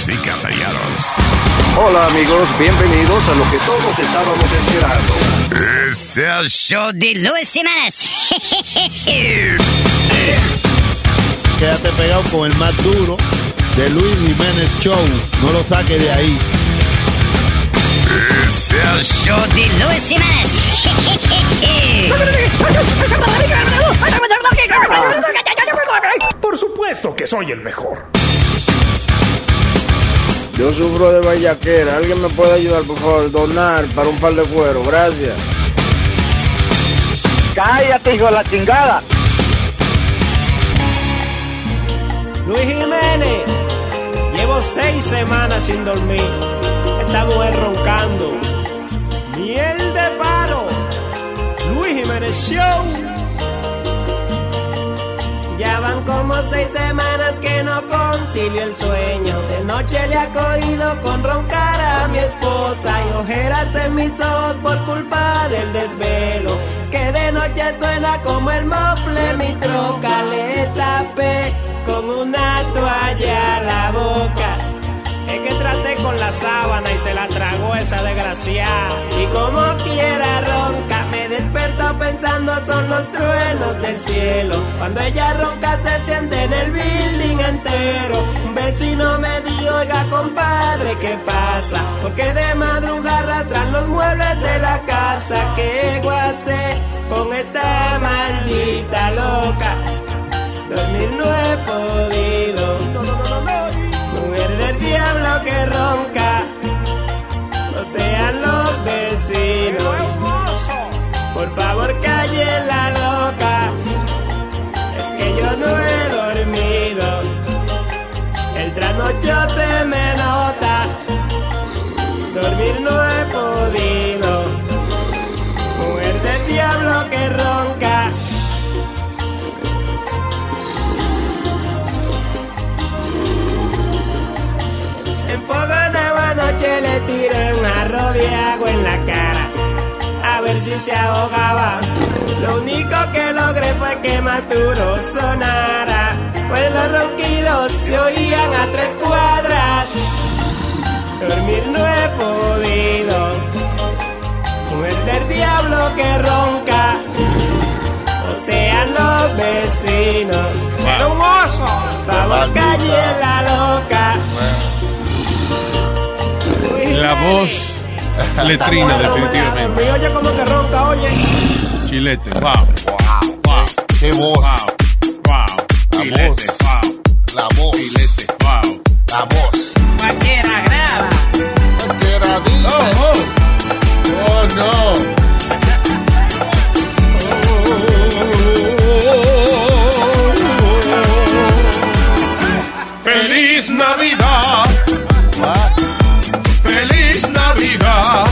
Damas y caballeros. Hola amigos, bienvenidos a lo que todos estábamos esperando. Es el show de Luis Jiménez. Quédate pegado con el más duro de Luis Jiménez Show. No lo saques de ahí. Es el show de Luis Jiménez. Por supuesto que soy el mejor. Yo sufro de vallaquera. ¿Alguien me puede ayudar, por favor? Donar para un par de cuero. Gracias. Cállate, hijo de la chingada. Luis Jiménez, llevo 6 semanas sin dormir. Esta mujer roncando. Miel de palo. Luis Jiménez Show. Ya van como 6 semanas que no concilio el sueño. De noche le ha cogido con roncar a mi esposa y ojeras en mis ojos por culpa del desvelo. Es que de noche suena como el mofle mi troca. Le tapé con una toalla a la boca. Es que traté con la sábana y se la tragó esa desgraciada. Y como quiera ronca, me desperto pensando son los truenos del cielo. Cuando ella ronca se siente en el building entero. Un vecino me dijo, oiga compadre, ¿qué pasa? Porque de madrugada arrastran los muebles de la casa. ¿Qué guacé con esta maldita loca? Dormir no he podido. Mujer del diablo que ronca, no sean los vecinos. Por favor callen la loca, es que yo no he dormido. El trasnocho se me nota, dormir no he podido. Mujer del diablo que ronca. En Fogonagua anoche le tiré un jarro de agua en la cara, a ver si se ahogaba. Lo único que logré fue que más duro sonara, pues los ronquidos se oían a 3 cuadras. Dormir no he podido, mujer del diablo que ronca, o sean los vecinos. Pero un oso, por favor calle la loca. La voz letrina, definitivamente. Me oye como que ronca, oye. Chilete, wow. Wow. Qué voz. Wow. La Chilete, voz. wow. La voz. Chilete, wow. La voz. Cualquiera graba. Cualquiera dice. Oh no. ¡Feliz Navidad! ¡Feliz Navidad!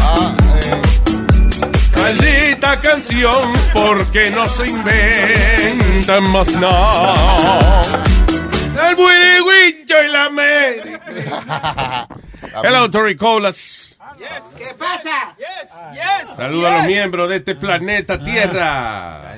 Maldita canción, porque no se inventan más nada. El Wiriwillo y la América. Hello, Tori Colas. ¿Qué pasa? Saludos a los miembros de este planeta Tierra.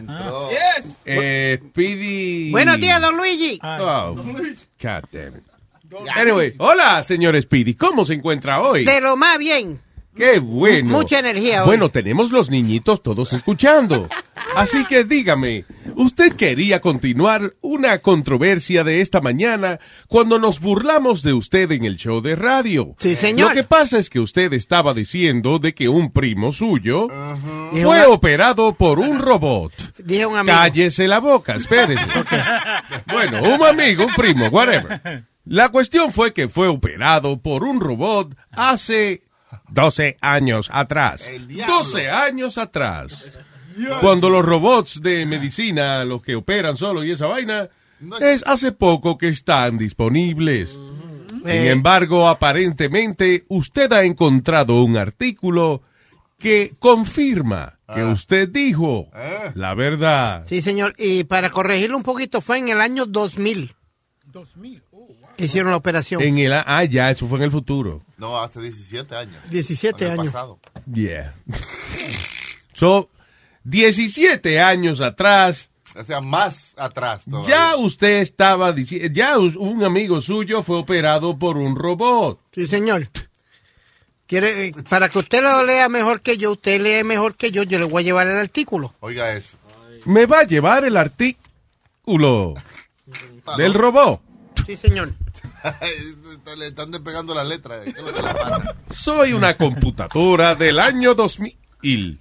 Speedy. Buenos días, don Luigi. Oh, God damn it. Anyway, hola, señor Speedy. ¿Cómo se encuentra hoy? De lo más bien. ¡Qué bueno! Mucha energía hoy. Bueno, tenemos los niñitos todos escuchando. Así que dígame, ¿usted quería continuar una controversia de esta mañana cuando nos burlamos de usted en el show de radio? Sí, señor. Lo que pasa es que usted estaba diciendo de que un primo suyo fue operado por un robot. Dije un amigo. Cállese la boca, espérese. Bueno, un amigo, un primo, whatever. La cuestión fue que fue operado por un robot hace 12 años atrás. 12 años atrás. Cuando los robots de medicina, los que operan solo y esa vaina, es hace poco que están disponibles. Sin embargo, aparentemente, usted ha encontrado un artículo que confirma que usted dijo la verdad. Sí, señor. Y para corregirlo un poquito, fue en el año 2000. 2000. Que hicieron la operación. Ya, eso fue en el futuro. No, hace 17 años. 17 años. Pasado. Yeah. So, 17 años atrás, O sea, más atrás todavía. Ya usted estaba diciendo, ya un amigo suyo fue operado por un robot. Sí, señor. Para que usted lo lea mejor que yo, usted lee mejor que yo le voy a llevar el artículo. Oiga eso. ¿Me va a llevar el artículo del robot? Sí, señor. Le están despegando las letras. ¿Qué es lo que le pasa? Soy una computadora del año 2000. El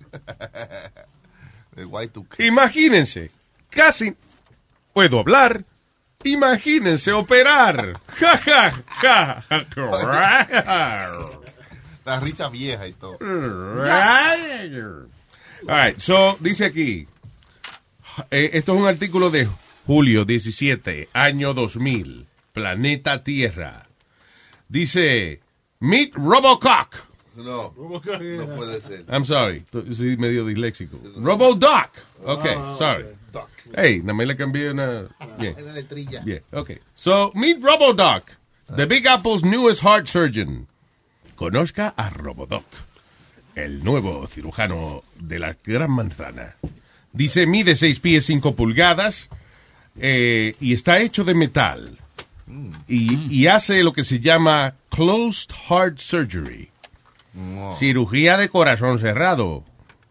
Y2K. Imagínense, casi puedo hablar. Imagínense operar. Ja, ja, ja, ja. La risa vieja y todo. All right, so, dice aquí, esto es un artículo de julio 17, año 2000, planeta Tierra. Dice, meet Robocock. No puede ser. I'm sorry, soy medio disléxico. Robodoc. Okay, sorry. Hey, nada más le cambié una... Bien. Una letrilla. Bien, okay. So, meet Robodoc, the Big Apple's newest heart surgeon. Conozca a Robodoc, el nuevo cirujano de la Gran Manzana. Dice, mide 6 pies 5 pulgadas y está hecho de metal. Y hace lo que se llama closed heart surgery. Cirugía de corazón cerrado.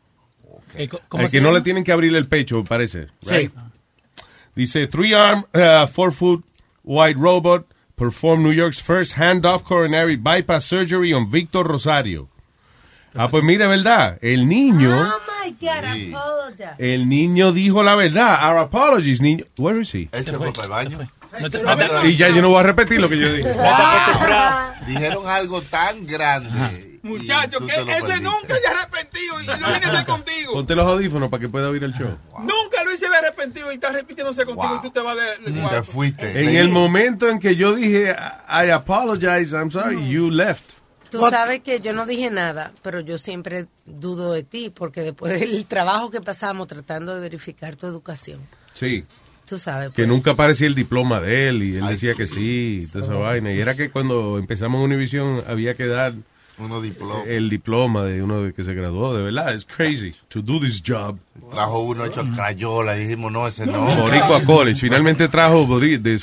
Al que no le tienen que abrir el pecho, parece. Right? Sí. Dice, 3-arm, 4-foot wide robot performed New York's first hand-off coronary bypass surgery on Víctor Rosario. Pues mire, ¿verdad? El niño... Oh, my God, I apologize. El niño dijo la verdad. Our apologies, niño. Where is he? Él se fue para el baño. Y ya yo no voy a repetir lo que yo dije. Dijeron algo tan grande. Muchacho, que ese nunca se ha arrepentido y no viene a ser contigo. Ponte los audífonos para que pueda oír el show. Nunca Luis se ve arrepentido y está repitiéndose contigo y tú te vas de Te fuiste. En el momento en que yo dije, I apologize, I'm sorry, you left. Tú sabes que yo no dije nada, pero yo siempre dudo de ti, porque después del trabajo que pasamos tratando de verificar tu educación. Sí. Tú sabes. Que nunca aparecía el diploma de él y él decía que sí, toda esa vaina. Y era que cuando empezamos en Univision había que dar el diploma de uno que se graduó, de verdad. Es crazy to do this job. Trajo uno hecho crayola y dijimos, no, ese no. Boricua College. Finalmente trajo de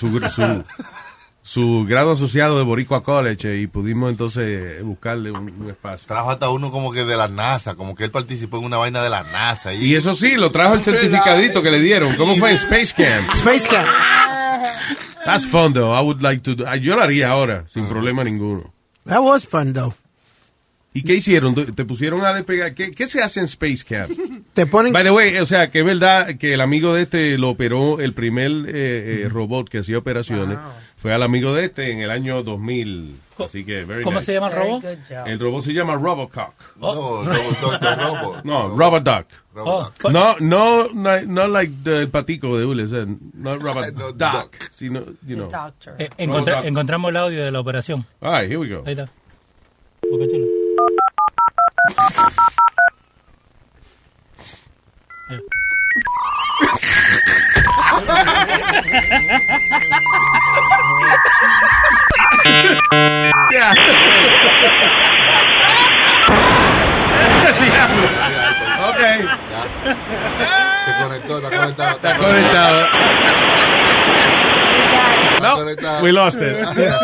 su grado asociado de Boricua College y pudimos entonces buscarle un espacio. Trajo hasta uno como que de la NASA, como que él participó en una vaina de la NASA. Y eso sí, lo trajo el certificadito que le dieron. ¿Cómo fue? Space Camp. Space Camp. That's fun, though. I would like to yo lo haría ahora, sin problema ninguno. That was fun, though. ¿Y qué hicieron? ¿Te pusieron a despegar? ¿Qué se hace en Space Camp? Te ponen... By the way, o sea, que es verdad que el amigo de este lo operó, el primer robot que hacía operaciones, fue al amigo de este en el año 2000. Así que, ¿Cómo se llama el robot? El robot se llama Robocock. No, Robot. No, Robodoc. No like el patico de Ule, o sea, no Robodoc, sino, you know. Encontramos el audio de la operación. All right, here we go. Ahí está. Boca Chula. Yeah. Okay. Está conectado. No, we lost it.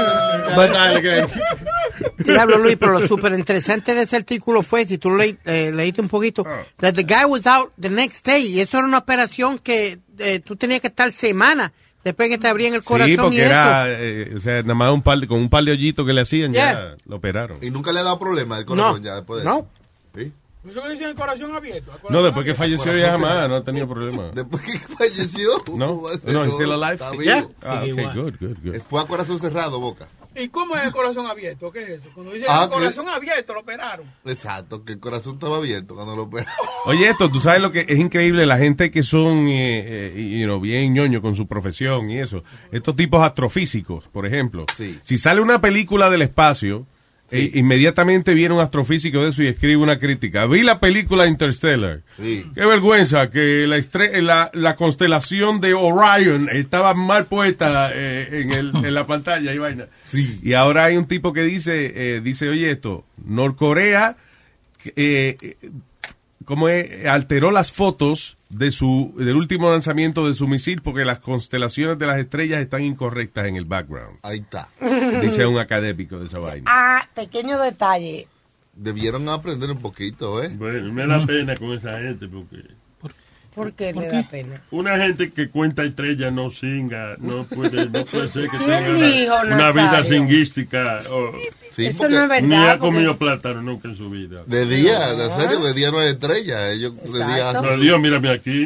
Diablo, Luis, pero lo súper interesante de ese artículo fue, si tú leíste un poquito, that the guy was out the next day, y eso era una operación que tú tenías que estar semanas después que te abrían el corazón. Sí, porque y era, eso. o sea, nada más con un par de hoyitos que le hacían, ya lo operaron. Y nunca le ha dado problema el corazón ya después de eso. ¿Sí? ¿Eso le dicen el corazón abierto? No, después que falleció ya jamás, no ha tenido problema. Después que falleció. No, he's still alive. Está vivo. Okay, good. Fue a corazón cerrado, Boca. ¿Y cómo es el corazón abierto? ¿Qué es eso? Cuando dicen el corazón abierto, lo operaron. Exacto, que el corazón estaba abierto cuando lo operaron. Oye, esto, tú sabes lo que es increíble, la gente que son bien ñoño con su profesión y eso. Estos tipos astrofísicos, por ejemplo. Sí. Si sale una película del espacio, inmediatamente viene un astrofísico de eso y escribe una crítica. Vi la película Interstellar. Sí. Qué vergüenza que la constelación de Orion estaba mal puesta en la pantalla y vaina. Sí. Y ahora hay un tipo que dice, oye esto, Norcorea alteró las fotos del último lanzamiento de su misil porque las constelaciones de las estrellas están incorrectas en el background. Ahí está. Dice un académico de esa vaina. Pequeño detalle. Debieron aprender un poquito, ¿eh? Bueno, me da pena con esa gente porque... ¿Por qué le da pena? Una gente que cuenta estrellas no singa, no puede ser que ¿Quién tenga dijo, una vida Nazario? singuística. Sí, eso no es verdad. Ni ha porque- comido plátano nunca en su vida. De día, de serio, de día no hay estrella. Ellos de día No, Dios, mírame aquí.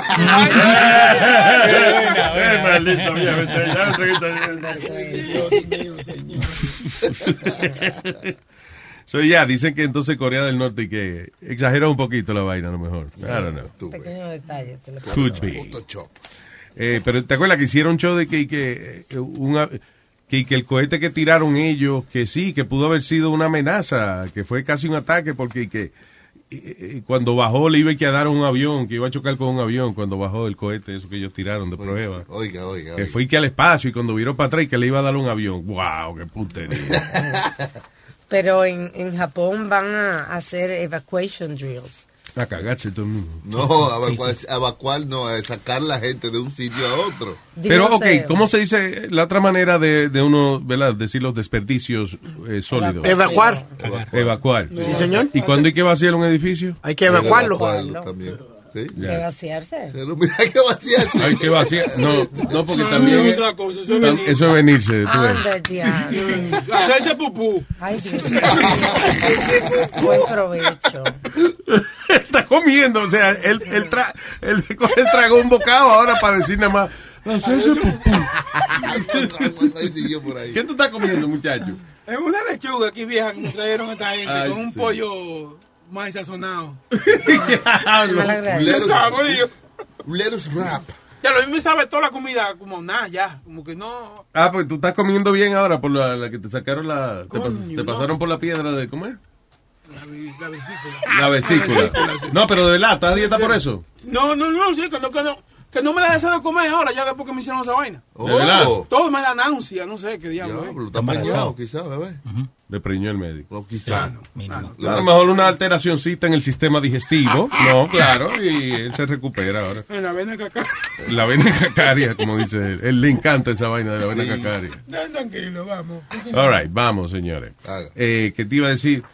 Maldito viejo estrella. Dios mío, señor. So, dicen que entonces Corea del Norte y que exagera un poquito la vaina a lo mejor. I don't know. Pequeño detalle. Could be. Pero ¿te acuerdas que hicieron un show de que el cohete que tiraron ellos, que sí, que pudo haber sido una amenaza, que fue casi un ataque porque cuando bajó le iba a dar un avión, que iba a chocar con un avión cuando bajó el cohete, eso que ellos tiraron de prueba. Oiga. Que fue que al espacio y cuando viró para atrás y que le iba a dar un avión. ¡Wow! ¡Qué putería! Pero en Japón van a hacer evacuation drills. A cagarse todo el mundo. No, evacuar no, es sacar la gente de un sitio a otro. Pero, ¿cómo se dice la otra manera de uno, ¿verdad? Decir los desperdicios sólidos? Evacuar. Evacuar. Sí, señor. ¿Y cuándo hay que vaciar un edificio? Hay que evacuarlo. También. ¿Sí? Hay que vaciarse. Hay que vaciarse. Hay que vaciar. No, porque también otra cosa, eso es venirse. tú ves. Anda, diablo. Hacerse pupú. Ay, Dios mío. Buen provecho. Está comiendo, o sea, él tragó un bocado ahora para decir nada más. Hacerse pupú. ¿Qué tú estás comiendo, muchacho? Es una lechuga aquí vieja que me trajeron esta gente Ay, con un sí. pollo más sazonado. Lettuce wrap. Ya lo mismo sabe toda la comida como nada ya, como que no. Pues tú estás comiendo bien ahora por la que te sacaron Coño, te pasaron por la piedra de comer. La vesícula. La vesícula. No, pero de verdad, ¿estás a dieta por eso? No, sí, que no me da deseo de comer ahora, ya después que me hicieron esa vaina. ¿De verdad? Todo me da náusea, no sé qué diablo. Está preñado, quizás, bebé. Le preñó el médico. No, quizás. A lo mejor una alteracióncita en el sistema digestivo. No, claro, y él se recupera ahora. En la vena cacaria. La vena cacaria, como dice él. Él le encanta esa vaina de la vena cacaria. Tranquilo, vamos. All right, vamos, señores. ¿Qué te iba a decir?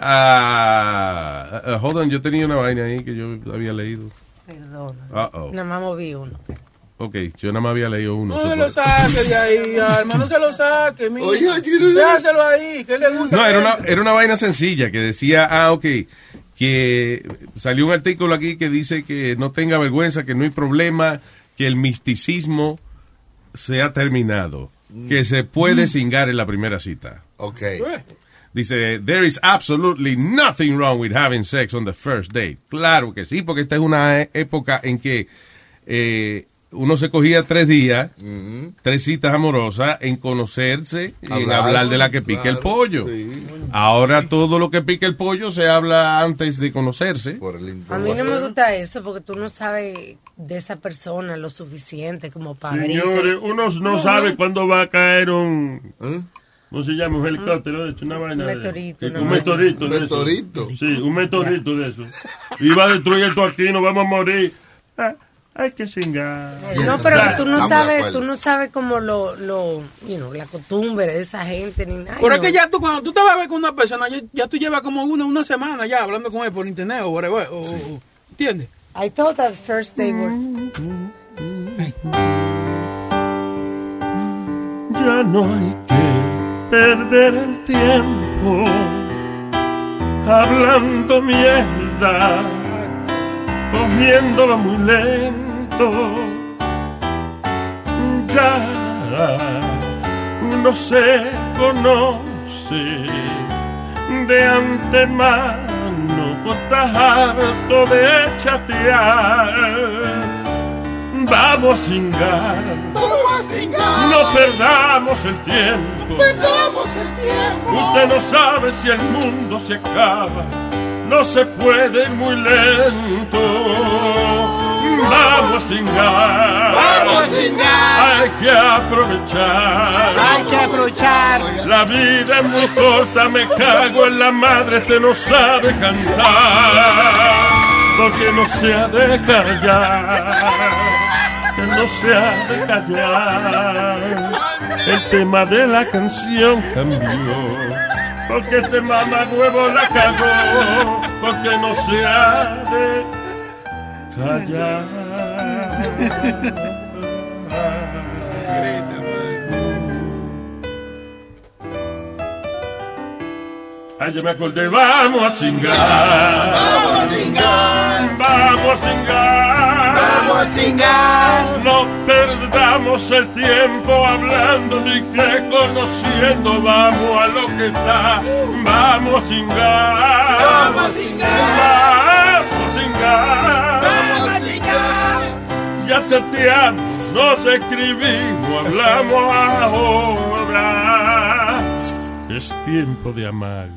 Hold on, yo tenía una vaina ahí que yo había leído. Perdona. Uh-oh. Nada más moví uno. Ok, yo nada más había leído uno. No se lo saque de ahí, Alma, no se lo saque, mira. Oye, déjaselo ahí, que le gusta. No, era una vaina sencilla que decía, que salió un artículo aquí que dice que no tenga vergüenza, que no hay problema, que el misticismo se ha terminado, que se puede cingar en la primera cita. Ok. Dice, there is absolutely nothing wrong with having sex on the first date. Claro que sí, porque esta es una época en que uno se cogía 3 días, 3 citas amorosas en conocerse y en hablar de la que pica el pollo. Sí. Ahora todo lo que pica el pollo se habla antes de conocerse. A mí no me gusta eso porque tú no sabes de esa persona lo suficiente como para abrirte. Señores, uno no sabe cuándo va a caer un... ¿Cómo se llama? Un helicóptero, de hecho, una vaina. Un meteorito. Un meteorito de eso. Sí, un meteorito de eso. Y va a destruir esto aquí, nos vamos a morir. Hay que cingar. No, pero tú no sabes como la costumbre de esa gente ni nada. Pero es que ya tú, cuando tú te vas a ver con una persona, ya tú llevas como una semana ya hablando con él por internet o whatever, ¿entiendes? I thought that first day were... Ya no hay que perder el tiempo hablando mierda, cogiéndolo muy lento. Ya uno se conoce de antemano, pues estás harto de chatear. Vamos a cingar. No perdamos el tiempo. Usted no sabe si el mundo se acaba. No se puede ir muy lento. Vamos a cingar. Hay que aprovechar. La vida es muy corta. Me cago en la madre. Este no sabe cantar. porque no se ha de callar, que no se ha de callar. El tema de la canción cambió, porque este mamagüevo la cagó, porque no se ha de callar. Ay, ya me acordé, vamos a cingar. Vamos a cingar. Vamos a cingar. Vamos a cingar. No perdamos el tiempo hablando ni que conociendo. Vamos a lo que está. Vamos a cingar. Vamos a cingar. Vamos a cingar. Vamos a cingar. Ya chateamos, nos escribimos, hablamos ahora. Es tiempo de amar.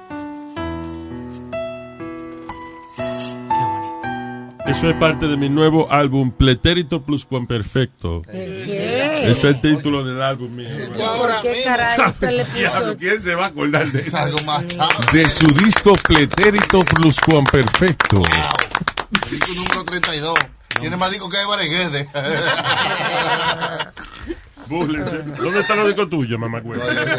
Eso es parte de mi nuevo álbum, Pretérito Pluscuamperfecto. ¿Qué? Ese es el título del álbum mío. ¿Por qué carajo usted le puso? ¿Quién se va a acordar de eso? Algo más chavo. De su disco Pretérito Pluscuamperfecto. Disco número 32. Tiene más disco que Eva Reguede. Búrlense. ¿Dónde está los discos tuyos, mamá güey?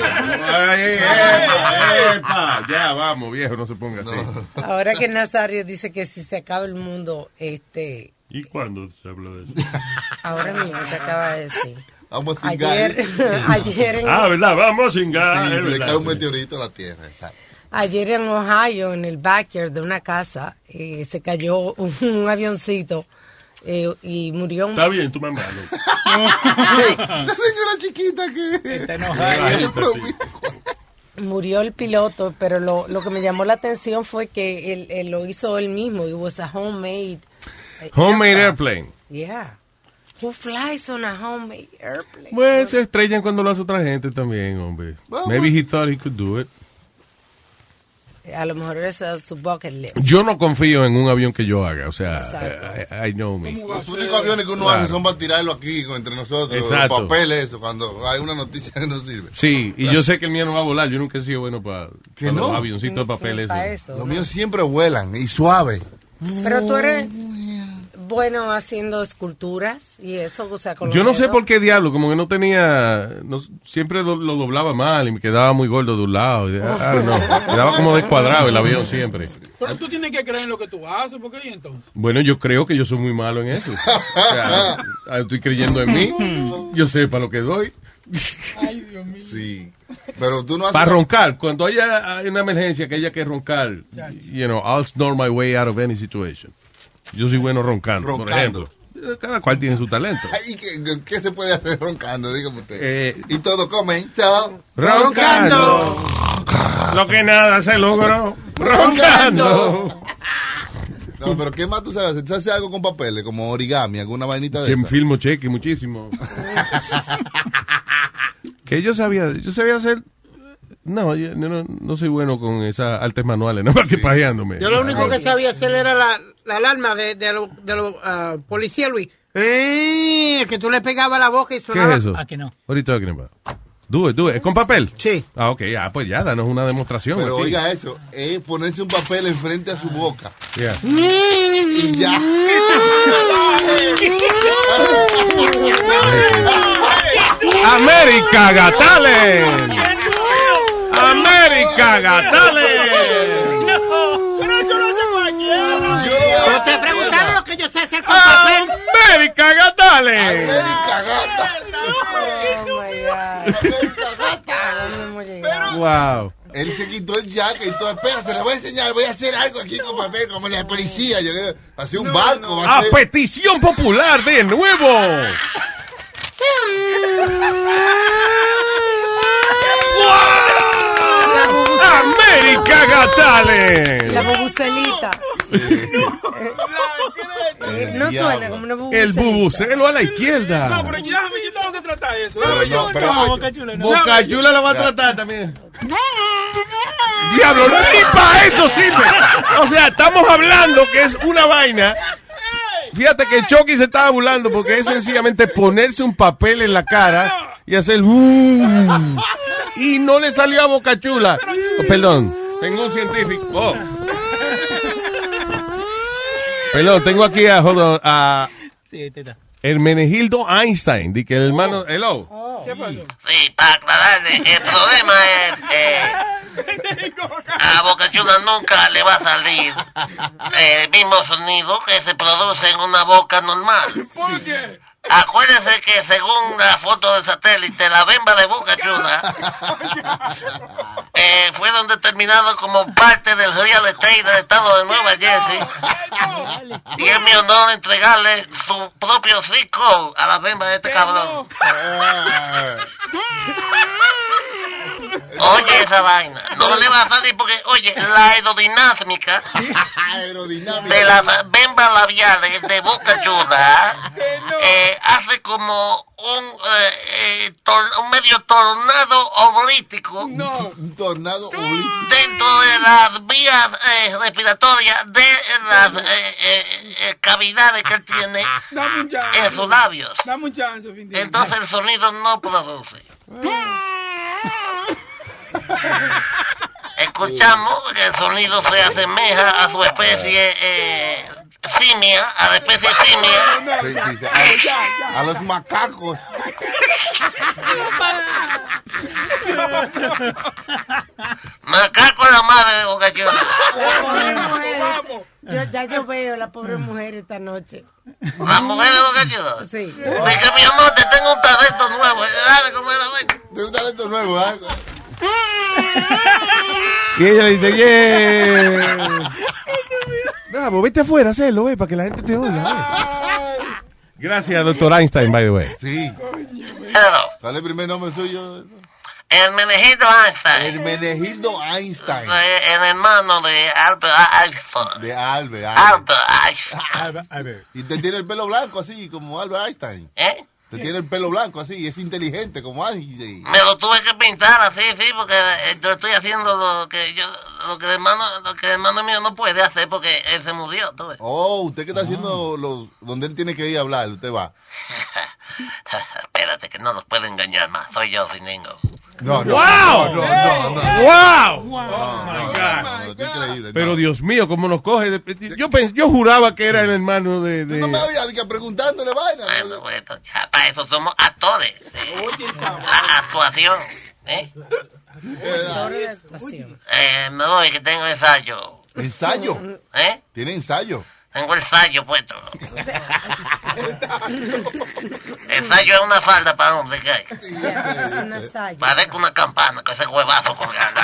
Epa, ya, vamos, viejo, no se ponga así. Ahora que Nazario dice que si se acaba el mundo, ¿Y cuándo se habló de eso? ahora mismo se acaba de decir. Vamos a cingar. Ayer en, ¿Verdad? Vamos a cingar. Sí, es le verdad, cae un sí. meteorito a la Tierra, exacto. ayer en Ohio, en el backyard de una casa, se cayó un avioncito y murió un... Está bien, tu mamá, ¿no? Sí, la señora chiquita que... Está enojada. Murió el piloto, pero lo que me llamó la atención fue que él lo hizo él mismo. It was a homemade airplane. Yeah. Who flies on a homemade airplane? Pues se estrellan cuando lo hace otra gente también, hombre. Well, Maybe he thought he could do it. A lo mejor esa es su bucket list. Yo no confío en un avión que yo haga, o sea, I know me. Los únicos aviones que uno hace son para tirarlo aquí entre nosotros. Exacto. Los papeles, eso, cuando hay una noticia que no sirve. Sí, y yo sé que el mío no va a volar. Yo nunca he sido bueno para ¿Que no? los avioncitos de papel. Pa' Eso. eso, Los ¿no? míos siempre vuelan y suave. Pero tú eres bueno haciendo esculturas y eso, o sea, con los Yo no sé dedos. por qué diablo, como que no tenía, siempre lo doblaba mal y me quedaba muy gordo de un lado. I don't know. Quedaba como descuadrado el avión siempre. Pero tú tienes que creer en lo que tú haces, ¿por qué? ¿Y entonces? Bueno, yo creo que yo soy muy malo en eso. O sea, estoy creyendo en mí. Yo sé para lo que doy. Ay, Dios mío. Sí. Pero tú no haces... Para roncar, cuando haya una emergencia que haya que roncar, you know, I'll snore my way out of any situation. Yo soy bueno roncando, por ejemplo. Cada cual tiene su talento. Ay, ¿qué se puede hacer roncando? Dígame usted. Y todo comenzó roncando. Lo que nada se logró roncando. No, pero ¿qué más tú sabes hacer? ¿Tú haces algo con papeles, como origami, alguna vainita de Que esa? filmo cheque muchísimo. Que yo sabía hacer... No, yo no soy bueno con esas artes manuales, nada más que pajeándome. Yo lo único que sabía hacer era la alarma de los policías, Luis. Que tú le pegabas la boca y ¿Qué sonaba. es eso? ¿A que no? Ahorita talking about. Do it. ¿Es con papel? Sí. Ah, ok, pues ya, danos una demostración. Pero aquí. oiga eso, es ponerse un papel enfrente a su boca. Yeah. Y ya. América Got Talent. América Got Talent. Pero te preguntaron lo que yo sé hacer con papel. América Got Talent. Wow. Él se quitó el jacket y todo. Espérate, le voy a enseñar, voy a hacer algo aquí con papel, como la policía. Yo hacer un barco. A petición popular de nuevo. América Got Talent. La bubucelita. No suena como una bubucelita. El bubucelo a la izquierda. No, pero yo tengo que tratar eso. Boca Chula, no. Boca Chula lo va a tratar también. Diablo, ni para eso sirve. O sea, estamos hablando que es una vaina. Fíjate que Chucky se estaba burlando porque es sencillamente ponerse un papel en la cara y hacer y no le salió a Boca Chula. Oh, perdón, tengo un científico. Oh. Perdón, tengo aquí a Sí, ahí está. Hermenegildo Einstein, di que el hermano... Hello. Sí, para aclararle, el problema es a Boca Chula nunca le va a salir el mismo sonido que se produce en una boca normal. ¿Por qué? Acuérdese que según la foto de satélite, la bemba de Boca Chula fueron determinados como parte del real estate del estado de Nueva Jersey. Y es mi honor entregarle su propio zip code a la bemba de este cabrón. Oye esa vaina, no le va a salir porque, oye, la aerodinámica de las bembas labiales de Boca Chula hace como un medio tornado oblístico. Un tornado oblístico. Dentro de las vías respiratorias de las cavidades que él tiene en sus labios. Dame un chance, Entonces el sonido no produce. Escuchamos que el sonido se asemeja a su especie simia, a la especie simia. Sí, a los macacos. Macaco es la madre de Boca Chula. Yo veo la pobre mujer esta noche. ¿La mujer de Boca Chula? Sí. Dice, mi amor, te tengo un talento nuevo. Dale, ¿cómo es la vaina? Tengo un talento nuevo, ¿eh? Y ella le dice, yeah. Bravo, vete afuera, hazlo, para que la gente te oiga. Gracias, doctor Einstein, by the way. Sí. ¿Cuál es el primer nombre suyo? Hermenegildo Einstein. Hermenegildo Einstein. El hermano de Albert Einstein. De Albert Einstein. Y te tiene el pelo blanco así, como Albert Einstein. ¿Eh? Te tiene el pelo blanco así, es inteligente como Einstein. Me lo tuve que pintar así, sí, porque yo estoy haciendo lo que el hermano mío no puede hacer porque él se murió, tú ves. Oh, usted que está haciendo donde él tiene que ir a hablar, usted va. Espérate, que no nos puede engañar más, soy yo, Finingo. No. ¡Wow! Oh my God. Increíble. Pero Dios mío, cómo nos coge. Yo juraba que era el hermano de... No me había que preguntándole vaina. Bueno, ya para eso somos actores. La actuación. Me voy, que tengo ensayo. ¿Ensayo? ¿Tiene ensayo? Tengo el ensayo puesto. Ensayo es una falda para hombre, ¿qué hay? Parezco una campana con ese huevazo colgando.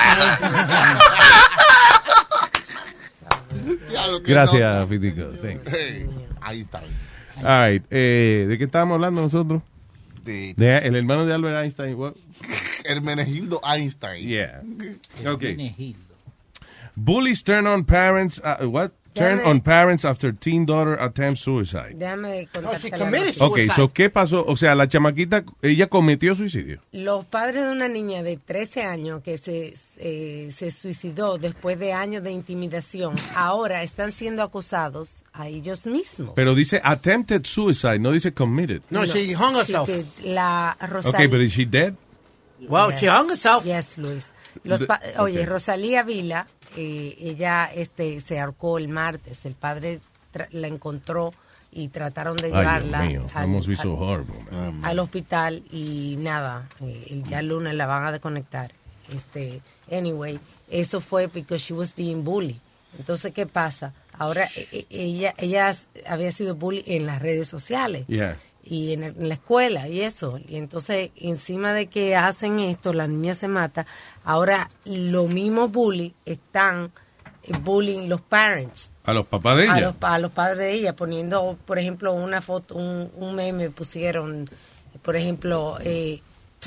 Gracias, Fitico. Ahí está. All right. ¿De qué estábamos hablando nosotros? El hermano de Albert Einstein. What? Hermenegildo Einstein. Yeah. Okay. Bullies turn on parents. What? Turn on parents after teen daughter attempts suicide. Déjame contarte Okay, so, ¿qué pasó? O sea, la chamaquita, ella cometió suicidio. Los padres de una niña de 13 años que se suicidó después de años de intimidación, ahora están siendo acusados a ellos mismos. Pero dice attempted suicide, no dice committed. No, she hung herself. La Rosalía. Okay, but is she dead? Well, she hung herself. Yes, Luis. Oye, Rosalía Vila, ella se ahorcó el martes. El padre la encontró y trataron de llevarla al hospital y nada, ya el lunes la van a desconectar. Anyway, eso fue because she was being bullied. Entonces, ¿qué pasa? Ahora ella había sido bully en las redes sociales. Yeah. Y en la escuela y eso. Y entonces, encima de que hacen esto, la niña se mata. Ahora, los mismos bullies están bullying los parents. ¿A los papás de ella? A los padres de ella, poniendo, por ejemplo, una foto, un meme pusieron, por ejemplo, en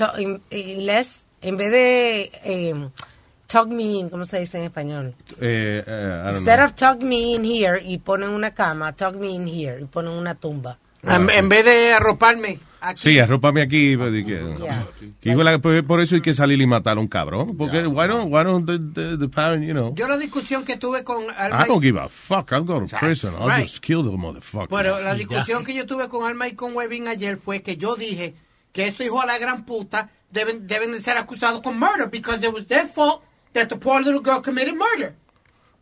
vez de talk me in, ¿cómo se dice en español? Instead of talk me in here, y ponen una cama, talk me in here, y ponen una tumba. En vez de arroparme aquí. Sí, arrópame aquí. Por eso hay que salir y matar a un cabrón. Porque why don't the parent, you know. Yo la discusión que tuve con Alma. I don't give a fuck. I'll go to prison. I'll just kill the motherfucker. Pero la discusión que yo tuve con Alma y con Webin ayer fue que yo dije que esos hijos de la gran puta deben de ser acusados con murder because it was their fault that the poor little girl committed murder.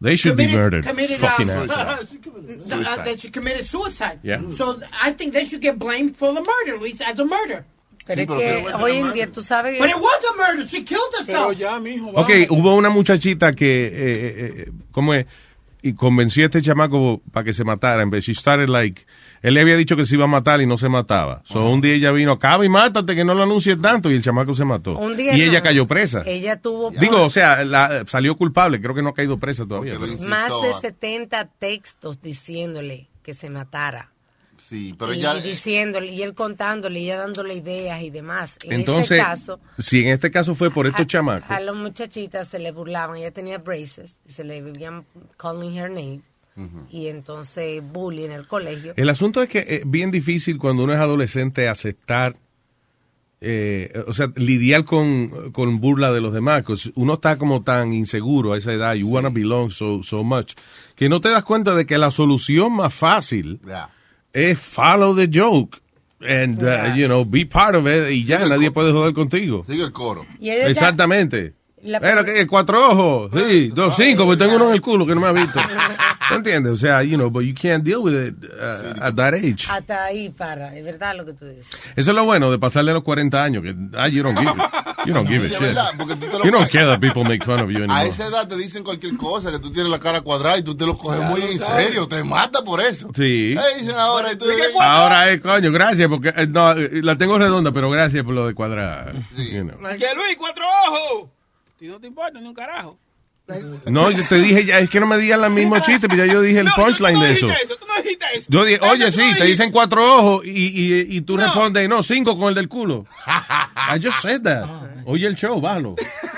They should be murdered. Fucking that she committed suicide. Yeah. So I think they should get blamed for the murder, Luis, as a murder. Pero es que hoy en día tú sabes. But it was a murder. She killed herself. Ok, hubo una muchachita que, ¿cómo es? Y convenció a este chamaco para que se matara. En vez, she started like, él le había dicho que se iba a matar y no se mataba. So un día ella vino, acaba y mátate, que no lo anuncies tanto, y el chamaco se mató. Un día y ella cayó presa. Ella tuvo... Digo, o sea, salió culpable, creo que no ha caído presa todavía. Más de 70 textos diciéndole que se matara. Sí, pero y diciéndole, y él contándole, y ella dándole ideas y demás. Entonces, en este caso fue por estos chamacos. A las muchachitas se le burlaban, ella tenía braces, y se le vivían calling her name, y entonces bullying en el colegio. El asunto es que es bien difícil cuando uno es adolescente aceptar, o sea, lidiar con burla de los demás. Uno está como tan inseguro a esa edad, you wanna belong so much, que no te das cuenta de que la solución más fácil es follow the joke and be part of it, y ya nadie puede joder contigo. Sigue el coro. Exactamente. Pero que 4 ojos, sí, 2, 5, porque tengo uno en el culo que no me ha visto. ¿Me entiendes? O sea, but you can't deal with it at that age. Hasta ahí es verdad lo que tú dices. Eso es lo bueno de pasarle los 40 años, que you don't give it. You don't give a shit. You don't care that people make fun of you anymore. A esa edad te dicen cualquier cosa, que tú tienes la cara cuadrada y tú te lo coges muy en serio, te mata por eso. Sí. Dicen ahora, ahora coño, gracias, porque no, la tengo redonda, pero gracias por lo de cuadrada. Sí. Que Luis, 4 ojos. Si no te importa, ni un carajo. No, yo te dije, ya, es que no me digan el mismo chiste, pero ya yo dije el punchline de eso. Tú no dijiste eso. Yo dije, oye, sí, te dicen 4 ojos y tú respondes, no, 5 con el del culo. I just said that. Oye el show, bájalo.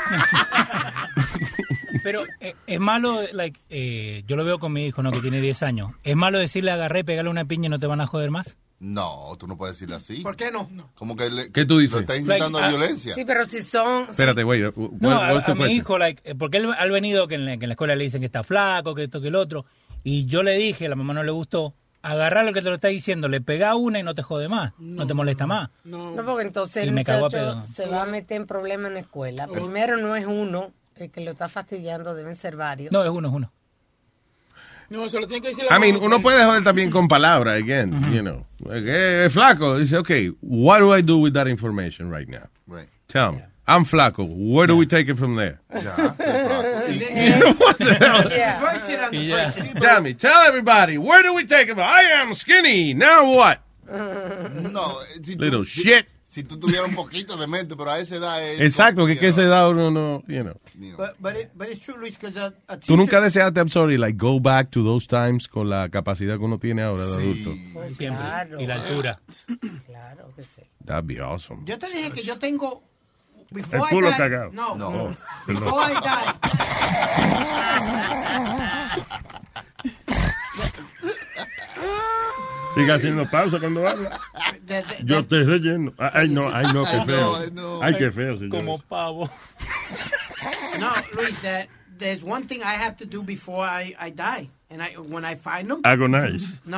Pero es malo, yo lo veo con mi hijo, ¿no? Que tiene 10 años. ¿Es malo decirle agarré y pegarle una piña y no te van a joder más? No, tú no puedes decirle así. ¿Por qué no? Como que ¿Qué tú dices? Lo está incitando a violencia. Sí, pero si son... Espérate, güey. No, a mi hijo, porque él ha venido que en la escuela le dicen que está flaco, que esto, que el otro. Y yo le dije, a la mamá no le gustó, agarrar lo que te lo está diciendo, le pega una y no te jode más, no te molesta más. No, porque entonces el muchacho se va a meter en problemas en la escuela. Primero no es uno el que lo está fastidiando, deben ser varios. No, es uno. No, se lo tiene que decir uno puede joder también con palabras, again, you know. Flaco, dice, okay, what do I do with that information right now? Right. Tell me. I'm flaco. Where do we take it from there? Ya, What the hell? Tell everybody, where do we take it from? I am skinny. Now what? No, Little shit. Si tú tuvieras un poquito de mente, pero a esa edad es... Exacto, que a esa edad uno no, you know. But it's true, Luis, because a teacher... Tú nunca deseaste, I'm sorry, like go back to those times con la capacidad que uno tiene ahora de adulto. Pues siempre. Claro. Y la altura. Claro que sí. That'd be awesome. Yo te dije que yo tengo... El culo cagado. No. Before I die... Siga haciendo pausa cuando habla. Yo estoy relleno. Ay, no, qué feo. Ay, qué feo, señor. Como pavo. No, Luis, there's one thing I have to do before I die. And when I find them... Agonize. No.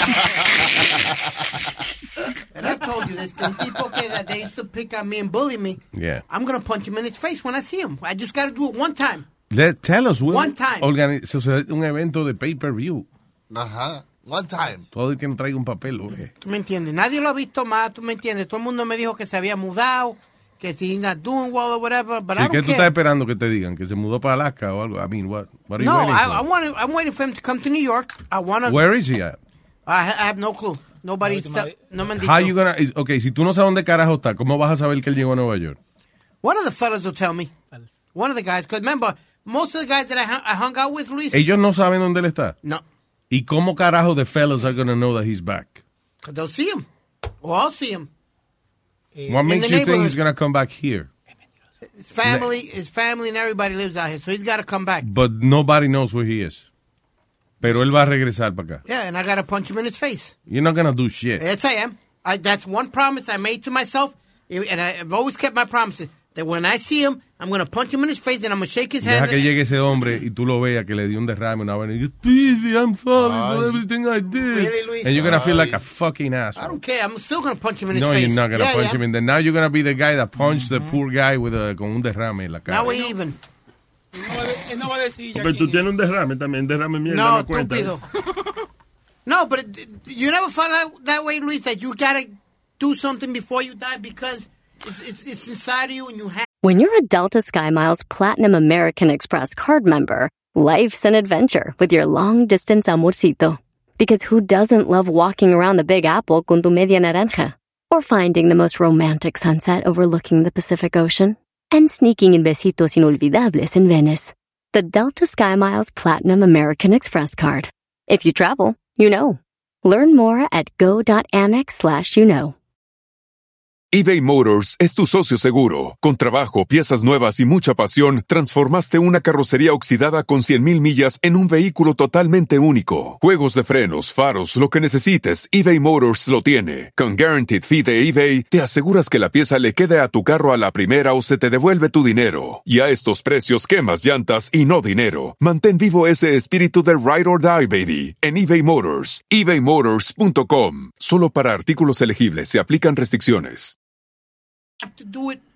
And I've told you this. Un tipo que they used to pick on me and bully me. Yeah. I'm going to punch him in his face when I see him. I just got to do it one time. Tell us, One time. Un evento de pay-per-view. Ajá. One time. Todo el que no traiga un papel, güey. ¿Tú me entiendes? Nadie lo ha visto más, ¿tú me entiendes? Todo el mundo me dijo que se había mudado, que si he's not doing well or whatever, but I don't ¿Qué tú care. estás esperando que te digan? ¿Que se mudó para Alaska o algo? I mean, what are you No, waiting for? I'm waiting for him to come to New York. Where is he at? I have no clue. No me han dicho. How you gonna... Okay, si tú no sabes dónde carajo está, ¿cómo vas a saber que él llegó a Nueva York? One of the fellas will tell me. One of the guys, because remember, most of the guys that I hung out with, Luis. ¿Ellos no saben dónde él está? No. ¿Y cómo carajo the fellas are going to know that he's back? Because they'll see him. Or I'll see him. What makes you think he's going to come back here? His family and everybody lives out here, so he's got to come back. But nobody knows where he is. Pero él va a regresar para acá. Yeah, and I got to punch him in his face. You're not going to do shit. Yes, I am. That's one promise I made to myself, and I've always kept my promises. That when I see him, I'm going to punch him in his face, and I'm going to shake his hand. Deja que llegue ese hombre y tú lo veas que le dio un derrame una vez y dices, Speedy, I'm sorry for everything I did. Really, Luis? And you're going to feel like a fucking asshole. I don't care. I'm still going to punch him in his No, face. you're not going to punch him in there. Now you're going to be the guy that punched the poor guy with con un derrame en la cara. Now we even. no va a decir ya. Pero tú tienes un derrame también, derrame mierda. No, cuenta. estúpido. No, but you never felt that way, Luis, that you gotta do something before you die because it's inside you and you have. When you're a Delta SkyMiles Platinum American Express card member, life's an adventure with your long-distance amorcito. Because who doesn't love walking around the Big Apple con tu media naranja? Or finding the most romantic sunset overlooking the Pacific Ocean? And sneaking in besitos inolvidables in Venice. The Delta SkyMiles Platinum American Express card. If you travel, you know. Learn more at go.amex/you-know. eBay Motors es tu socio seguro. Con trabajo, piezas nuevas y mucha pasión, transformaste una carrocería oxidada con 100,000 millas en un vehículo totalmente único. Juegos de frenos, faros, lo que necesites, eBay Motors lo tiene. Con Guaranteed Fee de eBay, te aseguras que la pieza le quede a tu carro a la primera o se te devuelve tu dinero. Y a estos precios, quemas llantas y no dinero. Mantén vivo ese espíritu de Ride or Die, baby, en eBay Motors. ebaymotors.com. Solo para artículos elegibles se aplican restricciones. Have to do it.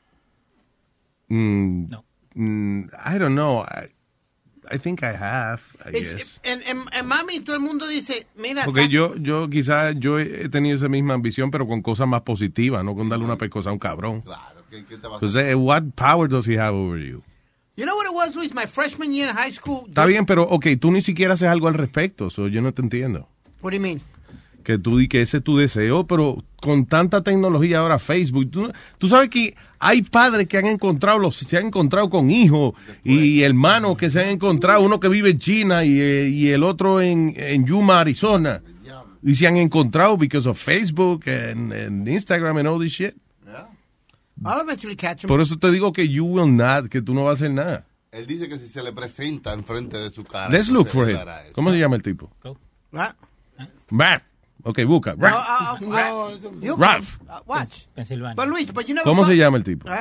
No. I don't know. I think I have, I guess. En mami, todo el mundo dice, mira. Porque yo quizás he tenido esa misma ambición, pero con cosas más positivas, no con darle una pescosa a un cabrón. Claro. ¿Qué te va a Entonces, what power does he have over you? You know what it was, Luis? My freshman year in high school. Está bien, pero tú ni siquiera haces algo al respecto, so yo no te entiendo. What do you mean? Que tú di que ese es tu deseo, pero con tanta tecnología ahora, Facebook, tú sabes que hay padres que se han encontrado con hijos y hermanos que se han encontrado, uno que vive en China y el otro en Yuma, Arizona, y se han encontrado because of Facebook and Instagram and all this shit. I'll eventually catch him. Por eso te digo que you will not, que tú no vas a hacer nada. Él dice que si se le presenta enfrente de su cara. Let's look for him. ¿Cómo se llama el tipo? Matt. Ok, busca. Ralph. Ralph. Watch. Pensilvania. But Luis, but you never ¿Cómo se llama el tipo?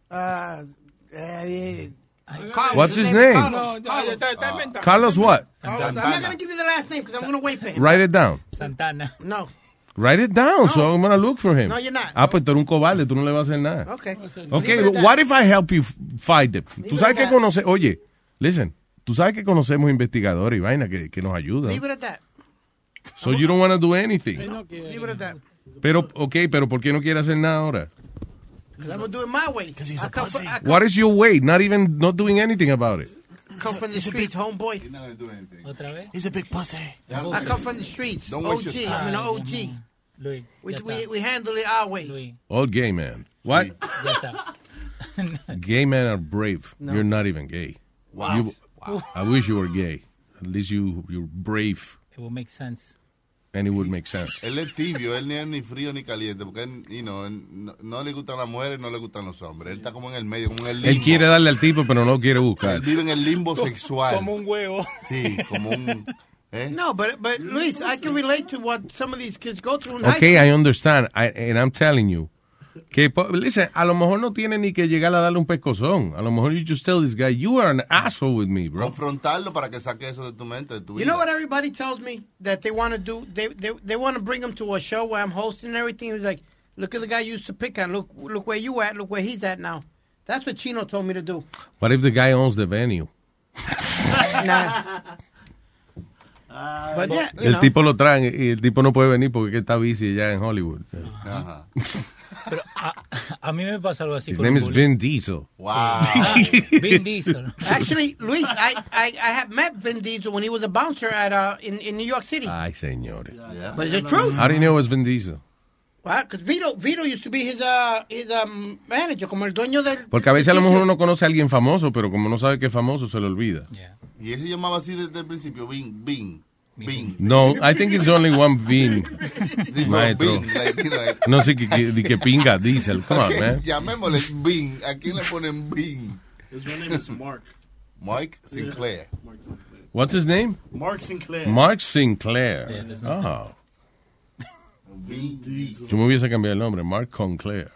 What's his name? Carlos what? I'm not going to give you the last name because I'm going to wait for him. Write it down. Santana. No. Write it down, so I'm going to look for him. No, you're not. Pues tú eres un cobarde, tú no le vas a hacer nada. Okay. Okay, what if I help you find them? Tú sabes que oye, listen, tú sabes que conocemos investigadores y vaina que nos ayudan. Leave it at that. So you don't want to do anything. Leave it at that. Pero ¿por qué no quiere hacer nada ahora? Because I'm going to do it my way. Because he's a pussy. What is your way? Not doing anything about it. Come from the streets, homeboy. He's not going to do anything. ¿Otra vez? He's a big pussy. I come from the streets. Don't waste OG. your time. I'm an OG. Luis, We handle it our way. Luis. All gay men. What? Ya está. Gay men are brave. No. You're not even gay. Wow. I wish you were gay. At least you're brave. It will make sense. And it would make sense. Él es tibio, él ni es ni frío ni caliente, porque él, no le gustan las mujeres, no le gustan los hombres. Él está como en el medio, como en el limbo. Él quiere darle al tipo, pero no lo quiere buscar. Él vive en el limbo sexual. Como un huevo. Sí, como un... No, but Luis, I can relate to what some of these kids go through in high Okay, school. I understand. And I'm telling you. Que, listen, a lo mejor no tiene ni que llegar a darle un pescozón. A lo mejor you just tell this guy, you are an asshole with me, bro. Confrontarlo para que saque eso de tu mente, de tu vida. You know what everybody tells me that they want to do? They want to bring him to a show where I'm hosting and everything. He's like, look at the guy you used to pick on. Look where you at. Look where he's at now. That's what Chino told me to do. What if the guy owns the venue? Nah. But yeah, el tipo lo traen y el tipo no puede venir porque está busy ya en Hollywood. Ajá. Pero a mí me pasa algo así. His name is Vin Diesel. Wow. Vin Diesel. Actually, Luis, I have met Vin Diesel when he was a bouncer at in New York City. Ay, señores. Yeah. But it's the truth. How do you know it was Vin Diesel? Well, because Vito used to be his manager, como el dueño del... Porque a veces a lo mejor uno conoce a alguien famoso, pero como no sabe que es famoso, se le olvida. Yeah. Y él se llamaba así desde el principio, Vin. No, I think it's only one Vin. Maestro. Like, no sé que pinga Diesel. Come on, man. Llamémosle Vin. ¿A quién le ponen Vin? His real name is Mark. Mike Sinclair. What's his name? Mark Sinclair. Mark Sinclair. Yeah, Vin Diesel. Yo me hubiese cambiado el nombre. Mark Sinclair.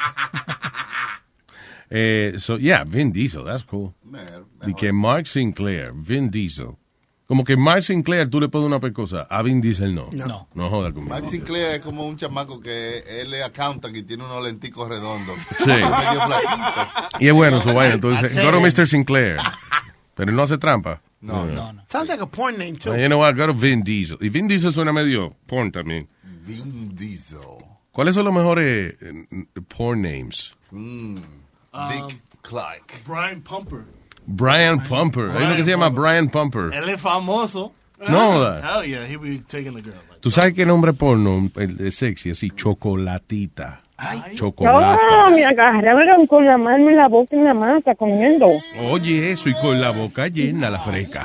So, yeah, Vin Diesel. That's cool. Y que Mark Sinclair, Vin Diesel. Como que Mark Sinclair tú le pones una pescosa, a Vin Diesel no. No joda conmigo. Mark Sinclair es como un chamaco que él es accountant y tiene unos lenticos redondos. Sí. Y es bueno su vaina. Entonces, go to Mr. Sinclair. Pero él no hace trampa. No. Sounds like a porn name, too. You know what? Go to Vin Diesel. Y Vin Diesel suena medio porn también. Vin Diesel. ¿Cuáles son los mejores porn names? Dick Clark. Brian Pumper. Brian Pumper. Hay uno que se llama Brian Pumper. Él es famoso. No. Hell yeah, he be taking the girl. ¿Tú sabes qué nombre porno? El de sexy, así, Chocolatita. Ay. Chocolata. No, me agarraron con la mano en la boca en la masa comiendo. Oye, eso, y con la boca llena la fresca.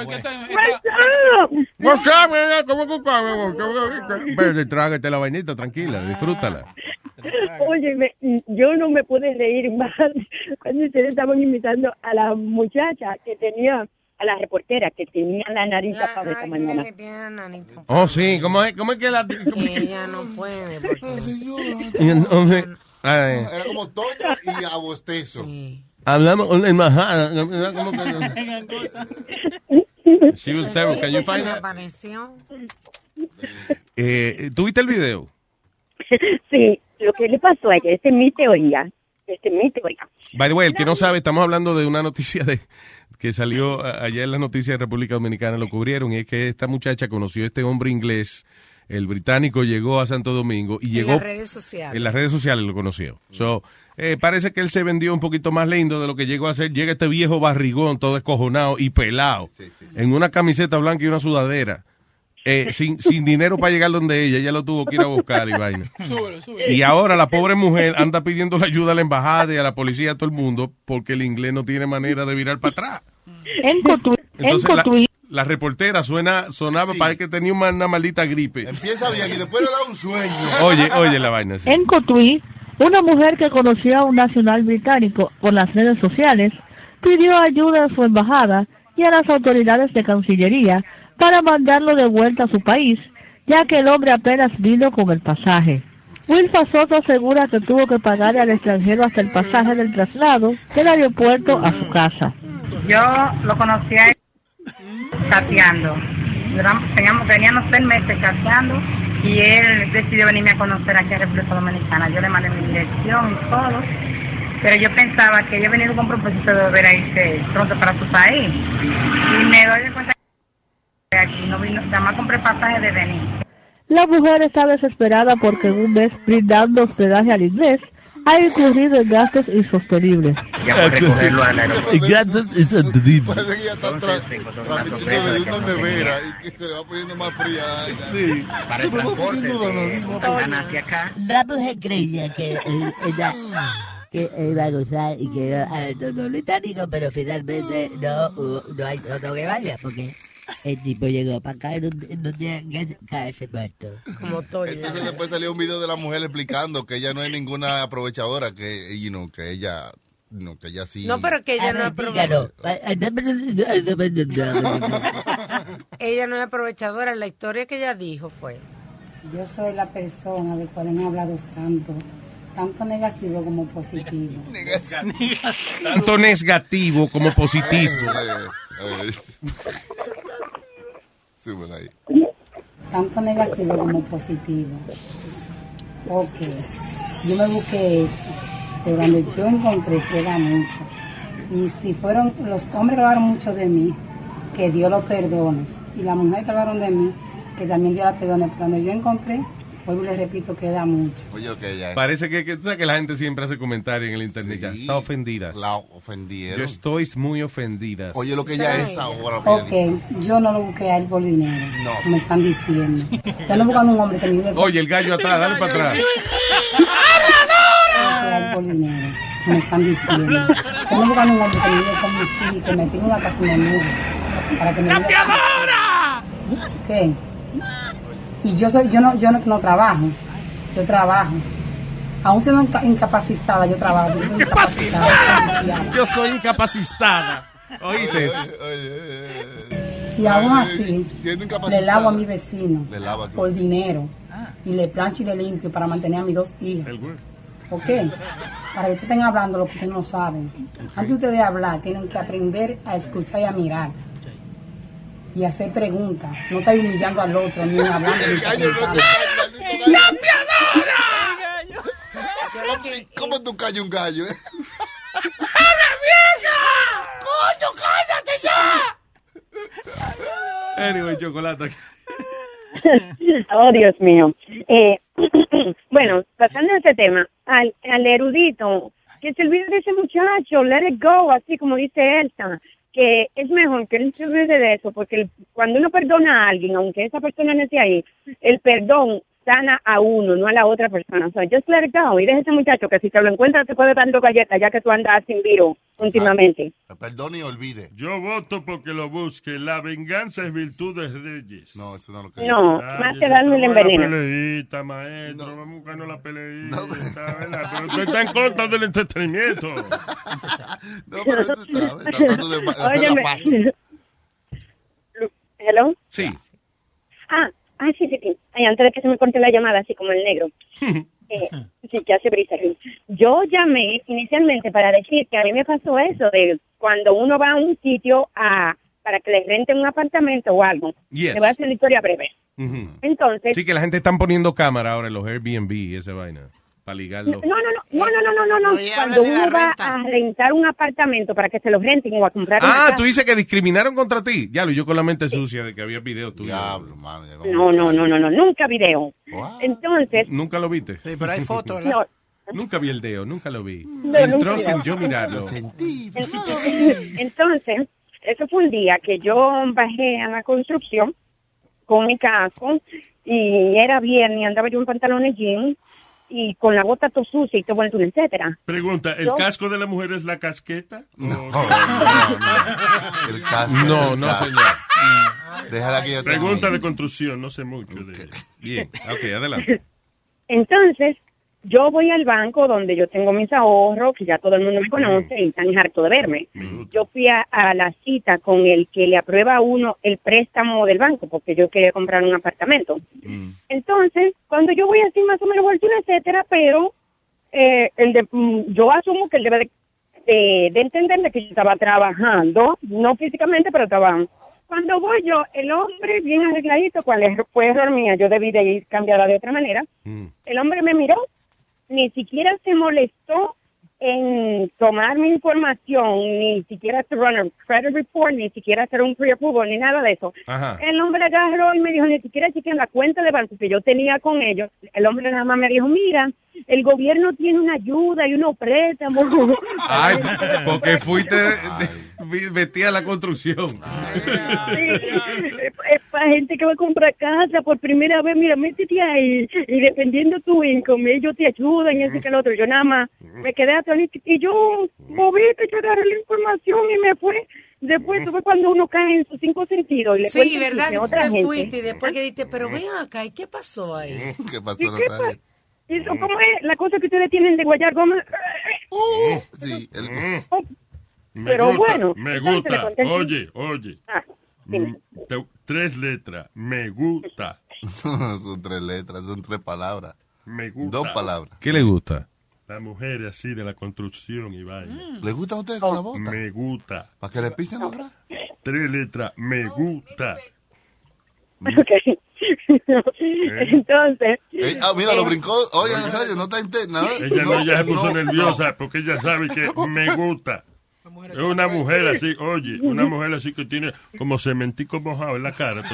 What's up? ¿Cómo que Pero trágate la vainita, tranquila, disfrútala. Oye, yo no me pude reír más cuando ustedes estaban imitando a la muchacha que tenía, a la reportera que tenía la nariz tapada esta mañana. Oh, sí, ¿cómo es que la... Ella no puede. Era como Toño y Abostezo. Hablamos con la embajada. She was terrible. Can you find that? ¿Tuviste el video? Sí, lo que le pasó a ella, esta es mi teoría. By the way, el que no sabe, estamos hablando de una noticia que salió ayer en las noticias de República Dominicana, lo cubrieron, y es que esta muchacha conoció a este hombre inglés, el británico llegó a Santo Domingo y llegó... En las redes sociales. En las redes sociales lo conoció. So, parece que él se vendió un poquito más lindo de lo que llegó a ser. Llega este viejo barrigón, todo escojonado y pelado, en una camiseta blanca y una sudadera. Sin dinero para llegar donde ella lo tuvo que ir a buscar y vaina. Y ahora la pobre mujer anda pidiendo la ayuda a la embajada y a la policía, a todo el mundo, porque el inglés no tiene manera de virar para atrás. Entonces la reportera sonaba para que tenía una maldita gripe. Empieza bien y después le da un sueño. Oye la vaina. Sí. En Cotuí, una mujer que conocía a un nacional británico por las redes sociales pidió ayuda a su embajada y a las autoridades de Cancillería para mandarlo de vuelta a su país, ya que el hombre apenas vino con el pasaje. Wilfa Soto asegura que tuvo que pagarle al extranjero hasta el pasaje del traslado del aeropuerto a su casa. Yo lo conocí a él chateando. Teníamos 6 meses chateando y él decidió venirme a conocer aquí a República Dominicana. Yo le mandé mi dirección y todo, pero yo pensaba que ella venía con propósito de volver a irse pronto para su país. Y me doy de cuenta que aquí no vino, además compré pasaje de venir. La mujer está desesperada porque en un mes brindando hospedaje al inglés ha incurrido en gastos insostenibles. Ya por recogerlo al aeropuerto. Gastos insostenibles. Parece que ya está transmitiendo desde una nevera y que se le va poniendo más fría. Sí. Para el transporte hacia acá. La mujer creía que ella iba a gozar y que iba a ver todo británico, pero finalmente no hay otro que vaya porque el tipo llegó para acá y no tiene que caerse muerto. Entonces después salió un video de la mujer explicando que ella no es ninguna aprovechadora, que ella sí. No, pero que ella no es aprovechadora. Ella no es aprovechadora. La historia que ella dijo fue: yo soy la persona de cual han hablado tanto negativo como positivo. Tanto negativo como positivo. Ahí. Tanto negativo como positivo. Ok, yo me busqué eso, pero cuando yo encontré que era mucho. Y si fueron, los hombres que hablaron mucho de mí, que Dios los perdone. Y las mujeres que hablaron de mí, que también Dios las perdone. Pero cuando yo encontré, hoy les repito que da mucho. Oye, okay, ya. Parece que tú sabes que la gente siempre hace comentarios en el internet. Sí, ya está ofendida. La ofendieron. Yo estoy muy ofendida. Oye, lo que ella es ahora. Ok, yo no lo busqué a él por dinero. No. Me están diciendo. Yo no buscando un hombre que me ayude. Oye, el gallo atrás, dale para atrás. Por dinero. Me están diciendo. Yo no buscando un hombre que me ayude con mis hijos, que me tire una casa y me mude. Para que me ¡Campeadora! ¿Qué? Y yo no trabajo, yo trabajo. Aún siendo incapacitada, yo trabajo. Yo soy incapacitada. ¿Oíste? Y aún así, le lavo a mi vecino por dinero. Y le plancho y le limpio para mantener a mis 2 hijos. ¿Ok? Para que ustedes estén hablando lo que ustedes no saben. Antes de ustedes hablar, tienen que aprender a escuchar y a mirar. Y hacer preguntas. No estar humillando al otro, ni hablando. ¿Cómo tú callas un gallo, ¡Habla vieja! ¡Coño, cállate ya! Anyway, Chocolata. Oh, Dios mío. Bueno, pasando a ese tema, al erudito, que se olvide de ese muchacho, let it go, así como dice Elsa, que es mejor que él se olvide de eso, porque cuando uno perdona a alguien, aunque esa persona no esté ahí, el perdón sana a uno, no a la otra persona. O sea, just let it go. Y deja ese muchacho que si te lo encuentras te puede dar dos galletas, ya que tú andas sin virus últimamente. Perdone y olvide. Yo voto porque lo busque. La venganza es virtud de reyes. No, eso no es lo que no, dice. más te dan el enveneno. La peleita, maestro. No. Vamos buscando la peleita, ¿verdad? Pero usted está en contra del entretenimiento. No, pero tú sabes, tratando de hacer la paz. ¿Hello? Sí. Sí. Ay, antes de que se me corte la llamada, así como el negro. Sí, que hace brisa. Yo llamé inicialmente para decir que a mí me pasó eso de cuando uno va a un sitio para que le renten un apartamento o algo. Yes. Le voy a hacer una historia breve. Entonces... Sí, que la gente están poniendo cámara ahora en los Airbnb y esa vaina. Para ligarlo. No. Cuando uno va a rentar un apartamento para que se lo renten o a comprar una casa. Tú dices que discriminaron contra ti. Ya, yo con la mente sucia de que había video tuyo. Diablo, mami. No, nunca video. Wow. Entonces. ¿Nunca lo viste? Sí, pero hay fotos, ¿verdad? No. Nunca vi el dedo, nunca lo vi. No, entró sin yo mirarlo. Lo sentí. Entonces, eso fue un día que yo bajé a la construcción con mi casco y era viernes y andaba yo en pantalones jeans y con la bota todo sucia y todo vuelto, etcétera. Pregunta, ¿el casco de la mujer es la casqueta? No. El casco. No, señor. Déjala que yo Pregunta de construcción, no sé mucho. Bien, ok, adelante. Entonces, yo voy al banco donde yo tengo mis ahorros, que ya todo el mundo me conoce y están harto de verme. Yo fui a la cita con el que le aprueba a uno el préstamo del banco, porque yo quería comprar un apartamento. Entonces, cuando yo voy así más o menos vuelto, etcétera, pero yo asumo que él debe de entenderle que yo estaba trabajando, no físicamente, pero trabajando. Cuando voy yo, el hombre bien arregladito, cuál fue error mía, yo debí de ir cambiada de otra manera. El hombre me miró, ni siquiera se molestó en tomar mi información, ni siquiera hacer un credit report, ni siquiera hacer un pre-approval, ni nada de eso. Ajá. El hombre agarró y me dijo, ni siquiera chequean la cuenta de banco que yo tenía con ellos. El hombre nada más me dijo, mira, el gobierno tiene una ayuda y unos préstamos. Ay, porque fuiste metida a la construcción. Es para gente que va a comprar casa por primera vez. Mira, métete ahí y dependiendo tu income, ellos te ayudan y eso que el otro. Yo nada más me quedé atrás y yo moví, que agarré la información y me fue. Después fue cuando uno cae en sus cinco sentidos. Y le sí, verdad, que otra te fuiste y después que dijiste, pero ven acá, ¿y qué pasó ahí? ¿Qué pasó, Natalia? Eso, ¿cómo es la cosa que ustedes tienen de guayar goma? Sí, pero bueno. Me gusta. Oye. 3 letras. Me gusta. Son 3 letras, son 3 palabras. Me gusta. 2 palabras. ¿Qué le gusta? La mujer así de la construcción y vaina. ¿Le gusta a usted con la bota? Me gusta. ¿Para que le pisen la bra? 3 letras. Me gusta. Ok. Entonces. Mira, lo brincó. Oye, en serio, no está nada. Ella se puso nerviosa porque ella sabe que me gusta. Es una mujer así, oye, una mujer así que tiene como cementico mojado en la cara.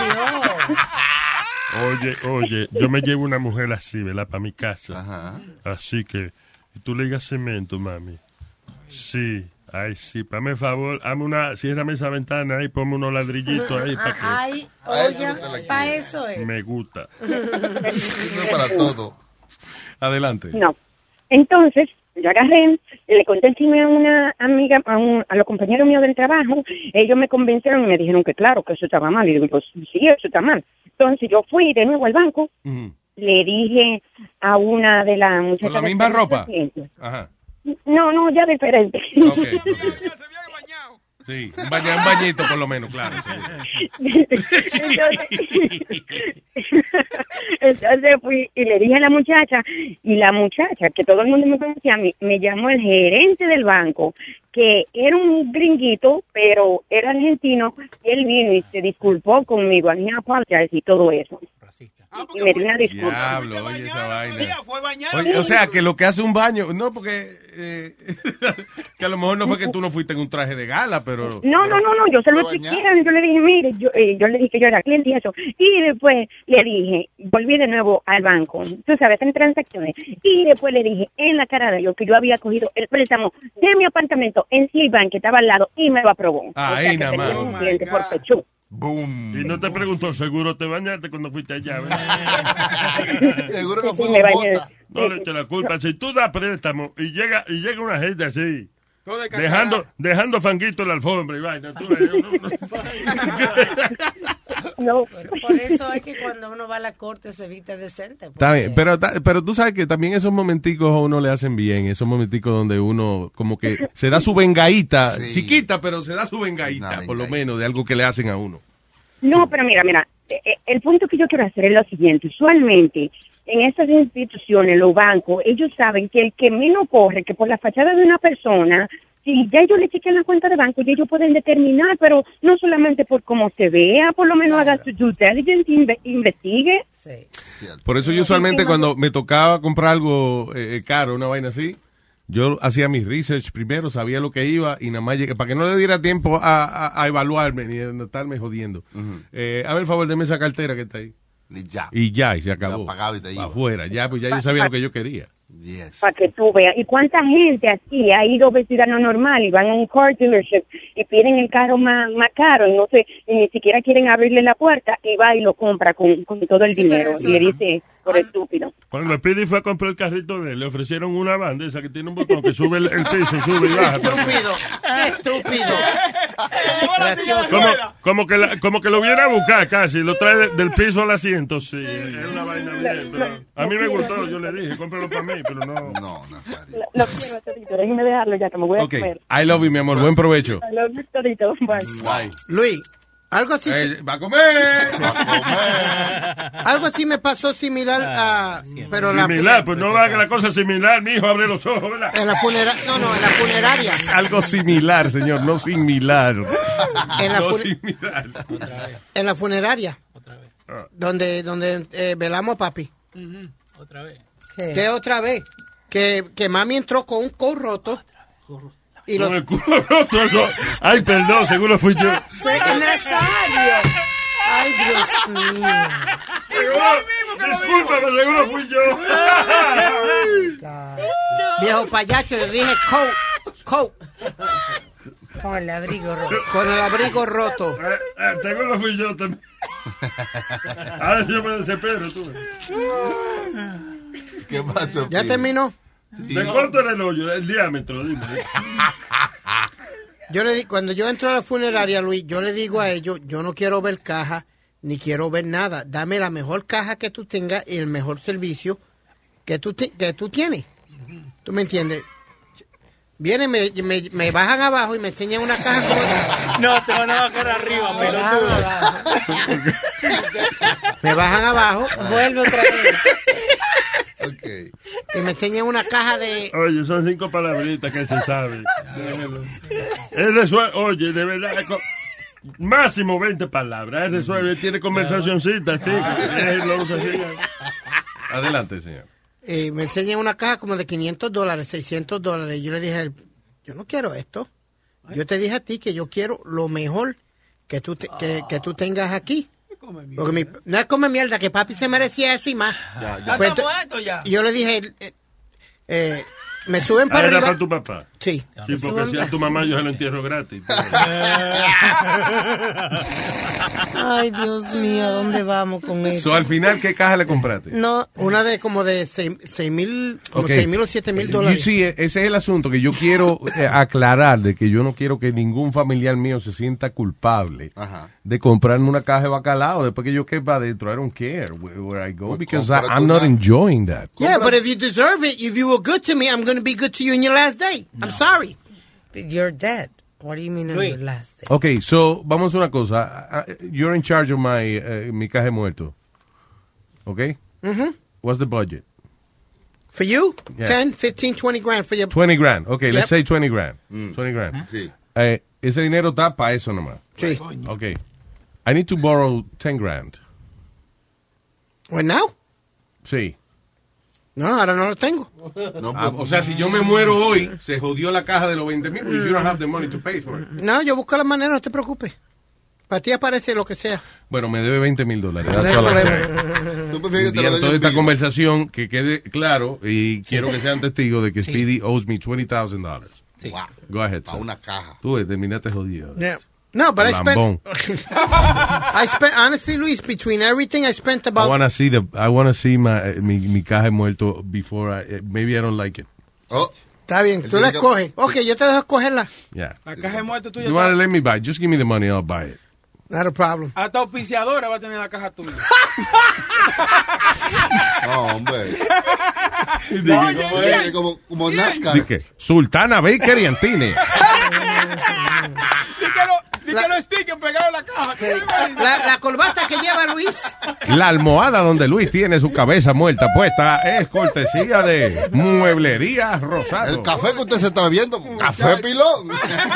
Oye, yo me llevo una mujer así, ¿verdad? Para mi casa. Ajá. Así que, tú le digas cemento, mami. Sí. Ay, sí, hazme el favor, ciérrame esa ventana ahí, ponme unos ladrillitos ahí para que... Ay, oye, para eso es. Me gusta. No para todo. Adelante. No. Entonces, yo agarré, le conté el chisme a una amiga, a los compañeros míos del trabajo, ellos me convencieron y me dijeron que claro, que eso estaba mal. Y digo, pues sí, eso está mal. Entonces yo fui de nuevo al banco, le dije a una de las muchachas... ¿Con la misma ropa? Ajá. No, ya diferente. Okay. Sí, un bañito por lo menos, claro. Sí. Entonces fui y le dije a la muchacha, y la muchacha, que todo el mundo me conocía, me llamó el gerente del banco, que era un gringuito, pero era argentino, y él vino y se disculpó conmigo, y todo eso. Y me dio una disculpa. Diablo, oye esa vaina. Oye, o sea, que lo que hace un baño, no, porque que a lo mejor no fue que tú no fuiste en un traje de gala, pero... No, yo se lo expliqué, yo le dije, mire, yo le dije que yo era cliente y eso. Y después le dije, volví de nuevo al banco, tú sabes, en transacciones. Y después le dije en la cara de ellos que yo había cogido el préstamo de mi apartamento en Citibank, que estaba al lado, y me lo aprobó. Ahí nada más. Un cliente por pechú. Boom. Y no te preguntó, seguro te bañaste cuando fuiste allá, ¿verdad? Seguro no fue me bañé. No le eches la culpa. Si tú das préstamo y llega una gente así, dejando fanguito en la alfombra y vaina, tú no. Por eso es que cuando uno va a la corte se viste decente. Está bien, pero tú sabes que también esos momenticos a uno le hacen bien, esos momenticos donde uno como que se da su vengadita, chiquita, pero se da su vengadita, por lo menos, de algo que le hacen a uno. No, pero mira, el punto que yo quiero hacer es lo siguiente. Usualmente, en estas instituciones, los bancos, ellos saben que el que menos corre, que por la fachada de una persona, si ya ellos le chequean la cuenta de banco, ya ellos pueden determinar, pero no solamente por cómo se vea, por lo menos haga su due diligence, investigue. Sí. Por eso yo usualmente cuando me tocaba comprar algo caro, una vaina así, yo hacía mi research primero, sabía lo que iba y nada más llegué, para que no le diera tiempo a evaluarme ni a estarme jodiendo. A ver, el favor, deme esa cartera que está ahí. Y se acabó. Afuera, pues ya yo sabía lo que yo quería. Yes. Para que tú veas. ¿Y cuánta gente así ha ido vestida no normal y van a un car dealership y piden el carro más caro y no sé, y ni siquiera quieren abrirle la puerta y va y lo compra con todo el dinero y le dice por estúpido? Cuando Speedy fue a comprar el carrito de él, le ofrecieron una banda esa que tiene un botón que sube el piso, sube y baja. ¡Qué estúpido! Como que lo viene a buscar casi, lo trae del piso al asiento, sí. Es una vaina bien, pero a mí me gustó, yo le dije, cómpralo para mí, pero no. No, Nazario. Lo quiero, Todito, déjeme dejarlo ya, que me voy a comer. I love you, mi amor, buen provecho. I love you, Todito, bye. Luis, algo así... ¡Va a comer! Algo así me pasó similar a... Pero similar, pues no haga la cosa similar, mijo, abre los ojos, ¿verdad? En la funeraria. Algo similar, señor, no similar. Similar. En la funeraria. Otra vez. Donde velamos a papi. Otra vez. ¿Qué otra vez? Que mami entró con un coat roto. Y con el culo roto, eso. Ay, perdón, seguro fui yo. Nazario. Ay, Dios mío. Discúlpame, seguro fui yo. Viejo payacho, le dije coat. Con el abrigo roto. Con el abrigo roto. Seguro fui yo también. Ahora yo me desespero, tú. ¿Qué pasó? ¿Ya terminó? Sí. Me corto el hoyo, el diámetro, dime. Yo le di, cuando yo entro a la funeraria, Luis, yo le digo a ellos, yo no quiero ver caja, ni quiero ver nada. Dame la mejor caja que tú tengas y el mejor servicio que tú tienes. ¿Tú me entiendes? Vienen, me bajan abajo y me enseñan una caja como... No, te van a bajar arriba, pelotudo. Me bajan abajo. Vuelve otra vez. Okay. Y me enseñan una caja de... Oye, son 5 palabritas que se sabe. Oye, de verdad, máximo 20 palabras. Él resuelve, tiene conversacioncita, sí. Adelante, señor. Me enseñan una caja como de $500, $600. Y yo le dije a él, yo no quiero esto. Yo te dije a ti que yo quiero lo mejor que tú tengas aquí. Porque no es come mierda, que papi se merecía eso y más. Pues, ya. Y yo le dije, me suben para arriba. ¿Era para tu papá? Sí. Sí, porque si a tu mamá yo se lo entierro gratis. Ay, Dios mío, ¿a dónde vamos con eso? Al final, ¿qué caja le compraste? No. Una de como de $6,000 o $7,000. Sí, ese es el asunto que yo quiero aclarar, de que yo no quiero que ningún familiar mío se sienta culpable de comprarme una caja de bacalao después que yo quepa adentro. I don't care where I go because I'm not enjoying that. Yeah, but if you deserve it, if you were good to me, I'm going to be good to you in your last day. I'm sorry. You're dead. What do you mean on your last day? Okay, so vamos a una cosa. You're in charge of mi caja de muerto. Okay? Mm-hmm. What's the budget? For you? Yeah. 10, 15, 20 grand for your... 20 grand. Okay, let's say 20 grand. 20 grand. Sí. Ese dinero está para eso nomás. Sí. Okay. I need to borrow 10 grand. Well, now? Sí. No, ahora no lo tengo. O sea, si yo me muero hoy, se jodió la caja de los 20,000 porque you don't have the money to pay for it. No, yo busco la manera, no te preocupes. Para ti aparece lo que sea. Bueno, me debe $20,000. Toda esta conversación, que quede claro, y quiero que sean testigos de que Speedy owes me $20,000. Sí. Wow. Go ahead, para una caja. Tú terminaste jodido. Yeah. No, but I spent, honestly, Luis, between everything I spent about... I want to see mi caja de muerto before maybe I don't like it. Oh. Está bien, tú la escoges. Ok, yo te dejo escogerla. Yeah. La caja de muerto tuya. You want to let me buy it? Just give me the money, I'll buy it. Not a problem. Hasta auspiciadora va a tener la caja tuya. No, hombre. Como NASCAR. ¿De qué? Sultana Baker y Antine. Di que lo sticken pegado en la caja. La corbata que lleva Luis. La almohada donde Luis tiene su cabeza muerta puesta es cortesía de Mueblería Rosado. El café que usted se está bebiendo. Café Pilón.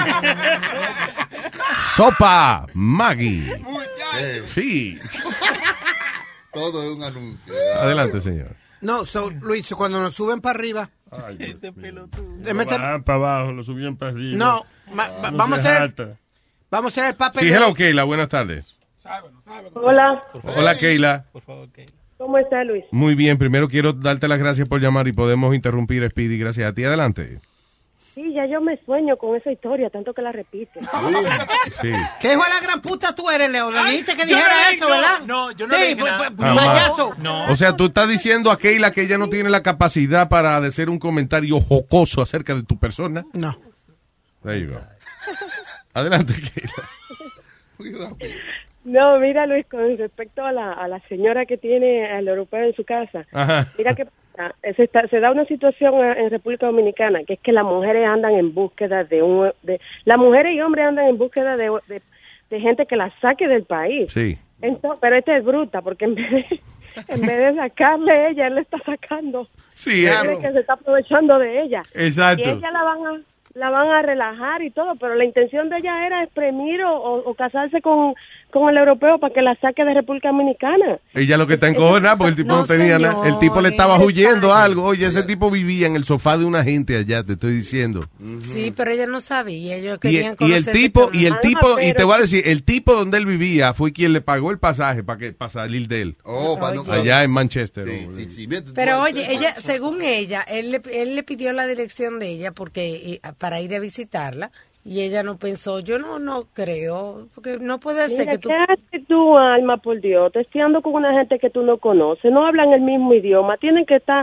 Sopa Maggie. Sí. Todo es un anuncio. Adelante, señor. No, Luis, cuando nos suben para arriba. Este pelotudo. Van para abajo, lo subían para arriba. No, vamos a hacer el papel. Sí, hello, Keila, buenas tardes. Hola. Hola, Keila. Por favor, Keila. ¿Cómo está, Luis? Muy bien, primero quiero darte las gracias por llamar y podemos interrumpir a Speedy. Gracias a ti, adelante. Sí, ya yo me sueño con esa historia, tanto que la repite. Sí. ¿Qué hijo de la gran puta tú eres, Leo? Le dijiste que dijera eso, ¿verdad? No, yo no le dije nada. Payaso. No. O sea, tú estás diciendo a Keila que ella no tiene la capacidad para hacer un comentario jocoso acerca de tu persona. No. There you go. Adelante, Keila. Muy rápido. No, mira, Luis, con respecto a la señora que tiene al europeo en su casa. Ajá. Mira que se da una situación en República Dominicana, que es que las mujeres andan en búsqueda las mujeres y hombres andan en búsqueda de gente que las saque del país. Sí. Entonces, pero esta es bruta, porque en vez de sacarle ella, él le está sacando. Sí, que se está aprovechando de ella. Exacto. Y ella la van a relajar y todo, pero la intención de ella era exprimir o casarse con el europeo para que la saque de República Dominicana. Ella lo que está encojonada porque el tipo no tenía nada. El tipo le estaba huyendo algo. Oye, ese tipo vivía en el sofá de una gente allá, te estoy diciendo. Sí, pero ella no sabía. Ellos querían y el tipo, y te voy a decir, el tipo donde él vivía fue quien le pagó el pasaje para salir de él. Allá en Manchester. Sí. Pero oye, ella, según ella, él le pidió la dirección de ella porque para ir a visitarla. Y ella no pensó, yo no creo, porque no puede ser que tú... ¿Qué haces tú, Alma, por Dios? Testeando con una gente que tú no conoces, no hablan el mismo idioma, tienen que estar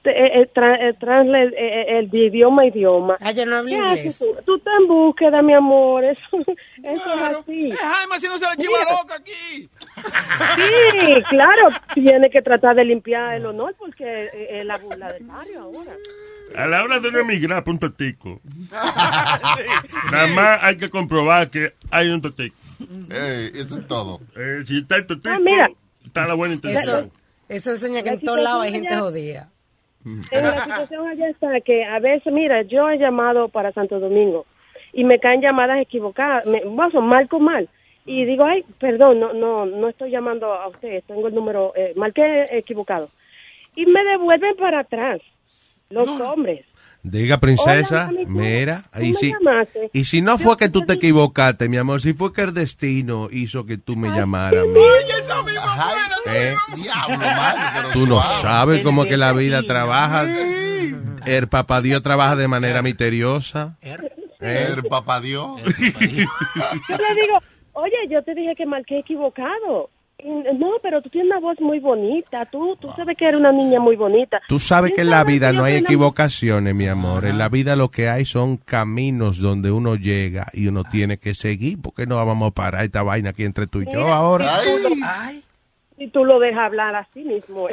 el idioma. Yo no hablo inglés. Tú estás en búsqueda, mi amor, eso es así. Jaime haciéndose la chiva loca aquí. Sí, claro, tiene que tratar de limpiar el honor porque es la burla del barrio ahora. A la hora de no emigrar, un totico. Nada más hay que comprobar que hay un totico. Eso es todo. Si está el totico, está la buena intención. Eso enseña que en todos lados hay gente jodida. En la situación allá está que a veces, mira, yo he llamado para Santo Domingo y me caen llamadas equivocadas, mal con mal. Y digo, ay, perdón, no estoy llamando a usted, tengo el número, marqué equivocado. Y me devuelven para atrás. Los hombres. Diga, princesa, hola, mira, y si no fue que tú te equivocaste, mi amor, si fue que el destino hizo que tú me llamaras. Oye, esa misma Diablo, mano, tú no sabes cómo que la vida trabaja. El papá Dios trabaja de manera misteriosa. El papá Dios. Yo le digo, oye, yo te dije que marqué equivocado. No, pero tú tienes una voz muy bonita. Tú sabes que eres una niña muy bonita. Tú sabes que en la vida no hay equivocaciones, mi amor. En la vida lo que hay son caminos donde uno llega y uno tiene que seguir. ¿Por qué no vamos a parar esta vaina aquí entre tú y yo ahora? Y tú lo dejas hablar así mismo.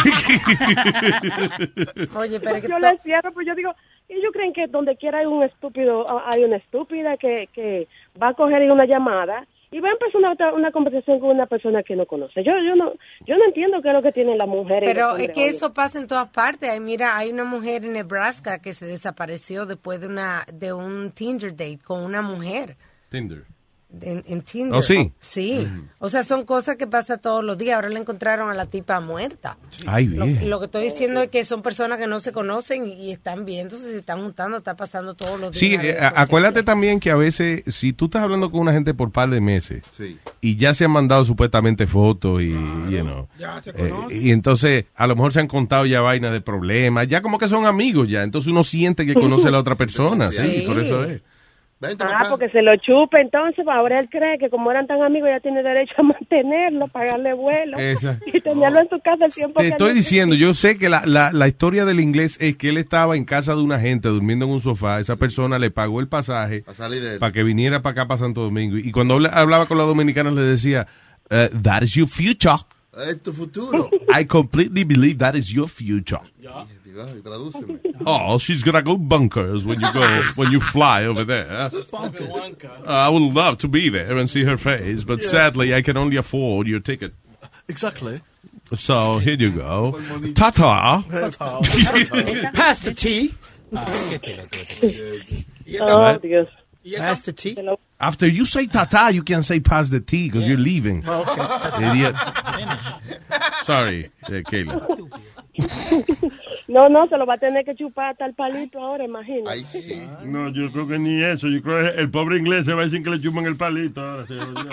Oye, pero yo le cierro, pues yo digo, ellos creen que donde quiera hay un estúpido, hay una estúpida que va a coger una llamada y va a empezar una conversación con una persona que no conoce. Yo no entiendo qué es lo que tienen las mujeres. Pero es que eso pasa en todas partes. Mira, hay una mujer en Nebraska que se desapareció después de un Tinder date con una mujer. Tinder. en Tinder. ¿Oh, sí? Sí. O sea, son cosas que pasan todos los días. Ahora le encontraron a la tipa muerta. Ay, bien. Lo que estoy diciendo es que son personas que no se conocen y están viéndose, se están juntando, está pasando todos los días. Sí, acuérdate también que a veces, si tú estás hablando con una gente por par de meses y ya se han mandado supuestamente fotos y, ya se conocen. y entonces a lo mejor se han contado ya vainas de problemas, ya como que son amigos ya, entonces uno siente que conoce a la otra persona, sí, por eso es. Porque se lo chupa, entonces ahora él cree que como eran tan amigos ya tiene derecho a mantenerlo, pagarle vuelo y tenerlo en su casa el tiempo Te que estoy él diciendo, yo sé que la historia del inglés es que él estaba en casa de una gente durmiendo en un sofá, esa persona le pagó el pasaje para que viniera para acá, para Santo Domingo, y cuando hablaba con los dominicanos le decía, that is your future. Es tu futuro. I completely believe that is your future. Tradúceme. Oh, she's gonna go bunkers when you fly over there. I would love to be there and see her face, but sadly I can only afford your ticket. Exactly. So here you go. Ta-ta. Pass the tea. Oh, Dios. Pass the tea. After you say ta-ta, you can say pass the tea because you're leaving. Okay. Idiot. Sorry, Kayla. No, se lo va a tener que chupar hasta el palito ahora, imagínate. Ay, sí. No, yo creo que ni eso. Yo creo que el pobre inglés se va a decir que le chupan el palito. Ahora,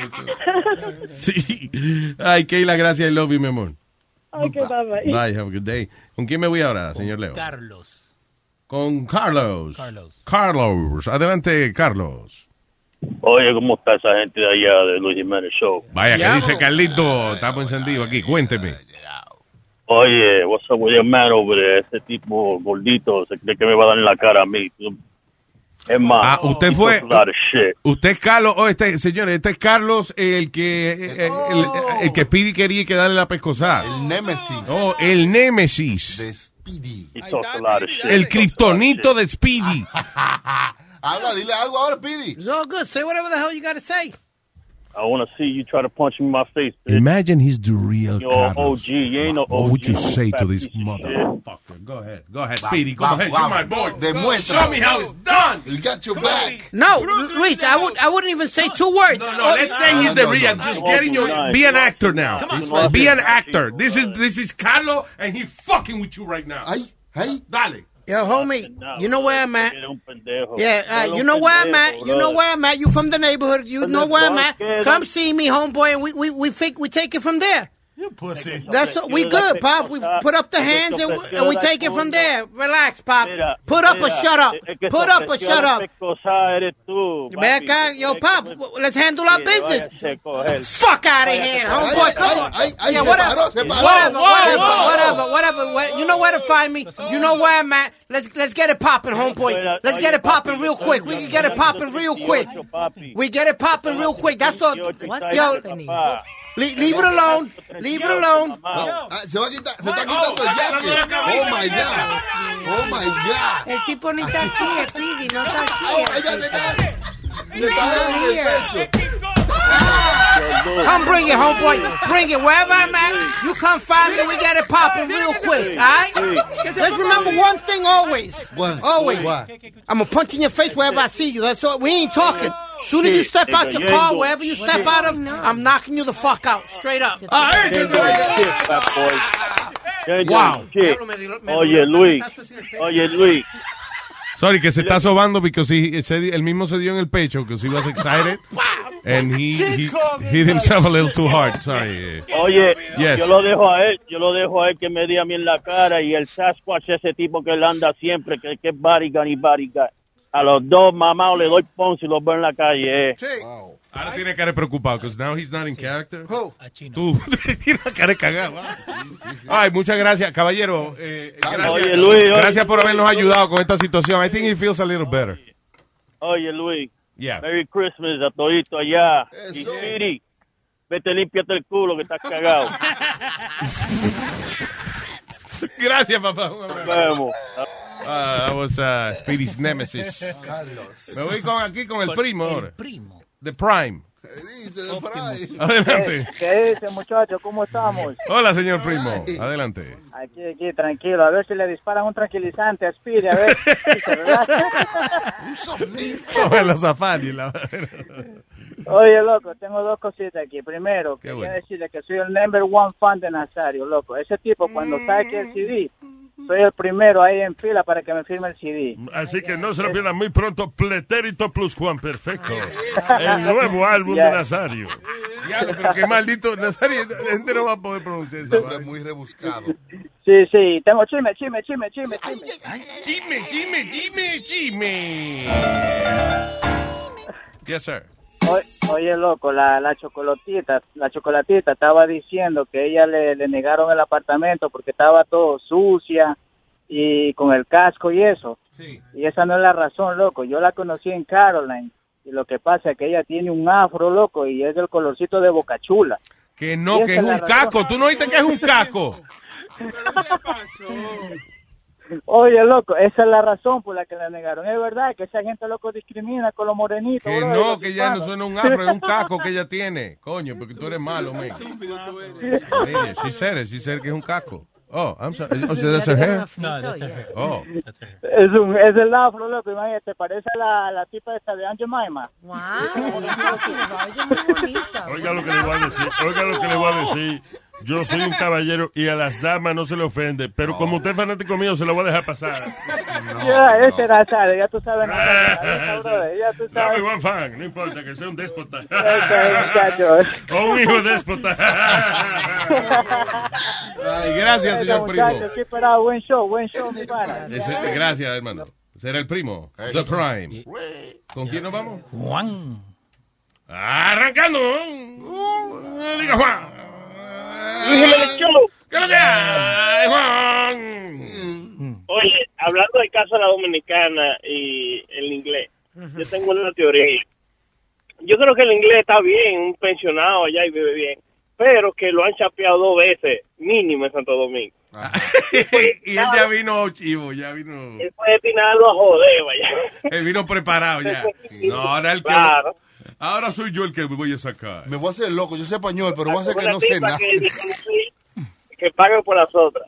sí. Ay, Kayla, gracias. I love you, mi amor. Okay, bye. Bye, have a good day. ¿Con quién me voy ahora, señor Leo? Carlos. Con Carlos. Carlos. Adelante, Carlos. Oye, ¿cómo está esa gente de allá de Luis Jiménez Show? Vaya, que dice Carlito. Estamos encendidos aquí. Cuénteme. Oye, what's up with your man over there? Ese tipo gordito se cree que me va a dar en la cara a mí. Es más, usted fue. Usted es Carlos. Señores, este es Carlos, el que Speedy quería que darle la pescosada. El Némesis. Oh, el Némesis. De Speedy. El kriptonito de Speedy. Habla, dile algo ahora, Speedy. It's all good. Say whatever the hell you gotta say. I want to see you try to punch me in my face, bitch. Imagine he's the real Carlos. OG. You ain't no OG. What would you say to this motherfucker? Go ahead, Speedy. Go ahead. You're my boy. Demuestra. Show me how it's done. You got your back. No, Luis, I wouldn't even say 2 words. No, let's say he's the real. Just getting you. Be an actor now. Be an actor. This is Carlos, and he's fucking with you right now. Hey. Dale. Yo, homie, you know where I'm at. Yeah, you know where I'm at. You know where I'm at. You from the neighborhood. You know where I'm at. Come see me, homeboy, and we take it from there. You pussy. That's what we good, Pop. We put up the hands and we take it from there. Relax, Pop. Put up or shut up. Put up or shut up. Man, yo, Pop, let's handle our business. Fuck out of here, homeboy. Come on. Yeah, whatever. You know where to find me. You know where I'm at. Let's get it popping, homeboy. Let's get it popping real quick. We can get it popping real quick. We get it popping real quick. That's all. Yo, leave it alone. Leave it alone. Se está quitando el jacket. Oh my God. Oh my God. El tipo ni está aquí, Speedy, no está aquí. Le está dando en el pecho. Come bring it, homeboy. Bring it. Wherever I'm at, you come find me. We get it popping real quick, all right? Let's remember one thing always. Always. I'm going to punch in your face wherever I see you. That's all. We ain't talking. Soon as you step out your car, wherever you step out of, I'm knocking you the fuck out. Straight up. Wow. Oye, Luis. Sorry, que se está sobando because él mismo se dio en el pecho because he was excited and he hit himself a little too hard. Sorry. Oye, yes. yo lo dejo a él que me dé a mí en la cara y el Sasquatch, ese tipo que él anda siempre, que es bodyguard y bodyguard. A los dos mamados le doy ponce y los veo en la calle. Wow. Ahora tiene cara preocupado because now he's not in character. Tú tienes cara cagada. Ay, muchas gracias, caballero. Gracias. Oye, Luis, gracias por habernos ayudado con esta situación. I think he feels a little better. Oye, Luis. Yeah. Merry Christmas a todito allá. Y Siri, vete, límpiate el culo que estás cagado. Gracias, papá. Nos vemos. That was Speedy's Nemesis. Carlos. Me voy aquí con el primo ahora. El primo. The Prime. Adelante. ¿Qué dice, muchachos? ¿Cómo estamos? Hola, señor Primo. Adelante. Aquí, tranquilo. A ver si le disparan un tranquilizante a Speedy, a ver. Un somnífero. Como en los safaris. Oye, loco, tengo dos cositas aquí. Primero, quería bueno. decirle que soy el number one fan de Nazario, loco. Ese tipo, cuando saque el CD, soy el primero ahí en fila para que me firme el CD. Así que no se lo pierdan muy pronto. Pretérito Plus Juan Perfecto. El nuevo álbum de Nazario. Diablo, pero qué maldito. Nazario, la gente no va a poder pronunciar eso. Es muy rebuscado. Sí, tengo chisme. Chisme. Yes, sir. Oye, loco, la chocolatita estaba diciendo que ella le negaron el apartamento porque estaba todo sucia y con el casco y eso. Sí. Y esa no es la razón, loco. Yo la conocí en Caroline y lo que pasa es que ella tiene un afro, loco, y es del colorcito de Boca Chula. Que no, que es un caco. ¿Tú no oíste que es un caco? Oye, loco, esa es la razón por la que le negaron. Es verdad que esa gente, loco, discrimina con los morenitos. Que bro, no, que ya no suena un afro, es un caco que ella tiene. Coño, porque tú eres malo, man. She said que es un caco. Oh, I'm sorry. Oh, so that's her hair? No, that's her hair. Oh. Es el afro, loco, imagínate, parece a la tipa esta de Aunt Jemima. Wow, ella es muy bonita. Oiga lo que le voy a decir. Yo soy un caballero y a las damas no se le ofende, pero como usted es fanático mío, se lo voy a dejar pasar. Ya, este Nazario, ya tú sabes. Ya tú sabes. Dame fan, no importa que sea un déspota. Muchachos. O un hijo déspota. Ay, gracias, señor Primo. Muchachos, sí, pero buen show, mi pana. Gracias, hermano. Será el Primo. The Prime. ¿Con quién nos vamos? Juan. Arrancando. Diga Juan. ¿Qué es lo que hay, Juan? Oye, hablando del caso de la dominicana y el inglés, yo tengo una teoría. Yo creo que el inglés está bien, un pensionado allá y vive bien, pero que lo han chapeado 2 veces, mínimo en Santo Domingo. Y él ya vino chivo, ya vino. Él puede tirarlo a joder, vaya. Él vino preparado ya. No, ahora el que... Claro. Ahora soy yo el que me voy a sacar. Me voy a hacer loco, yo sé español, pero voy a hacer que no sé nada. Que paguen por las otras.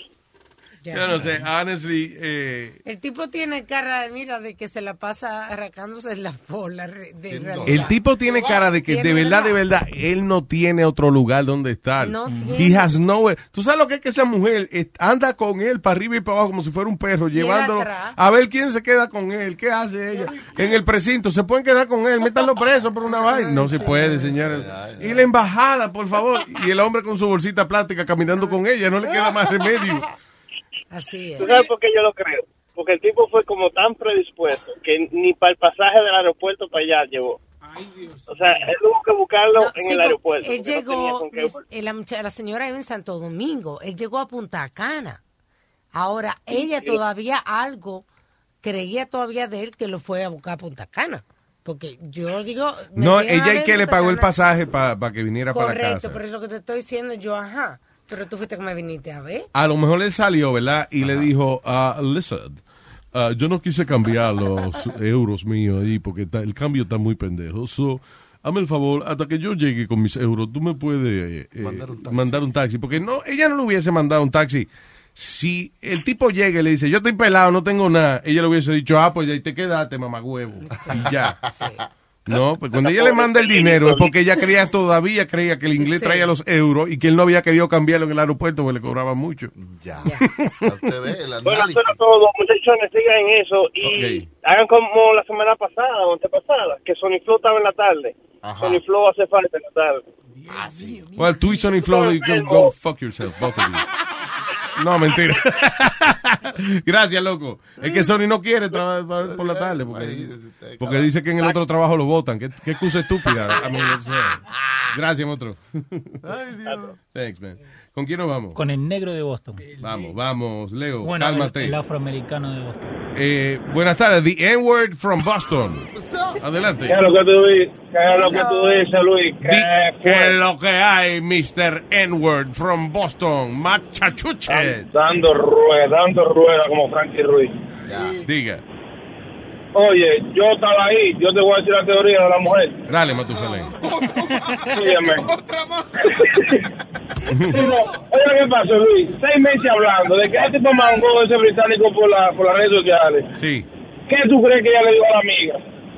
Yo no sé, honestly. El tipo tiene cara de, mira, de que se la pasa arrancándose la bola. El tipo tiene cara de que de verdad, él no tiene otro lugar donde estar. No He has nowhere. ¿Tú sabes lo que es que esa mujer anda con él para arriba y para abajo como si fuera un perro, llevándolo a ver quién se queda con él? ¿Qué hace ella? En el precinto, ¿se pueden quedar con él? Métanlo preso por una vaina. No se puede, señores. Y la embajada, por favor. Y el hombre con su bolsita plástica caminando con ella, no le queda más remedio. Así es. ¿Tú sabes por qué yo lo creo? Porque el tipo fue como tan predispuesto que ni para el pasaje del aeropuerto para allá llevó. Ay, Dios. O sea, él tuvo que buscarlo en el aeropuerto. Él llegó, la señora vive en Santo Domingo, él llegó a Punta Cana. Ahora, ella todavía creía todavía de él que lo fue a buscar a Punta Cana. Porque yo digo... No, ella es que le pagó el pasaje para que viniera para la casa. Correcto, pero es lo que te estoy diciendo yo, ajá. Pero tú fuiste que me viniste a ver. A lo mejor él salió, ¿verdad? Y le dijo, listen, yo no quise cambiar los euros míos ahí porque el cambio está muy pendejo. So, hazme el favor, hasta que yo llegue con mis euros, tú me puedes mandar un taxi. Porque no, ella no le hubiese mandado un taxi. Si el tipo llega y le dice, yo estoy pelado, no tengo nada, ella le hubiese dicho, pues ya ahí te quedaste, mamagüevo. Y ya. Sí. No, pues cuando ella le manda el dinero es porque ella todavía creía que el inglés traía los euros y que él no había querido cambiarlo en el aeropuerto porque le cobraban mucho. Ya. Usted ve el análisis. Bueno, pero todos, muchachones, sigan en eso y hagan como la semana pasada o antepasada, que Sony Flow estaba en la tarde. Ajá. Sony Flow hace falta en la tarde. Sí. Well, tú y Sony Flow, go fuck yourself, both of you. No, mentira. Gracias, loco. Es que Sony no quiere trabajar por la tarde porque dice que en el otro trabajo lo votan. ¿Qué excusa estúpida? Gracias, otro. Ay, Dios. Thanks, man. ¿Con quién nos vamos? Con el negro de Boston. Vamos, Leo. Bueno, cálmate. El afroamericano de Boston. Buenas tardes, The N-Word from Boston. Adelante. ¿Qué es lo que tú dices, Luis? ¿Qué es lo que hay, Mr. N-Word from Boston? Machachuche. Dando rueda como Frankie Ruiz. Diga. Oye, yo estaba ahí, yo te voy a decir la teoría de la mujer. Dale, Matusalén. Sígueme. Oye, ¿qué pasó, Luis? 6 meses hablando de que este tipo mangó ese británico por las redes sociales. Sí. ¿Qué tú crees que ella le dijo a la amiga?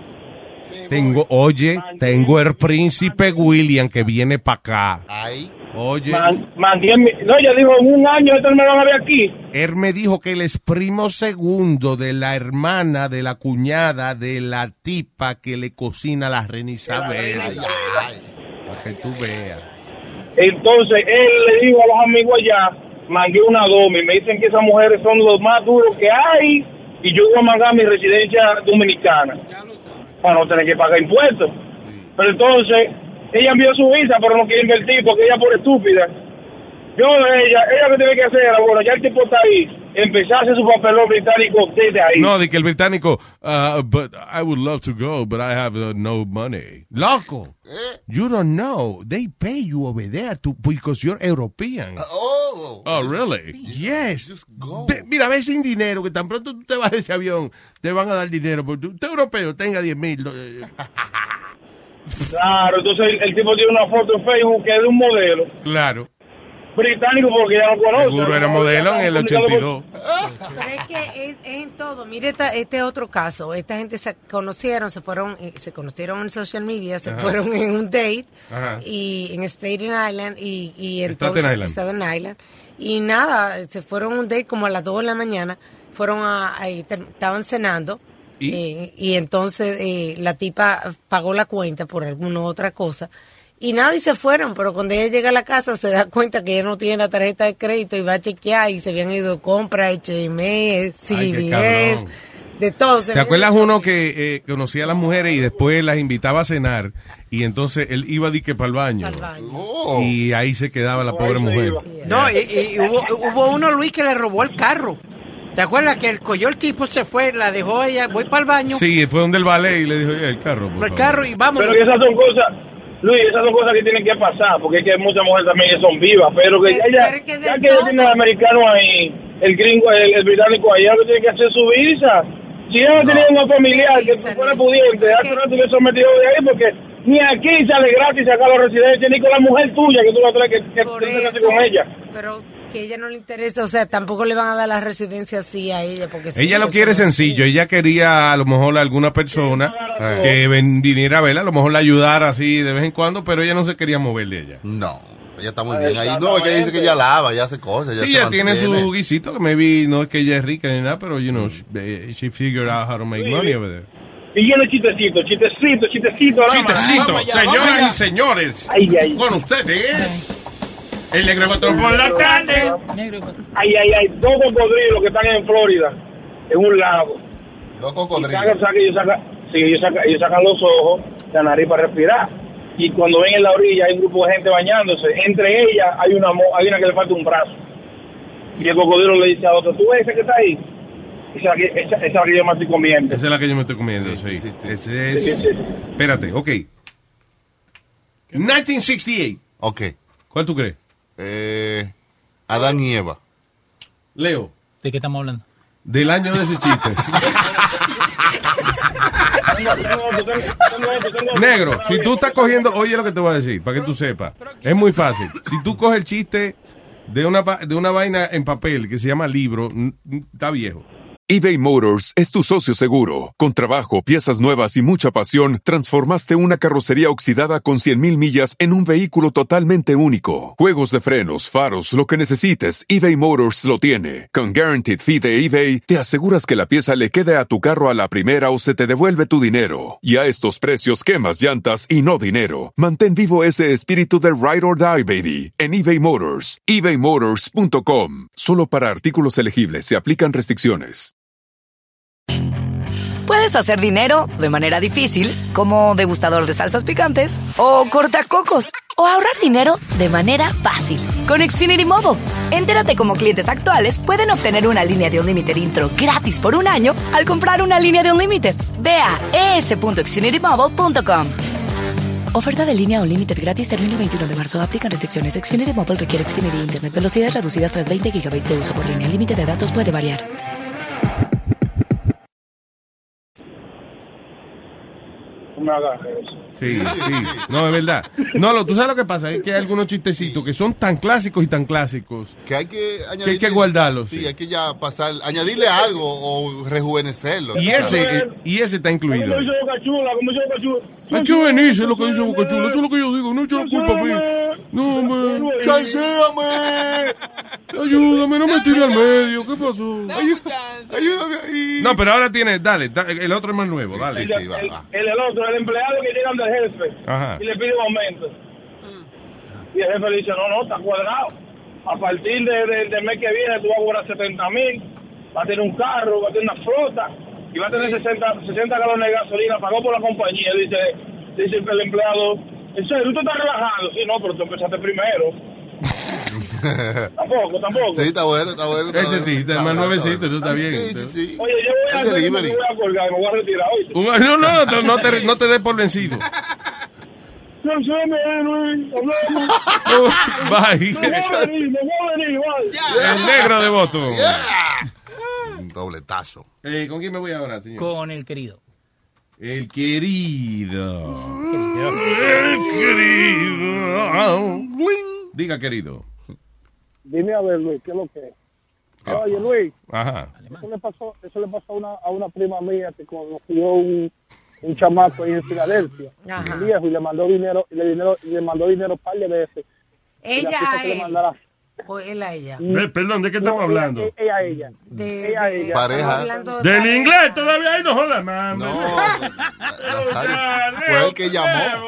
Tengo el príncipe William que viene para acá. Ay. Oye. No, ella dijo, en un año esto no me van a ver aquí. Él me dijo que él es primo segundo de la hermana, de la cuñada, de la tipa que le cocina a la reina Isabel. Para que tú veas. Entonces, él le dijo a los amigos allá, mangué una domi. Me dicen que esas mujeres son los más duros que hay y yo voy a mangar mi residencia dominicana para no tener que pagar impuestos. Pero entonces... ella envió su visa, pero no quiere invertir porque ella por estúpida. Ella que tiene que hacer era, bueno, ya el tipo está ahí, empezar a hacer su papelón británico desde ahí. No, de que el británico, but I would love to go, but I have no money. Loco, you don't know. They pay you over there because you're European. Oh, really? Yes. Just go. Mira, ves sin dinero, que tan pronto tú te vas de ese avión, te van a dar dinero, porque usted europeo, tenga 10,000. Claro, entonces el tipo tiene una foto en Facebook que es de un modelo. Claro. Británico porque ya lo conoce. Seguro era modelo en el 82. Pero es que es en todo. Mire este otro caso. Esta gente se conocieron en social media, se fueron en un date y en Staten Island y entonces Staten Island. Y nada, se fueron a un date como a las 2 de la mañana. Estaban cenando. Y entonces la tipa pagó la cuenta por alguna otra cosa y nada, y se fueron, pero cuando ella llega a la casa se da cuenta que ella no tiene la tarjeta de crédito y va a chequear y se habían ido de compra, H&M, CVS, de todo. ¿Te acuerdas uno que conocía a las mujeres y después las invitaba a cenar y entonces él iba para el baño? Y ahí se quedaba la pobre mujer. No, y hubo uno, Luis, que le robó el carro. ¿Te acuerdas que cogió el tipo, se fue, la dejó ella, voy para el baño? Sí, fue donde el ballet y le dijo, el carro, por el carro y vamos. Pero que esas son cosas, Luis, esas son cosas que tienen que pasar, porque es que muchas mujeres también son vivas, pero que ella tiene el americano ahí, el gringo, el británico allá, que tiene que hacer su visa. Si ella no tenía una familiar que fuera pudiente, hace rato le sometido de ahí, porque ni aquí sale gratis sacar los residentes, ni con la mujer tuya que tú la traes que te cases con ella. Pero que ella no le interesa, o sea, tampoco le van a dar la residencia así a ella. Porque ella lo quiere sencillo, ella quería a lo mejor a alguna persona que viniera a verla, a lo mejor la ayudara así de vez en cuando, pero ella no se quería mover de ella. No, ella está muy bien ahí. No, es que dice que ella lava, ella hace cosas. Sí, ella tiene su guisito, que maybe no es que ella es rica ni nada, pero, you know, she figured out how to make money over there. Y lleno de chistecito. Señoras y señores, con ustedes... El negro encontró por la tarde. Hay 2 cocodrilos que están en Florida, en un lago. 2 cocodrilos. Ellos sacan los ojos, la nariz para respirar. Y cuando ven en la orilla hay un grupo de gente bañándose. Entre ellas hay una que le falta un brazo. Y el cocodrilo le dice a otro, ¿tú ves ese que está ahí? Esa es la que yo me estoy comiendo. Esa es la que yo me estoy comiendo, sí. Ese es... Espérate, ok. 1968. Ok. ¿Cuál tú crees? Adán y Eva. Leo. ¿De qué estamos hablando? Del año de ese chiste. Negro, si tú estás cogiendo, oye lo que te voy a decir, para que tú sepas. Es muy fácil. Si tú coges el chiste de una vaina en papel que se llama libro, está viejo. eBay Motors es tu socio seguro. Con trabajo, piezas nuevas y mucha pasión, transformaste una carrocería oxidada con 100,000 millas en un vehículo totalmente único. Juegos de frenos, faros, lo que necesites, eBay Motors lo tiene. Con Guaranteed Fee de eBay, te aseguras que la pieza le quede a tu carro a la primera o se te devuelve tu dinero. Y a estos precios, quemas llantas y no dinero. Mantén vivo ese espíritu de Ride or Die, baby, en eBay Motors. ebaymotors.com. Solo para artículos elegibles se aplican restricciones. Puedes hacer dinero de manera difícil, como degustador de salsas picantes, o cortacocos, o ahorrar dinero de manera fácil con Xfinity Mobile. Entérate cómo clientes actuales pueden obtener una línea de Unlimited intro gratis por un año al comprar una línea de Unlimited. Ve a es.xfinitymobile.com. Oferta de línea Unlimited gratis termina el 21 de marzo. Aplican restricciones. Xfinity Mobile requiere Xfinity Internet. Velocidades reducidas tras 20 GB de uso por línea. El límite de datos puede variar. me hagas eso. Sí. No, es verdad. No, tú sabes lo que pasa, es que hay algunos chistecitos que son tan clásicos y tan clásicos que hay que añadirle, que hay que guardarlos. Sí, hay que ya pasar, añadirle algo o rejuvenecerlo. Y ese está incluido. ¿Cómo dice Boca Chula? Hay que venirse, es lo que dice Boca Chula. Eso es lo que yo digo, no echo la culpa a mí. No, man. ¡Chancéame! Ayúdame, no me tire al medio. ¿Qué pasó? Ayúdame ahí. No, pero ahora tiene, dale, el otro es más nuevo, dale. El otro, el empleado que llegan del jefe. Ajá. Y le pide un aumento. Y el jefe le dice, no, está cuadrado. A partir del mes que viene tú vas a cobrar 70,000, vas a tener un carro, vas a tener una flota y vas a tener 60 galones de gasolina, pagó por la compañía. Dice el empleado, ¿en serio, tú te estás relajando? Sí, no, pero tú empezaste primero. Tampoco. Sí, está bueno. Ese sí, está más nuevecito, eso está bien. Sí. Oye, yo voy a hacer, me voy a colgar, me voy a retirar hoy. No te des por vencido. No sé, hablamos. Bye. Me voy a venir, bye. El negro de Boston. Un dobletazo. ¿Con quién me voy ahora, señor? Con el querido. El querido. Diga, querido. Dime a ver, Luis, ¿qué es lo que es? Oye, Luis. Ajá. Eso le pasó a una prima mía que conoció un chamaco ahí en Filadelfia. Ajá. Un viejo, y le mandó dinero, le mandó dinero un par de veces. Ella a él. O él a ella. Perdón, ¿de qué estamos hablando? Ella a ella. Ella. Pareja. Del inglés todavía ahí no jodas, man. No, Nazario, fue el que llamó.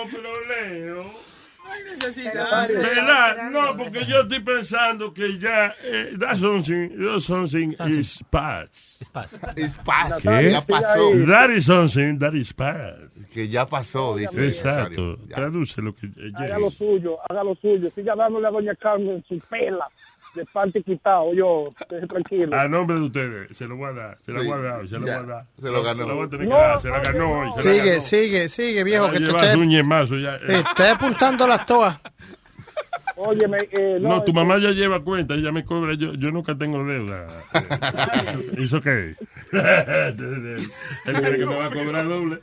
¿Verdad? No, porque yo estoy pensando que ya that something is past. ¿Qué? Ya pasó. That is something that is past. Que ya pasó, dice. Exacto. Traduce lo que haga lo suyo. Siga dándole a doña Carmen su pela de parte quitado. Yo, tranquilo. A nombre de ustedes, se lo voy a dar. Se lo ganó. Se lo voy a tener que dar, se la ganó. Sigue, viejo. Que te un ñemazo ya. Estoy apuntando las toas. Óyeme, no, tu mamá ya lleva cuenta, ella me cobra, yo nunca tengo deuda. ¿Eso qué es? Él cree que me va a cobrar doble.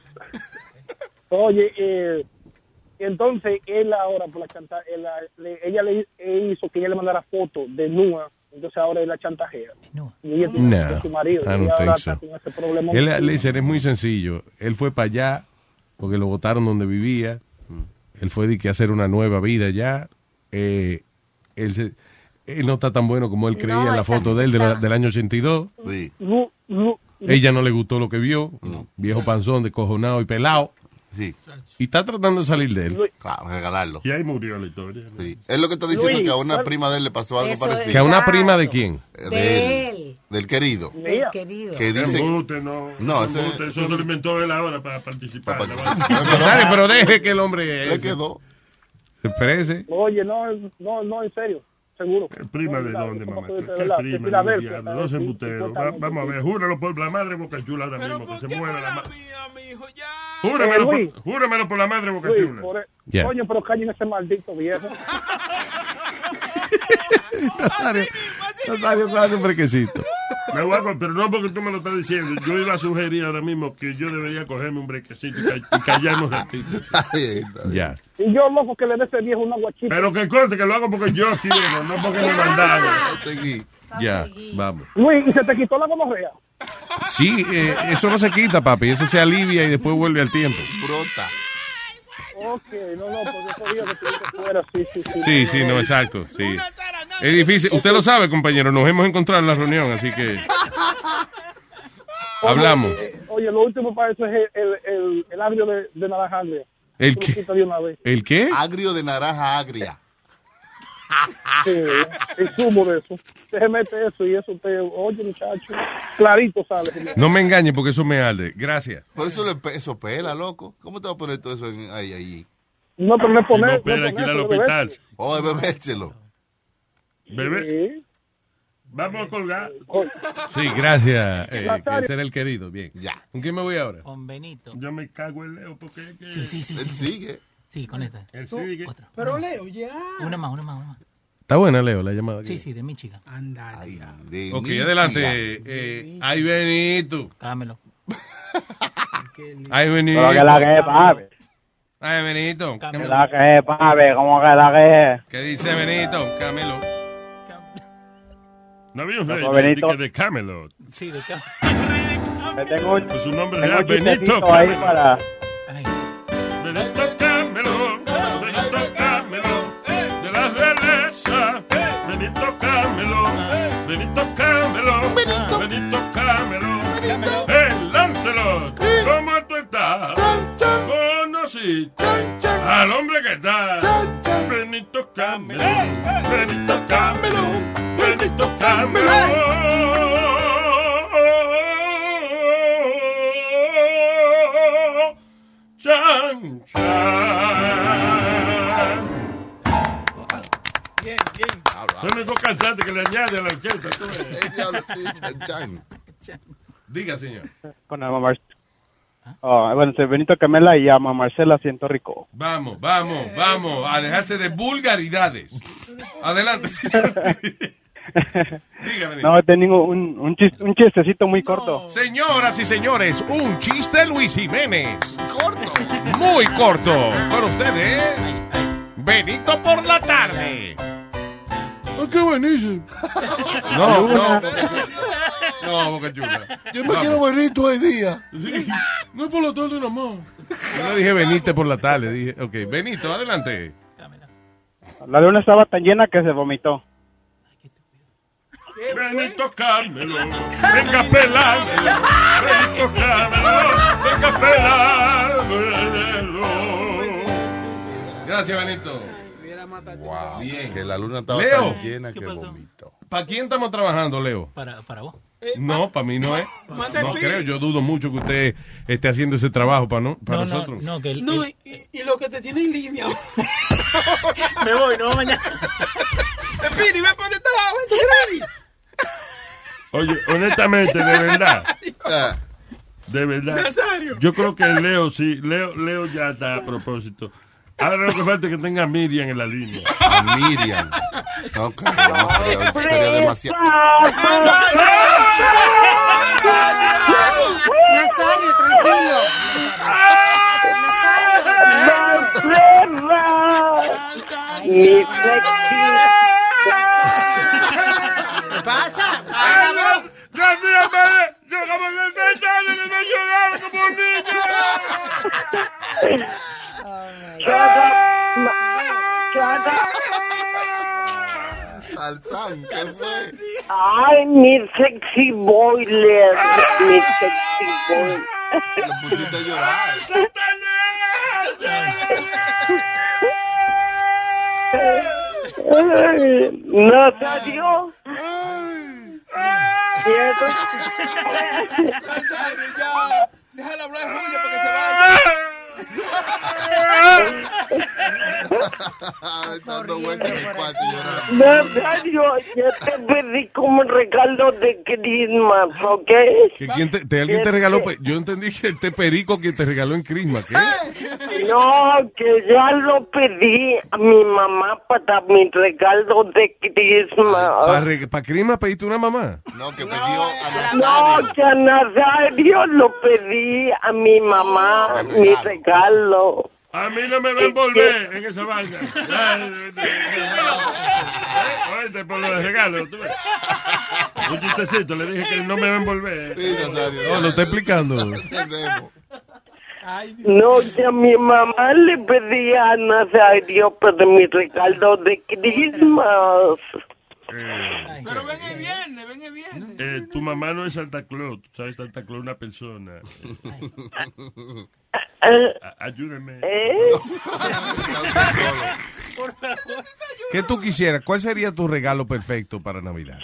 Oye, entonces él ahora por la chantaje, ella le hizo que ella le mandara fotos de nua, entonces ahora él la chantajea. Y ella tiene con su marido. I don't think so. Con ese problema. Él le dice, es muy sencillo. Él fue para allá porque lo botaron donde vivía. Él fue de que hacer una nueva vida allá. Él no está tan bueno como él creía en la foto de él del año 82. Sí. Ella no le gustó lo que vio. Viejo panzón, descojonado y pelado. Sí. Y está tratando de salir de él. Claro, regalarlo. Y ahí murió la historia. Sí. Es lo que está diciendo, que a una prima de él le pasó algo parecido. ¿Que a una prima de quién? De él. Del querido. Del querido. Que dice... Eso se lo inventó él ahora para participar. Pero deje que el hombre... Le quedó. Se exprese. Oye, no, en serio. Seguro. ¿Prima de dónde, mamá? ¿Qué prima del diablo? No se embutero. Vamos a ver, júralo por la madre Boca Chula ahora mismo, que se mueva la madre. Júramelo por la madre Boca Chula. Coño, pero callen ese maldito viejo. Nazario, claro, un brequecito. Pero no porque tú me lo estás diciendo. Yo iba a sugerir ahora mismo que yo debería cogerme un brequecito y callarme un ratito. Ya. Y yo, loco, que le dé ese viejo una guachita. Pero que corte, que lo hago porque yo quiero, no porque me mandaron. Ya, vamos. Luis, ¿y se te quitó la gonorrea? Sí, eso no se quita, papi. Eso se alivia y después vuelve al tiempo. Brota. Ok, porque ese día que estuviste fuera, Sí, no, exacto, sí. Es difícil. Usted lo sabe, compañero, nos hemos encontrado en la reunión, así que... Hablamos. Oye, lo último para eso es el agrio de naranja agria. ¿El qué? ¿El qué? Agrio de naranja agria. Sí, el zumo de eso. Usted se mete eso y eso te... Oye, muchacho, clarito sale. No me engañe porque eso me arde. Gracias. Por eso eso pela, loco. ¿Cómo te va a poner todo eso ahí? No, pero no es poner... No, pela, aquí al hospital. O es bebérselo. ¿Bebé? Vamos a colgar. Sí, gracias. Ese era el querido. Bien. Ya. ¿Con quién me voy ahora? Con Benito. Yo me cago en Leo porque... Sí. Él sigue. Sí, con esta. Él sigue. Otra. Pero Leo, ya. Una más. Está buena, Leo, la llamada. Sí, de Michigan. Anda. Ok, adelante. Ay, Benito. Dámelo. Ay, Benito. Pero que la que es, papi. Ay, Benito. Que la que es, papi. ¿Cómo que la que es? ¿Qué dice Benito? Camelo. No había un rey de Camelot. Sí, de Camelot. Me tengo un, pues su nombre tengo real, Benito ahí Camelot. para... Benito Camelot, Benito Camelot, de la realeza. Benito Camelot, Benito Camelot, Benito Camelot. ¡Hey, Lancelot! ¿Cómo tú estás? ¿Conociste al hombre que está? Benito Camelot, Benito Camelot, Benito Camelot. Chan, chan. Bien. Es el único cantante que le añade a la orquesta. Diga, señor. Con el mamá. Bueno, soy Benito Camela y llama Marcela Siento Rico. Vamos, a dejarse de vulgaridades. Adelante. Dígame. No, tengo un chistecito muy corto. Señoras y señores, un chiste Luis Jiménez. Corto. Muy corto. Con ustedes, Benito por la tarde. ¡Qué buenísimo! No, Boca Chula. Yo me quiero Benito hoy día. Sí. No es por la tarde nomás. Yo no dije Benito por la tarde. Dije, ok, Benito, adelante. La luna estaba tan llena que se vomitó. Benito Camelo, venga a pelármelo. Benito Camelo, venga a pelármelo. Gracias, Benito. Wow, bien. Que la luna estaba Leo, tan llena que vomitó. ¿Para quién estamos trabajando, Leo? Para vos. No, para mí no es. No creo, yo dudo mucho que usted esté haciendo ese trabajo para nosotros. Y lo que te tiene en línea. Me voy, no mañana. Piri, ven para este lado, ven. Oye, honestamente, de verdad, Nazario. yo creo que Leo ya está a propósito. Ahora lo que falta es que tenga a Miriam en la línea. A Miriam. No creo. Sería demasiado. Nazario, tranquilo. Mi sexy. ¿Qué pasa? Gracias, madre. Yo como que estoy tarde, le voy a llorar como un niño. Alzán, ¿qué fue? Ay, mi sexy boy, Leo. Mi sexy boy. Le pusiste a llorar. Nazario. Déjala hablar Julia para que se vaya. Dando vueltas en el cuarto llorando. Nazario, yo te pedí como regalo de Christmas, ¿ok? ¿Que alguien te regaló? Yo entendí que este perico que te regaló en Christmas. ¿Qué? No, que ya lo pedí a mi mamá para mi regalo de Christmas. ¿Para Christmas pediste una mamá? No, que pidió a Nazario. No, que a Nazario lo pedí a mi mamá, mi regalo. A mí no me va a envolver en esa vaina. Oíste, por los regalos. Un chistecito, le dije que no me va a envolver. Sí, Nazario. No, lo está explicando. No, que a mi mamá le pedí a Nazario para mi regalo de Christmas. Pero ven el viernes. Tu mamá no es Santa Claus. Tú sabes, Santa Claus es una persona. Ayúdeme. ¿Qué tú quisieras? ¿Cuál sería tu regalo perfecto para Navidad?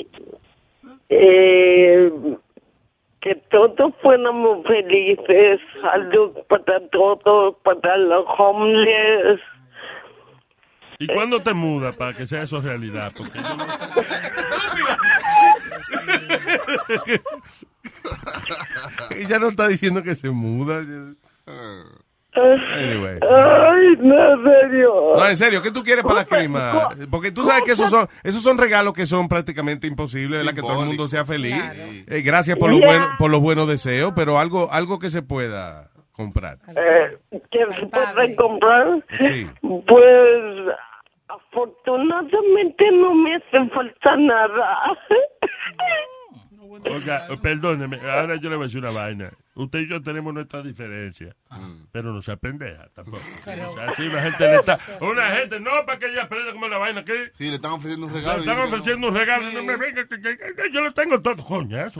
Que todos fuéramos felices, salud para todos, para los homeless. ¿Y cuándo te mudas para que sea eso realidad? Porque yo no... Ella no está diciendo que se muda. Anyway. Ay, no, en serio. No, en serio, ¿qué tú quieres para la crema? Porque tú sabes que esos son regalos que son prácticamente imposibles, ¿verdad? Que todo el mundo sea feliz. Claro. Gracias por los buenos deseos, pero algo que se pueda comprar. ¿Que se pueda comprar? Sí. Pues, afortunadamente no me hace falta nada. Oiga, perdóneme, ahora yo le voy a decir una vaina. Usted y yo tenemos nuestras diferencias, pero no se pendeja tampoco. O sea, así la gente le está... Una gente, no, para que ella aprenda como la vaina, ¿qué? Sí, le están ofreciendo un regalo. Le están ofreciendo un regalo. No me venga, que yo lo tengo todo. Coñazo,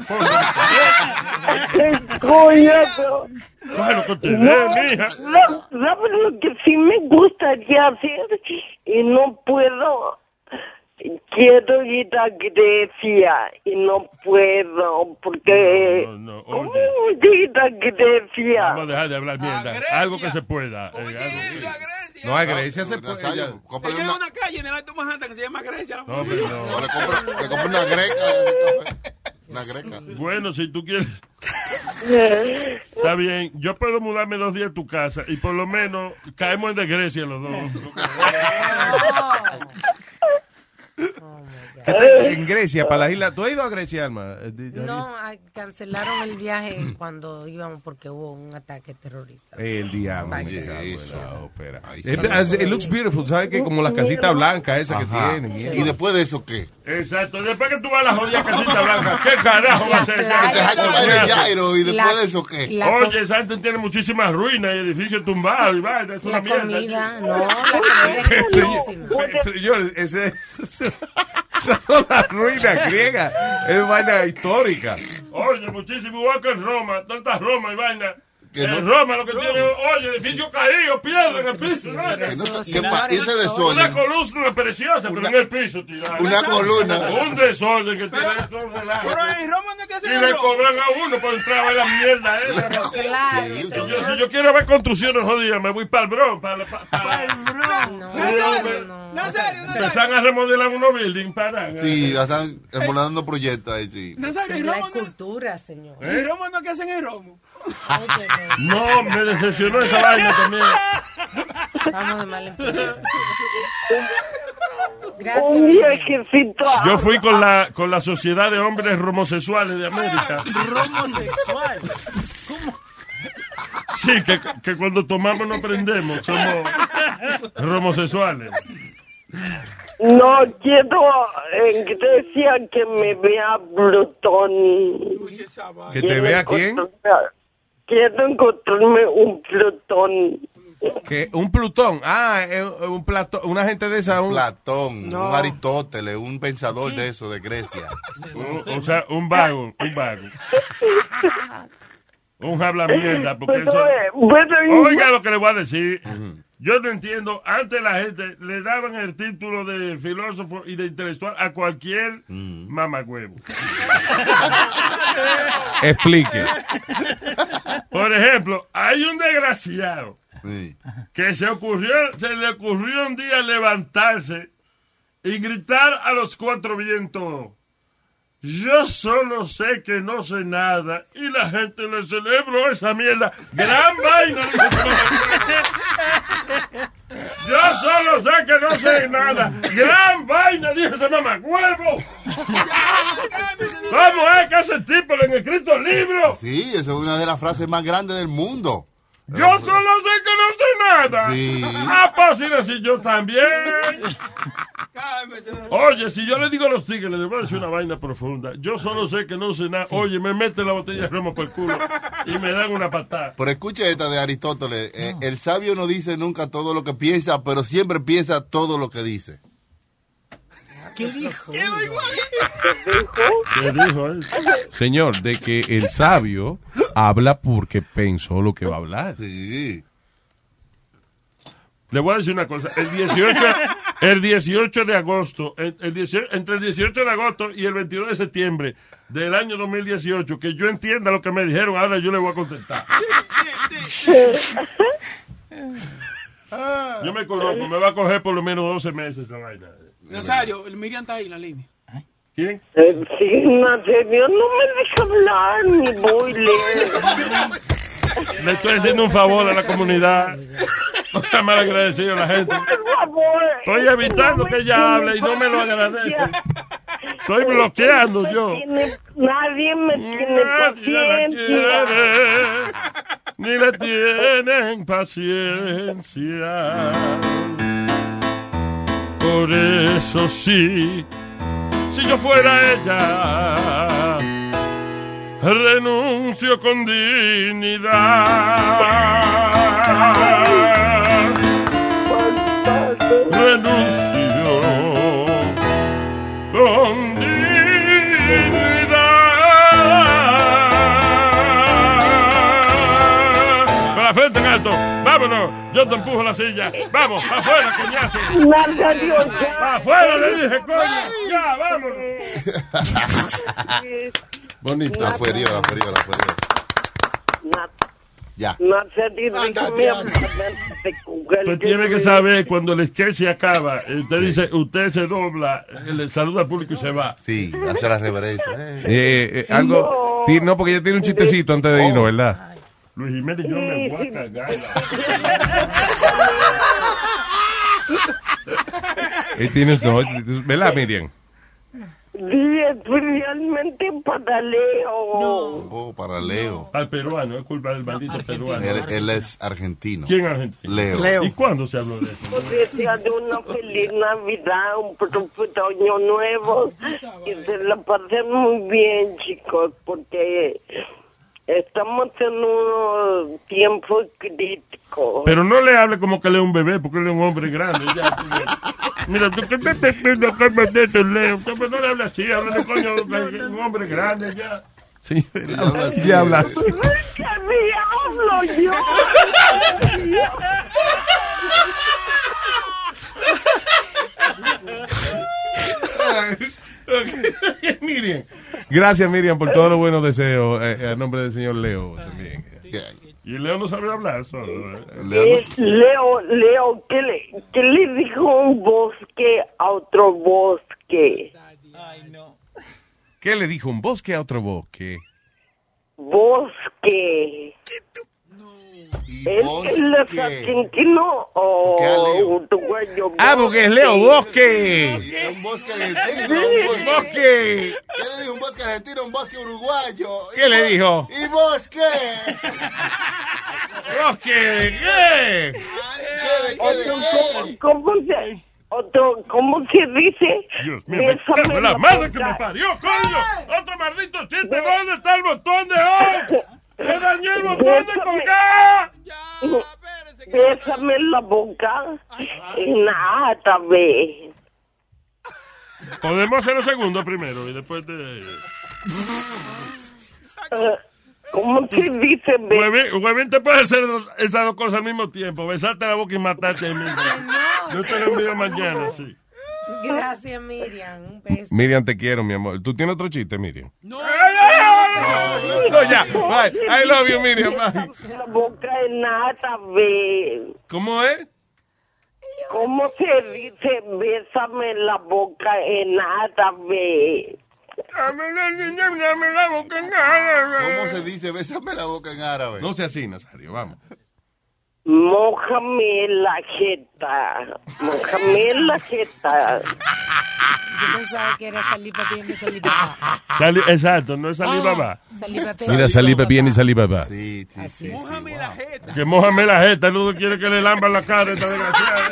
Coñazo. Bueno, que te dé, mija. ¿Sabes lo que sí me gustaría hacer? Y no puedo... Quiero ir a Grecia y no puedo porque... ¿Cómo voy a ir a Grecia? Vamos a dejar de hablar mierda. Algo que se pueda. No, a Grecia se puede. Es que hay una calle en el Alto Manhattan que se llama Grecia. No, le compro una greca. Una greca. Bueno, si tú quieres... Está bien. Yo puedo mudarme 2 días a tu casa y por lo menos caemos en de Grecia los dos. En Grecia, para la isla. ¿Tú has ido a Grecia, Alma? No, cancelaron el viaje cuando íbamos porque hubo un ataque terrorista. El diablo. It looks beautiful, ¿sabes? Que como las casitas blancas esas que tienen. ¿Y después de eso qué? Exacto, después que tú vas a la jodida casita blanca, ¿qué carajo va a ser? ¿Y después de eso qué? Oye, esa gente tiene muchísimas ruinas y edificios tumbados y vaina. La comida, no, la comida es buenísima. Señor, esas son las ruinas griegas. Es vaina histórica. Oye, muchísimo igual que en Roma, tantas Roma y vaina. En Roma lo que tiene, oye, edificio caído, piedra en el piso. Una columna preciosa, pero en el piso tirada. Una columna. Un desorden que tiene esto. Pero en Roma no hay que hacer. Y le cobran a uno por entrar a la mierda esa. Pero claro. Si yo quiero ver construcciones jodidas, me voy para el Bronx. Para el Bronx. No, serio. Se están a remodelar unos buildings para. Sí, están remodelando proyectos ahí, sí. La escultura, señor. ¿En Roma no que hacen en Roma? No, me decepcionó esa vaina también. Vamos de mal en peor. Gracias. Yo fui con la Sociedad de Hombres Homosexuales de América. ¿Homosexual? ¿Cómo? Sí, que cuando tomamos no prendemos, somos homosexuales. No quiero en Grecia que me vea Plutón. ¿Que te vea quién? Quiero encontrarme un Plutón. ¿Qué? ¿Un Plutón? Un Platón, una gente de esa. Platón, no. Un Aristóteles, un pensador de eso, de Grecia. O sea, un vago. Un habla mierda. Porque eso... Oiga lo que le voy a decir. Yo no entiendo. Antes la gente le daban el título de filósofo y de intelectual a cualquier mamagüevo. Explique. Por ejemplo, hay un desgraciado que se le ocurrió un día levantarse y gritar a los 4 vientos: yo solo sé que no sé nada, y la gente le celebró esa mierda. Gran vaina. Yo solo sé que no sé nada. Gran vaina, dijo ese mamagüevo. ¿Cómo es que ese tipo le han escrito el libro? Sí, esa es una de las frases más grandes del mundo. Yo solo sé que no sé nada. Sí. Pues si yo también. Oye, si yo le digo a los tigres, les voy a decir una vaina profunda. Yo solo sé que no sé nada. Oye, me mete la botella de romo por el culo y me dan una patada. Pero escucha esta de Aristóteles. El sabio no dice nunca todo lo que piensa, pero siempre piensa todo lo que dice. ¿Qué dijo? ¿Qué dijo él? Señor, de que el sabio habla porque pensó lo que va a hablar. Sí. Le voy a decir una cosa. El 18 de agosto, entre el 18 de agosto y el 22 de septiembre del año 2018, que yo entienda lo que me dijeron, ahora yo le voy a contestar. Yo me conozco, me va a coger por lo menos 12 meses esa vaina. Nazario, el Miriam está ahí en la línea. ¿Quién? Sí, Nazario, no me deja hablar, ni voy lejos. Le estoy haciendo un favor a la comunidad. No sea mal agradecido a la gente. Estoy evitando que ella hable y no me lo agradece. Estoy bloqueando yo. Nadie me tiene paciencia. Ni le tienen paciencia. Por eso sí, si yo fuera ella, renuncio con dignidad. Renuncio con dignidad. Con la frente en alto. Vámonos. Yo te empujo la silla. Vamos, afuera, coñazo. Afuera, le dije, coño. Ya, vámonos. Bonito. La ferió. Ya. Usted tiene que saber cuando el sketch se acaba, usted dice, usted se dobla, le saluda al público y se va. Sí, hace la reverencia. Algo. No, porque ella tiene un chistecito antes de irnos, ¿verdad? Luis Jiménez, yo me voy a cagar. Tienes, no, ¿verdad, Miriam? Sí, especialmente para Leo. Oh, para Leo. Al peruano, es culpa del maldito peruano. Él es argentino. ¿Quién es argentino? Leo. ¿Y cuándo se habló de eso? Pues deseando una feliz Navidad, un próspero año nuevo y se la pasen muy bien, chicos, porque estamos en unos tiempos críticos. Pero no le hable como que él es un bebé, porque él es un hombre grande. Ya. Mira, tú que te pidiendo que Leo. No le hable así, habla de coño, un hombre grande ya. Sí, ya habla así. ¿Qué diablo yo? Okay. Miriam. Gracias, Miriam, por todos los buenos deseos. A nombre del señor Leo también. Y Leo no sabe hablar solo. Leo, ¿qué le dijo un bosque a otro bosque? Ay, no. ¿Qué le dijo un bosque a otro bosque? Bosque. ¿El argentino o uruguayo? Porque es Leo Bosque. Un bosque argentino. Un bosque. ¿Qué le dijo un bosque argentino? Un bosque uruguayo. ¿Qué le dijo? ¿Y bosque? ¿Bosque? ¿Qué? ¿Cómo se dice? Dios mío, me cago en la madre que me parió, coño. Otro maldito chiste. ¿Dónde está el botón de off? ¡Me dañé el botón de colgar! Bésame en la boca. Nada, ve. Podemos hacer los segundos primero y después de... ¿Cómo se dice? Huevín, te puede hacer esas dos cosas al mismo tiempo. Besarte la boca y matarte ahí mismo. Yo te lo envío mañana, sí. Gracias, Miriam. Un beso. Miriam, te quiero, mi amor. ¿Tú tienes otro chiste, Miriam? No, ya. Bye. I love you, Miriam. Bye. La boca de nada, ve. ¿Cómo es? ¿Cómo se dice? Bésame la boca en nada, ve. ¿Cómo se dice? Bésame la boca en árabe. No sea así, Nazario, vamos. Mójame la jeta. Mójame la jeta. Yo pensaba que era saliva bien de saliva baja. Exacto, no es saliva baja. Mira, saliva bien y saliva baja. Sí. Mójame la jeta. Que mójame la jeta, no quiere que le lamban la cara esta desgraciada.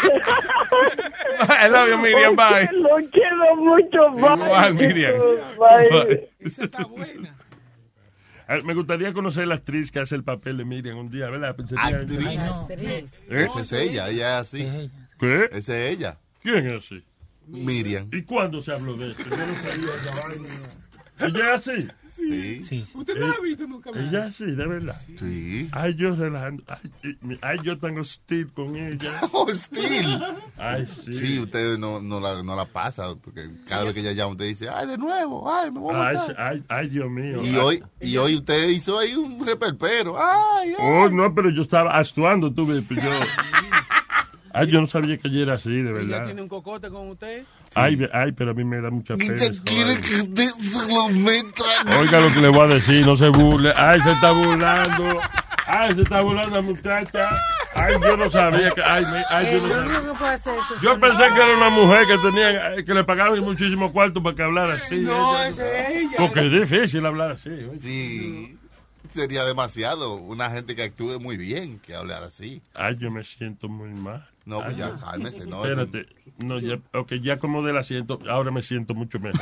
I love you, Miriam, bye. Lo quiero mucho, bye. Igual, Miriam. Bye. Esa está buena. Me gustaría conocer la actriz que hace el papel de Miriam un día, ¿verdad? ¿Actriz? Esa es ella es así. ¿Qué? Esa es ella. ¿Quién es así? Miriam. ¿Y cuándo se habló de esto? Yo no sabía esa vaina. ¿Ella es así? Sí. ¿Usted no la ha visto nunca? Ella es así, de verdad. Sí. Ay, yo relajando. Ay, yo tengo hostil con ella. ¿Hostil? Ay, sí. Sí, usted no la pasa, porque cada vez que ella llama, usted dice, ay, de nuevo, ay, me voy a matar. Ay, Dios mío. Y hoy usted hizo ahí un reperpero. Ay. Oh, no, pero yo estaba actuando, tú ves, yo... Ay, yo no sabía que ella era así, de verdad. ¿Ella tiene un cocote con usted? Sí. Ay, pero a mí me da mucha pena. ¿Quiere que usted se lo meta? Oiga lo que le voy a decir, no se burle. Ay, se está burlando. Ay, se está volando la muchacha. Ay, yo no sabía que... Ay, yo no sabía. Yo pensé que era una mujer que le pagaban muchísimo cuarto para que hablara así. No, es ella. Porque es difícil hablar así. Oye. Sí, sería demasiado. Una gente que actúe muy bien, que hablar así. Ay, yo me siento muy mal. No, pues ya, cálmese. No, espérate. No, ya, okay, ya como del asiento, ahora me siento mucho mejor.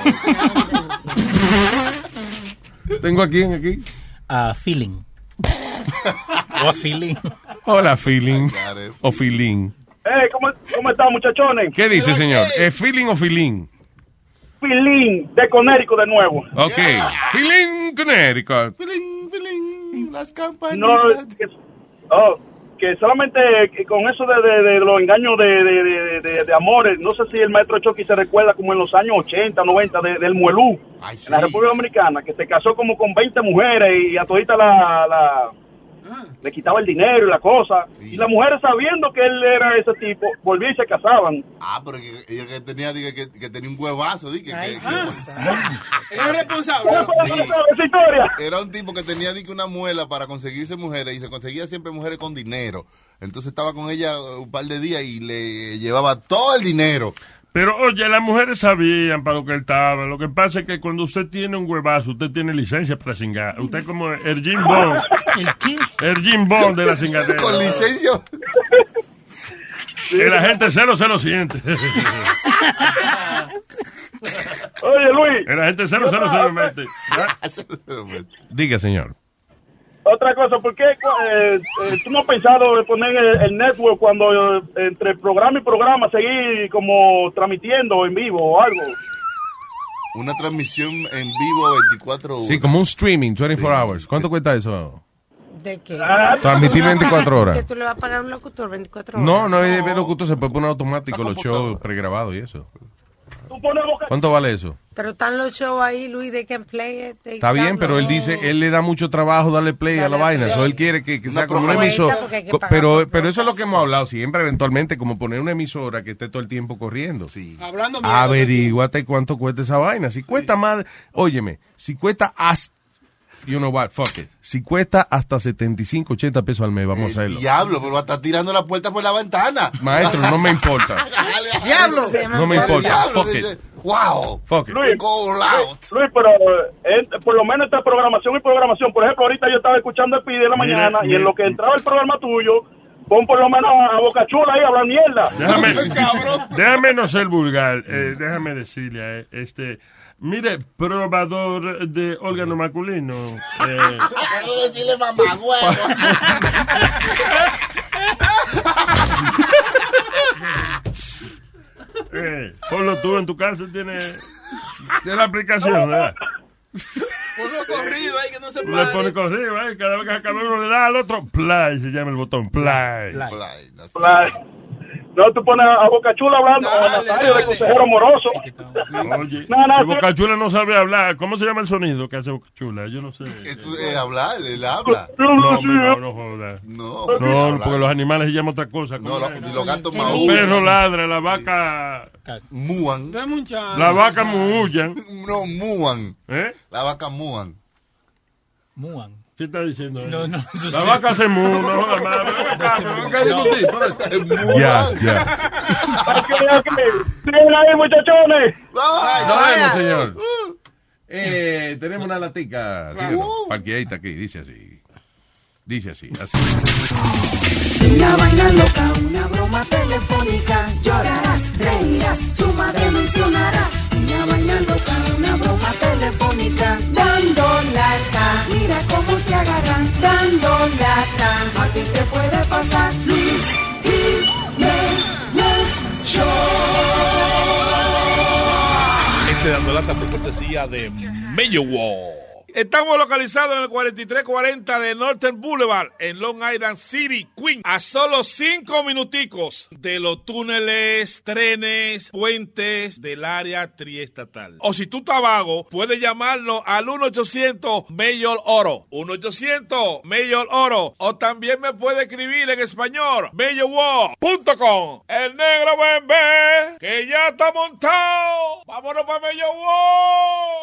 Tengo aquí. Feeling. O feeling. Hola, feeling. O feeling. Hey, ¿cómo están, muchachones? ¿Qué dice, señor? ¿Es feeling o feeling? Feeling, de Connecticut de nuevo. Ok. Yeah. Feeling, Connecticut. Feeling, las campanitas. No, que solamente con eso de los engaños de amores, no sé si el maestro Chucky se recuerda como en los años 80, 90, del Muelú, sí, en la República Dominicana, que se casó como con 20 mujeres y a todita le quitaba el dinero y la cosa. Sí. Y las mujeres, sabiendo que él era ese tipo, volvían y se casaban. Pero que tenía que tenía un huevazo. Era responsable. Sí. Esa historia. Era un tipo que tenía una muela para conseguirse mujeres y se conseguía siempre mujeres con dinero. Entonces estaba con ella un par de días y le llevaba todo el dinero. Pero, oye, las mujeres sabían para lo que él estaba. Lo que pasa es que cuando usted tiene un huevazo, usted tiene licencia para cingar. Usted es como el Jim Bond. ¿El Jim Bond de la cingadera. ¿Con licencia? El agente 007. Oye, Luis. El agente 007. Diga, señor. Otra cosa, ¿por qué tú no has pensado de poner el network cuando entre programa y programa seguir como transmitiendo en vivo o algo? Una transmisión en vivo 24 horas. Sí, como un streaming, 24 hours. ¿Cuánto cuesta eso? ¿De qué? Transmitir 24 horas. ¿Que tú le vas a pagar a un locutor 24 horas? No es locutor, se puede poner automático los shows pregrabados y eso. ¿Cuánto vale eso? Pero están los shows ahí, Luis, they can play it. Está bien, pero él dice, él le da mucho trabajo darle play a la vaina. Eso él quiere que sea como una emisora. Pero eso es lo que hemos hablado siempre, eventualmente, como poner una emisora que esté todo el tiempo corriendo. Sí. Averíguate cuánto cuesta esa vaina. Si cuesta más, óyeme, si cuesta hasta, you know what, fuck it. Si cuesta hasta 75, 80 pesos al mes, vamos a hacerlo. Diablo, pero va a estar tirando la puerta por la ventana. Maestro, no me importa. Diablo. No me importa, fuck it. Wow. Fuck it. Luis, pero por lo menos esta programación. Por ejemplo, ahorita yo estaba escuchando el Pide de la mañana y en lo que entraba el programa tuyo, pon por lo menos a Boca Chula ahí a hablar mierda. Déjame no ser vulgar. Déjame decirle a mire, probador de órgano masculino. Quiero decirle mamagüevo. Ponlo tú en tu casa, tiene la aplicación, ¿verdad? Ponlo corrido ahí que no se puede. Le pone corrido ahí, cada vez que acaba uno le da al otro, play, se llama el botón, play. No, tú pones a Boca Chula hablando a Nazario de consejero amoroso. Oye, Boca Chula no sabe hablar. ¿Cómo se llama el sonido que hace Boca Chula? Yo no sé. Esto es hablar, él habla. No joda. No, porque los animales se llaman otra cosa. No, los gatos maullan. El perro ladra, la vaca... Múan. La vaca muullan. No, múan. La vaca múan. Múan. ¿Qué está diciendo? No. La vaca se mueve, no joda más. Ya. Sigan ahí, muchachones. Nos vemos, señor. Tenemos una latica. Parqueadita aquí, dice así. Una vaina loca, una broma telefónica. Llorarás, reirás, su madre mencionarás. Una vaina loca, una broma telefónica. Dando lata, mira cómo te agarran. Dando lata, a ti te puede pasar. Luis Jiménez Show. Dando lata fue cortesía de Mayo Wall. Estamos localizados en el 4340 de Northern Boulevard, en Long Island City, Queens, a solo 5 minuticos de los túneles, trenes, puentes del área triestatal. O si tú estás vago, puedes llamarnos al 1-800-Mayor-Oro, 1-800-Mayor-Oro, o también me puede escribir en español, MayorWall.com. El negro bebé, que ya está montado. Vámonos para Mayor Wall.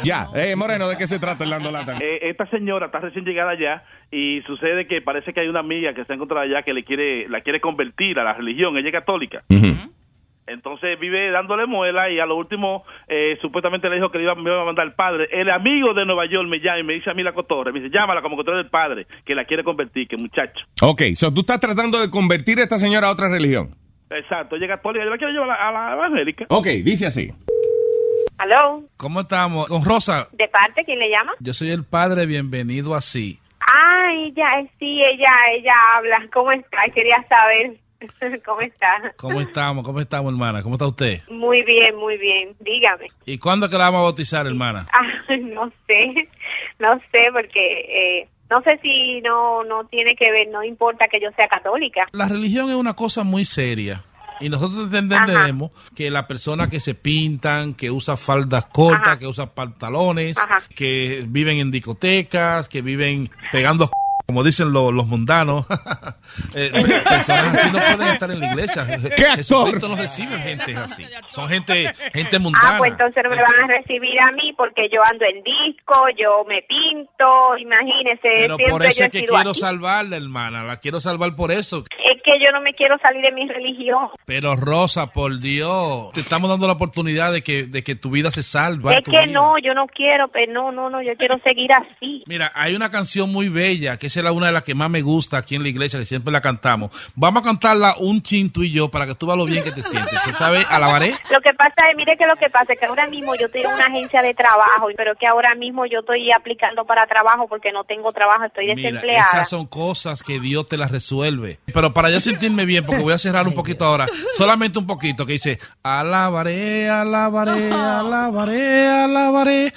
Ya, Moreno, ¿de qué se trata el Dando Lata? Esta señora está recién llegada allá y sucede que parece que hay una amiga que está encontrada allá que la quiere convertir a la religión. Ella es católica. Entonces vive dándole muela y a lo último supuestamente le dijo que me iba a mandar el padre. El amigo de Nueva York me llama y me dice a mí la cotorra, me dice, llámala como cotorra del padre, que la quiere convertir, que muchacho. Ok, so tú estás tratando de convertir a esta señora a otra religión. Exacto, ella es católica, yo la quiero llevar a la evangélica. Ok, dice así. ¿Aló? ¿Cómo estamos? Con Rosa. ¿De parte? ¿Quién le llama? Yo soy el padre, bienvenido a Sí. Ay, sí, ella habla. ¿Cómo está? Quería saber. ¿Cómo está? ¿Cómo estamos, hermana? ¿Cómo está usted? Muy bien, dígame. ¿Y cuándo es que la vamos a bautizar, hermana? No sé, porque no sé si no tiene que ver, no importa que yo sea católica. La religión es una cosa muy seria. Y nosotros entendemos que las personas que se pintan, que usan faldas cortas, que usan pantalones, que viven en discotecas, que viven pegando como dicen los mundanos, personas así no pueden estar en la iglesia. ¿Qué actor? No reciben gente así. Son gente mundana. Pues entonces no me van a recibir a mí porque yo ando en disco, yo me pinto, imagínese. Pero por eso es que quiero salvarla, hermana. La quiero salvar por eso. Es que yo no me quiero salir de mi religión. Pero Rosa, por Dios, te estamos dando la oportunidad de que tu vida se salve. Es que no, yo no quiero, pero no, yo quiero seguir así. Mira, hay una canción muy bella que es una de las que más me gusta aquí en la iglesia, que siempre la cantamos. Vamos a cantarla un chin tú y yo para que tú veas lo bien que te sientes. ¿Tú sabes? ¿Alabaré? Lo que pasa es que ahora mismo yo estoy en una agencia de trabajo, pero que ahora mismo yo estoy aplicando para trabajo porque no tengo trabajo, estoy desempleada. Mira, esas son cosas que Dios te las resuelve. Pero para yo sentirme bien, porque voy a cerrar un poquito ahora, solamente un poquito, que dice, alabaré, alabaré, alabaré, alabaré,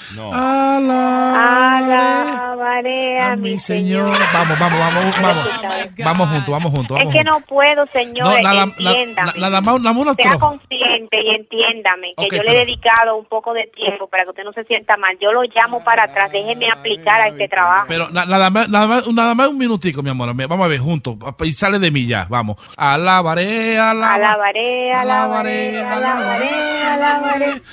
alabaré a mi Señor. Vamos juntos. Es que no puedo, señor, entiéndame. Nada más una sea consciente y entiéndame que yo le he dedicado un poco de tiempo para que usted no se sienta mal. Yo lo llamo para atrás, déjeme aplicar a este trabajo. Pero nada más un minutico, mi amor. Vamos a ver juntos y sale de mí ya, vamos. Alabaré, alabaré, alabaré, alabaré, alabaré,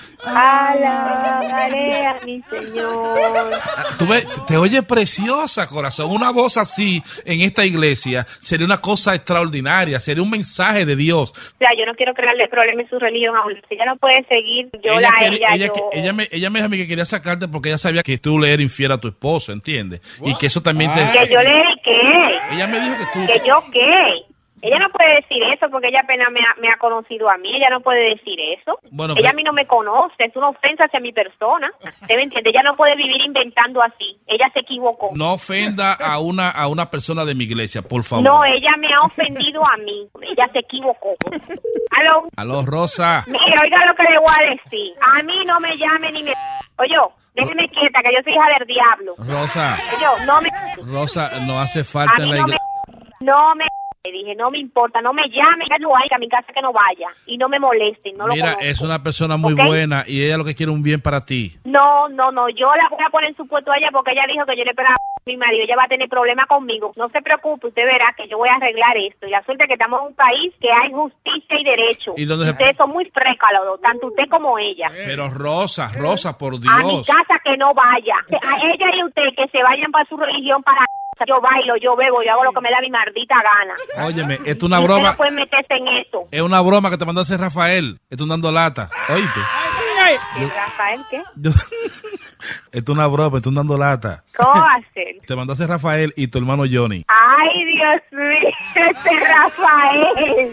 alabaré a mi Señor. Tú ves, te oye preciosa, corazón. Una voz así en esta iglesia sería una cosa extraordinaria, sería un mensaje de Dios. O sea, yo no quiero crearle problemas en su religión aún. Si ella no puede seguir, ella me dijo a mí que quería sacarte porque ella sabía que tú le eras infiel a tu esposo, ¿entiendes? Y que eso también te... Que yo le dediqué. Ella me dijo que tú... Que yo qué. Ella no puede decir eso porque ella apenas me ha conocido a mí. Ella no puede decir eso. Bueno, ella a mí no me conoce. Es una ofensa hacia mi persona. ¿Debe entender? Ella no puede vivir inventando así. Ella se equivocó. No ofenda a una persona de mi iglesia, por favor. No, ella me ha ofendido a mí. Ella se equivocó. Aló, Rosa. Mira, oiga lo que le voy a decir. A mí no me llame ni me... Oye, déjeme quieta, que yo soy hija del diablo. Rosa. Oye, no me... Rosa, no hace falta en la iglesia. No me... Dije, no me importa, no me llame, no vaya a mi casa, que no vaya y no me molesten, no Mira, lo conozco. es una persona muy buena y ella lo que quiere un bien para ti. No, yo la voy a poner en su puesto a ella porque ella dijo que yo le pegaba a mi marido, ella va a tener problemas conmigo. No se preocupe, usted verá que yo voy a arreglar esto. Y la suerte es que estamos en un país que hay justicia y derecho. ¿Y dónde ustedes son muy frescas los dos, tanto usted como ella. Pero Rosa, por Dios. A mi casa que no vaya. A ella y usted que se vayan para su religión para... Yo bailo, yo bebo, yo hago lo que me da mi maldita gana. Óyeme, esto es una broma. No pueden meterse en eso. Es una broma que te mandó a hacer Rafael. Esto es dando lata. Oíste. ¿Rafael qué? Esto es una broma, esto es dando lata. ¿Cómo hacer? Te mandó a hacer Rafael y tu hermano Johnny. Ay, Dios mío, ese Rafael.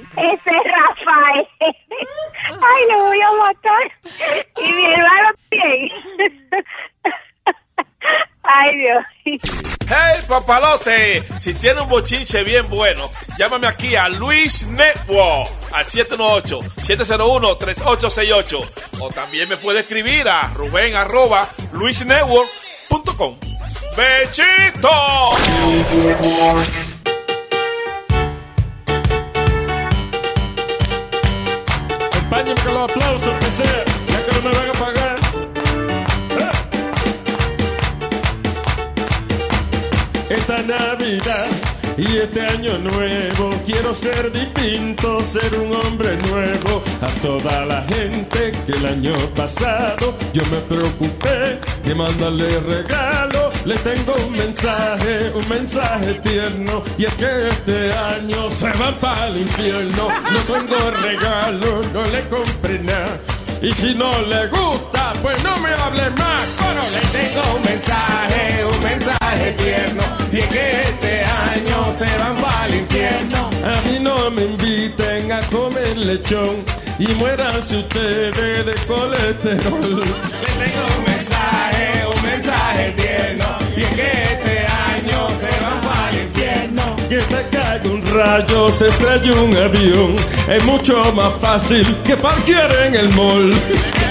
Ay, lo voy a matar. Y mi hermano también. Ay, Dios. Hey, papalote, si tiene un bochinche bien bueno, llámame aquí a Luis Network al 718-701-3868 o también me puede escribir a ruben@luisnetwork.com. ¡Bechito! Acompáñenme con los aplausos, que sea, ya que no me van a pagar. Esta Navidad y este año nuevo quiero ser distinto, ser un hombre nuevo, a toda la gente que el año pasado yo me preocupé de mandarle regalo. Le tengo un mensaje tierno, y es que este año se van para el infierno. No tengo regalo, no le compré nada, y si no le gusta, pues no me hable más. Bueno, le tengo un mensaje tierno, y es que este año se van para el infierno. A mí no me inviten a comer lechón, y muéranse ustedes de colesterol. Le tengo un mensaje tierno, y es que este año se van para el infierno. Que te caiga un rayo, se estrelle un avión, es mucho más fácil que parquear en el mall. Un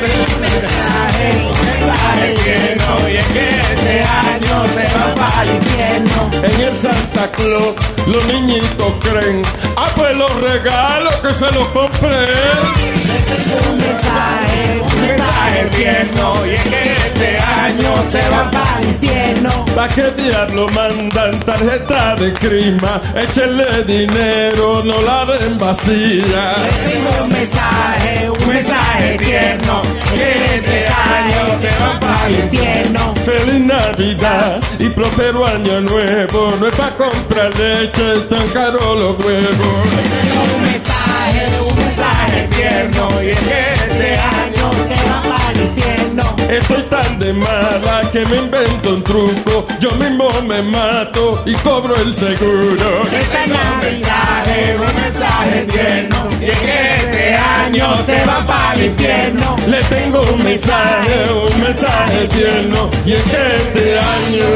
mensaje tierno, y es que este año se va para el infierno. En el Santa Claus los niñitos creen, pues los regalos que se los compré. Un mensaje tierno, y es que este año se va para el infierno. ¿Pa' qué diablo mandan tarjeta de crima? Échenle dinero, no la den vacía. Un mensaje tierno, que este año se va para el infierno. Feliz Navidad y próspero año nuevo, no es pa' comprar leche, tan caro los huevos. Un mensaje tierno, y es que este año se va para el infierno. Estoy tan de mala que me invento un truco, yo mismo me mato y cobro el seguro. Este Navidad un mensaje tierno, y es que este año se va para el infierno. Le tengo un mensaje tierno, y es que este año...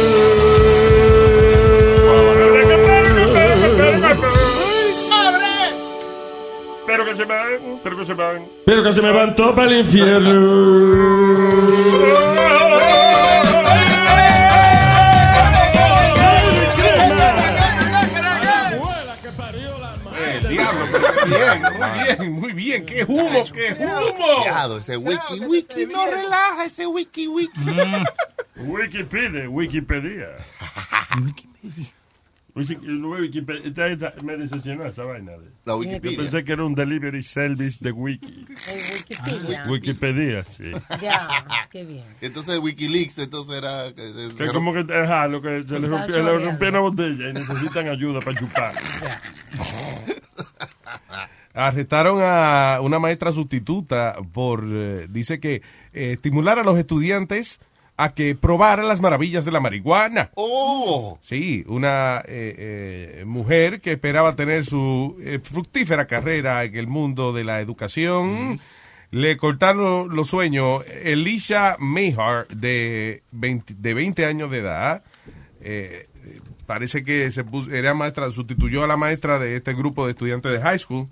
Pero que se van todos para el infierno. Muy bien, qué humo. Ese wiki no relaja, ese wiki. Wikipedia. Me decepcionó esa vaina. La Wikipedia. Yo pensé que era un delivery service de Wiki. Wikipedia, sí. Ya, qué bien. Entonces Wikileaks, era... Que como que, lo que se le rompió una botella y necesitan ayuda para chupar. Arrestaron a una maestra sustituta por, dice que estimular a los estudiantes a que probaran las maravillas de la marihuana. ¡Oh! Sí, una mujer que esperaba tener su fructífera carrera en el mundo de la educación. Le cortaron los sueños. Elisha Mayhar, de 20 años de edad, parece que era maestra, sustituyó a la maestra de este grupo de estudiantes de high school.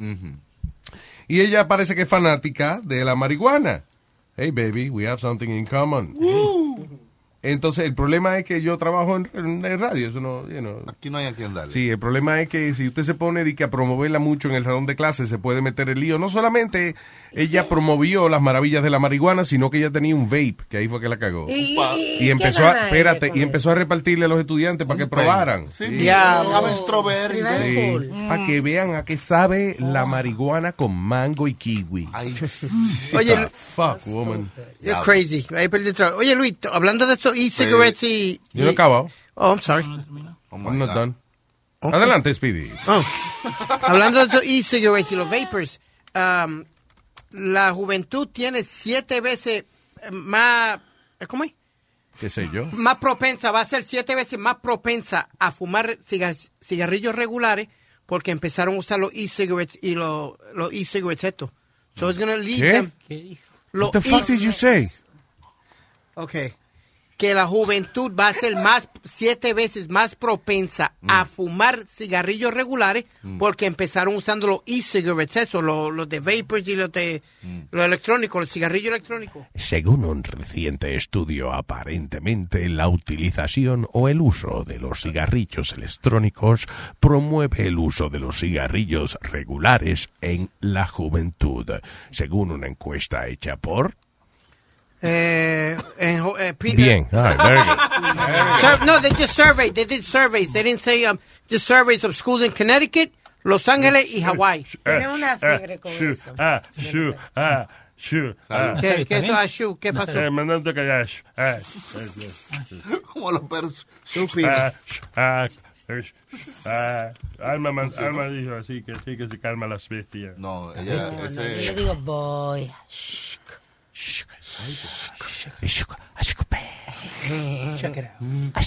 Y ella parece que es fanática de la marihuana. Hey, baby, we have something in common. Entonces, el problema es que yo trabajo en radio. Eso no, aquí no hay a quien darle. Sí, el problema es que si usted se pone a promoverla mucho en el salón de clases, se puede meter el lío. No solamente ella promovió las maravillas de la marihuana, sino que ella tenía un vape, que ahí fue que la cagó. Y empezó a repartirle a los estudiantes para que probaran. Sí, ya, sabe strawberry. Sí, para que vean a qué sabe la marihuana con mango y kiwi. Oye, fuck, woman. You're crazy. Oye, Luis, hablando de esto, e-cigarettes y... Yo no he acabado. Oh, I'm sorry. I'm not done. Okay. Adelante, Speedy. Hablando de esto, e-cigarettes y los vapors, la juventud tiene 7 veces más... ¿Cómo es? ¿Qué sé yo? Más propensa, va a ser 7 veces más propensa a fumar cigarrillos regulares porque empezaron a usar los e-cigarettes y los e-cigarettes estos. So it's gonna lead them... ¿Qué dijo? What the fuck did you say? Okay. Que la juventud va a ser 7 veces más propensa a fumar cigarrillos regulares porque empezaron usando los e-cigarettes, los de vapors y los electrónicos, los cigarrillos electrónicos. Según un reciente estudio, aparentemente la utilización o el uso de los cigarrillos electrónicos promueve el uso de los cigarrillos regulares en la juventud, según una encuesta hecha por... Bien. All right, very good. No, they just surveyed. They did surveys. They didn't say just surveys of schools in Connecticut. Los Ángeles y Hawái. Tiene una fiebre con eso. ¿Qué eso? ¿Qué pasó? Mandante callar. Como los perros. Alma dijo así que se calma las bestias. No, ella... Yo le digo boy. Check it out.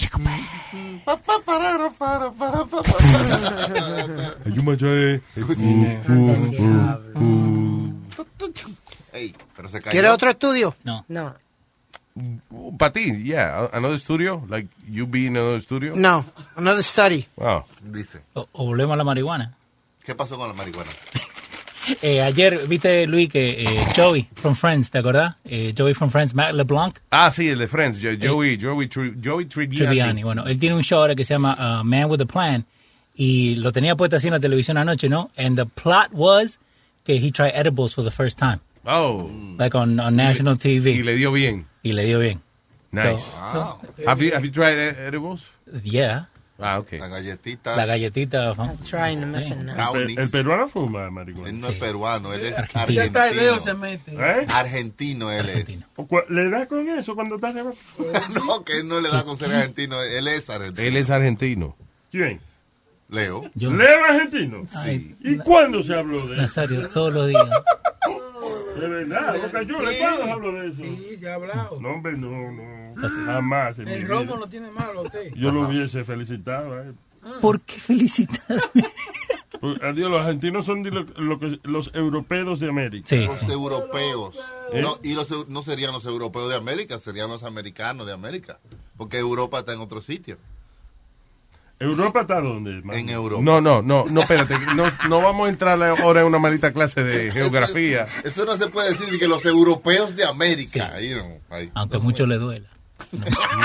Pero se cayó. ¿Quiere otro estudio? No. Para ti, yeah. Another studio? Like, you be in another studio? No, another study. Oh. Dice. O volvemos a la marihuana. ¿Qué pasó con la marihuana? Ayer, viste, Luis, que Joey from Friends, ¿te acordás? Joey from Friends, Matt LeBlanc. Ah, sí, el de Friends, Joey Tribbiani. Bueno, él tiene un show ahora que se llama Man with a Plan, y lo tenía puesto así en la televisión anoche, ¿no? And the plot was que he tried edibles for the first time. Oh. Like on national TV. Y le dio bien. Nice. So, have you tried edibles? Yeah. Ah, okay. La galletita. I'm trying to mess it now. El peruano fuma marihuana. Él no es peruano, él es argentino. Argentino él es. ¿Le da con eso cuando está de... No, que él no le da con ser argentino, él es argentino. Él es argentino. ¿Quién? Leo. ¿Leo argentino? Sí. ¿Y cuándo se habló de eso? Nazario, todos los días. De verdad, Boca Chula, ¿cuándo se habló de eso? Sí, se ha hablado. No, hombre, no. Jamás. El romo no tiene malo, usted. Yo lo hubiese felicitado a él. ¿Por qué felicitarme? Adiós, los argentinos son los europeos de América. Sí. Los europeos. No, y no serían los europeos de América, serían los americanos de América. Porque Europa está en otro sitio. ¿Europa está dónde, hermano? En Europa. No, espérate. No vamos a entrar ahora en una maldita clase de geografía. Eso no se puede decir que los europeos de América. Sí. Ahí. Aunque a muchos les duela. No.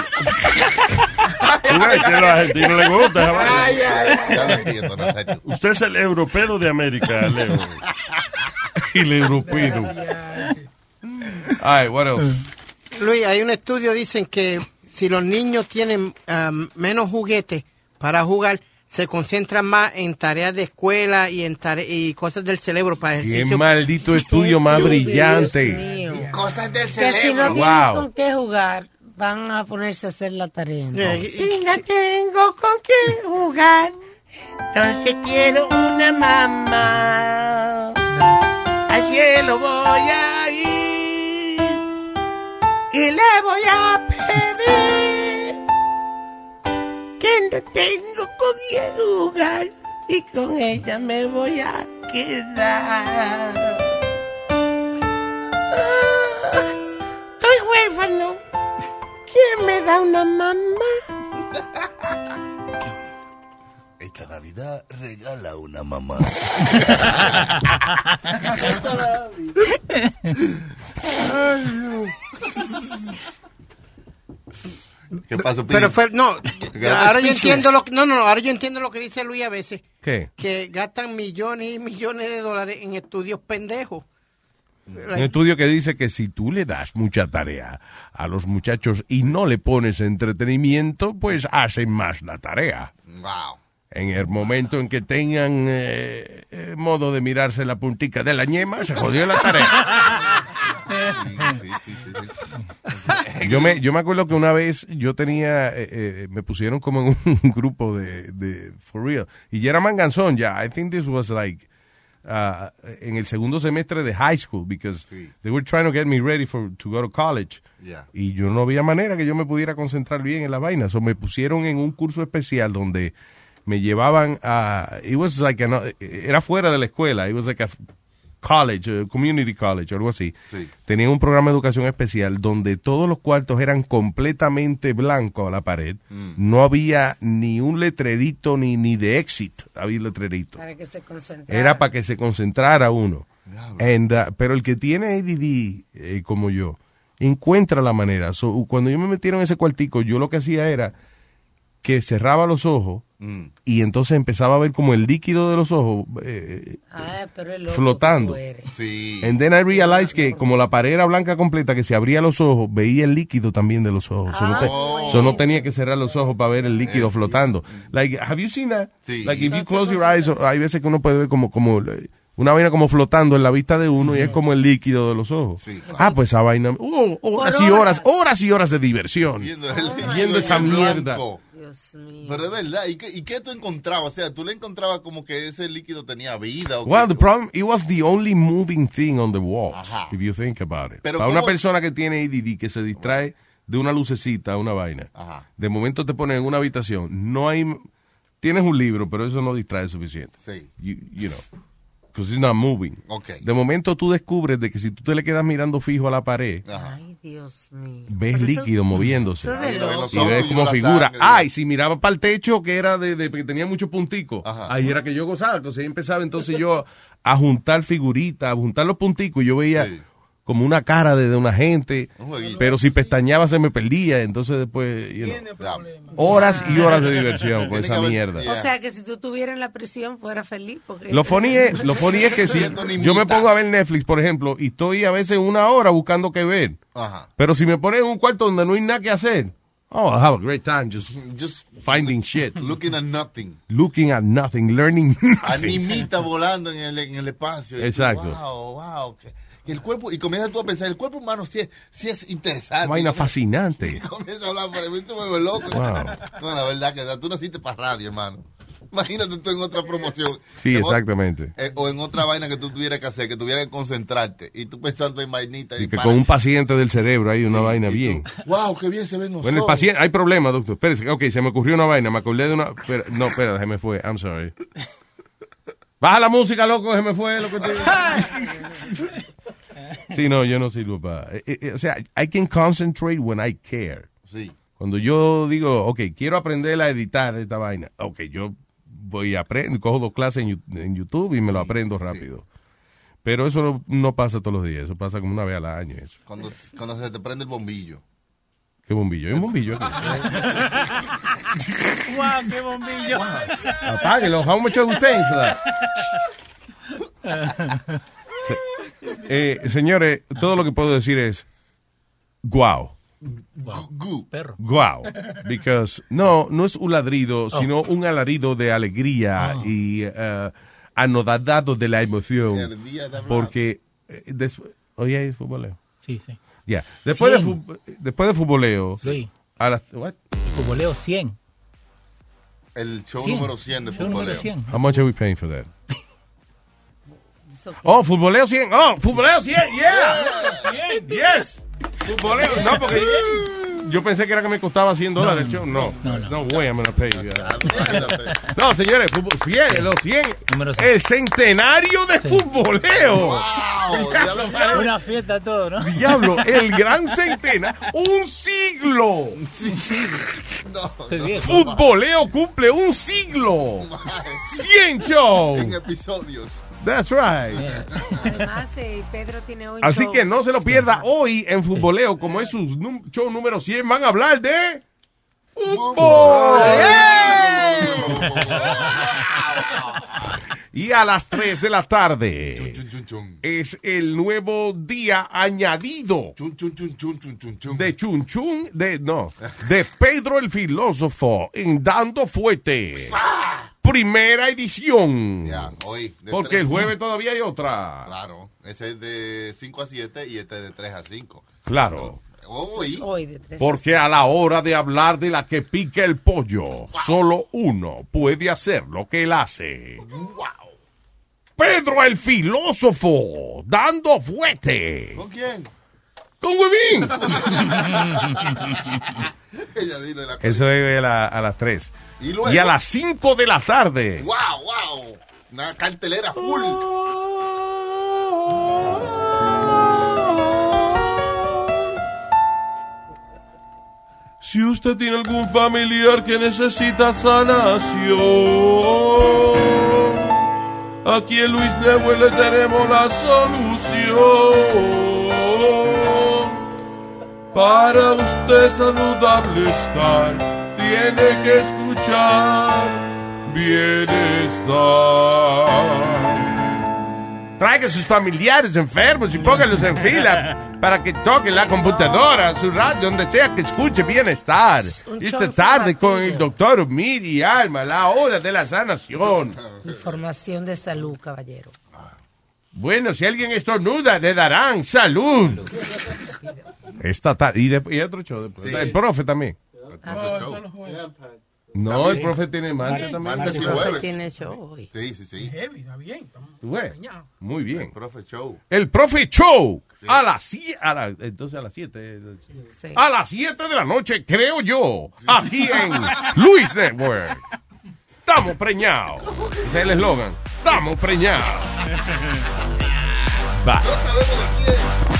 Que a los argentinos les gusta. Ya lo entiendo, Nazario. Usted es el europeo de América, Leo. Y el europeo. Ay, what else? Luis, hay un estudio, dicen que si los niños tienen menos juguetes para jugar, se concentran más en tareas de escuela y y cosas del cerebro para ejercicio. Qué maldito estudio más brillante. Cosas del Que cerebro. si no tienen Wow. con qué jugar, van a ponerse a hacer la tarea. Si no tengo con qué jugar, entonces quiero una mamá. Al cielo voy a ir y le voy a pedir que no tengo con qué jugar y con ella me voy a quedar. Estoy huérfano. ¿Quién me da una mamá? Esta Navidad regala una mamá. ¿Qué pasó, Pili? Pero ahora yo entiendo ahora yo entiendo lo que dice Luis a veces. ¿Qué? Que gastan millones y millones de dólares en estudios pendejos. Un estudio que dice que si tú le das mucha tarea a los muchachos y no le pones entretenimiento, pues hacen más la tarea. Wow. En el momento en que tengan modo de mirarse la puntica de la ñema, se jodió la tarea. Sí. Yo me acuerdo que una vez yo tenía, me pusieron como en un grupo de For Real, y ya era manganzón ya. I think this was like en el segundo semestre de high school, because they were trying to get me ready to go to college. Yeah. Y yo no había manera que yo me pudiera concentrar bien en la vaina. So me pusieron en un curso especial donde me llevaban a, era fuera de la escuela, it was like a college, community college o algo así. Sí. Tenían un programa de educación especial donde todos los cuartos eran completamente blancos a la pared. No había ni un letrerito ni de exit, había letrerito. Para que se concentrara. Era para que se concentrara uno. Pero el que tiene ADD como yo, encuentra la manera. So, cuando yo me metieron en ese cuartico, yo lo que hacía era que cerraba los ojos y entonces empezaba a ver como el líquido de los ojos pero el loco flotando. Sí. And then I realized que como la pared era blanca completa, que se abría los ojos, veía el líquido también de los ojos. So no tenía que cerrar los ojos para ver el líquido flotando. Like, have you seen that? Sí. Like, if you close your eyes, hay veces que uno puede ver como una vaina como flotando en la vista de uno y es como el líquido de los ojos. Sí. Pues esa vaina, horas y horas de diversión. Viendo esa mierda. Dios mío. Pero es verdad, ¿y qué tú encontrabas? O sea, ¿tú le encontrabas como que ese líquido tenía vida? Well, the problem, it was the only moving thing on the walls, Ajá. if you think about it. Pero para ¿cómo? una persona que tiene ADD, que se distrae de una lucecita, una vaina, Ajá. de momento te ponen en una habitación, no hay, tienes un libro, pero eso no distrae suficiente. Sí. You know, because it's not moving. Okay. De momento tú descubres de que si tú te le quedas mirando fijo a la pared, Ay, Dios mío. ves Pero líquido moviéndose. eso de loco. Y ves como figura. Y si miraba para el techo, que era de que tenía muchos punticos, ahí era que yo gozaba. Entonces ahí empezaba entonces yo a juntar figuritas, a juntar los punticos, y yo veía como una cara de una gente, pero si pestañaba se me perdía. Entonces después, horas y horas de diversión con esa mierda. O sea, que si tú estuvieras en la prisión, fuera feliz. Porque Lo funny es que si yo me pongo a ver Netflix, por ejemplo, y estoy a veces 1 hora buscando qué ver. Ajá. Pero si me ponen en un cuarto donde no hay nada que hacer, I'll have a great time just finding shit. Looking at nothing. Looking at nothing, learning nothing. Animita volando en el espacio. Exacto. Wow. Y el cuerpo, y comienzas tú a pensar, el cuerpo humano sí es interesante. Vaina fascinante. Y comienzas a hablar, por mí te vuelves loco. Wow. No, la verdad que tú naciste para radio, hermano. Imagínate tú en otra promoción. Sí, exactamente. O en otra vaina que tú tuvieras que hacer, que tuvieras que concentrarte. Y tú pensando en vainita. Y que con un paciente del cerebro hay una vaina bien. Wow, qué bien se ven nosotros. Bueno, el paciente, hay problema, doctor. Espérese, ok, se me ocurrió una vaina, me acordé de una. Espera, se me fue. I'm sorry. Baja la música, loco, se me fue. Sí, no, yo no sirvo para. O sea, I can concentrate when I care. Sí. Cuando yo digo, ok, quiero aprender a editar esta vaina. Ok, yo voy a aprender, cojo 2 clases en YouTube y me lo aprendo rápido. Pero eso no pasa todos los días, eso pasa como una vez al año. Eso. Cuando se te prende el bombillo. ¿Qué bombillo? Hay un bombillo aquí. Wow, qué bombillo. Apáguelo. How much are we paying for that? Señores, todo lo que puedo decir es wow. Perro. Wow. Because no es un ladrido, sino un alarido de alegría y anodado de la emoción. Porque oye, el futboleo. Sí. Yeah. Después de futboleo. Sí. What? El futboleo 100. El show número 100 de futboleo. How much are we paying for that? Futboleo 100. Futboleo 100. Yeah. 100. Yes. Futboleo. No, porque yo pensé que era que me costaba $100 el show. No way I'm gonna pay you. No, señores, 100, los 100. El centenario de futboleo. Wow. Una fiesta todo, ¿no? Diablo, el gran centenario. Un siglo. Futboleo cumple un siglo. 100 shows. En episodios. That's right. Además, Pedro tiene hoy Así show. que no se lo pierda hoy en Futboleo, como es su show número 100. Van a hablar de fútbol. Y a las 3 de la tarde es el nuevo día añadido de Chun Chun, de Pedro el Filósofo en Dando Fuete. Primera edición. Hoy, porque el jueves todavía hay otra. Claro, ese es de 5 a 7 y este es de 3 a 5. Claro. Hoy de 3 porque a la hora de hablar de la que pica el pollo, solo uno puede hacer lo que él hace. Wow. Pedro el Filósofo, Dando Fuete. ¿Con quién? Con Huevín. Eso es a las 3. Y a las 5 de la tarde. Wow. Una cartelera full. Si usted tiene algún familiar que necesita sanación, aquí en Luis Network le tenemos la solución. Para usted saludable estar, tiene que escuchar bienestar. Traigan sus familiares enfermos y pónganlos en fila para que toquen la computadora, su radio, donde sea que escuche bienestar. Esta tarde con el doctor Miri Alma, la hora de la sanación. Información de salud, caballero. Bueno, si alguien estornuda, le darán salud. Esta tarde. Y otro show después. Sí. El profe también. No, el profe tiene martes también. El profe tiene show hoy. Sí. Heavy, está bien. Muy bien. El profe show. El profe show. Sí. Entonces a las 7. Sí. A las 7 de la noche, creo yo. Aquí en Luis Network. Estamos preñados. Ese es el eslogan. Estamos preñados. Va. No sabemos de quién.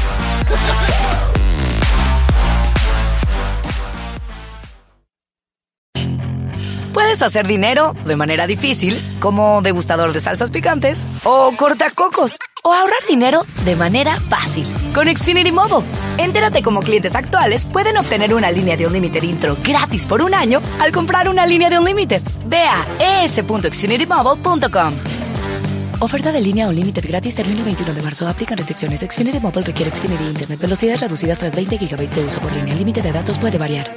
Puedes hacer dinero de manera difícil, como degustador de salsas picantes, o cortacocos, o ahorrar dinero de manera fácil con Xfinity Mobile. Entérate cómo clientes actuales pueden obtener una línea de Unlimited intro gratis por un año al comprar una línea de Unlimited. Ve a es.xfinitymobile.com. Oferta de línea Unlimited gratis termina el 21 de marzo. Aplican restricciones. Xfinity Mobile requiere Xfinity Internet. Velocidades reducidas tras 20 GB de uso por línea. El límite de datos puede variar.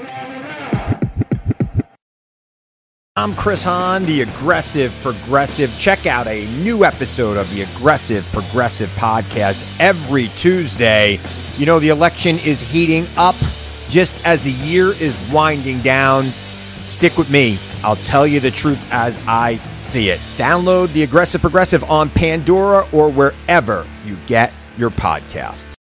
I'm Chris Hahn, the Aggressive Progressive. Check out a new episode of the Aggressive Progressive podcast every Tuesday. You know, the election is heating up just as the year is winding down. Stick with me. I'll tell you the truth as I see it. Download the Aggressive Progressive on Pandora or wherever you get your podcasts.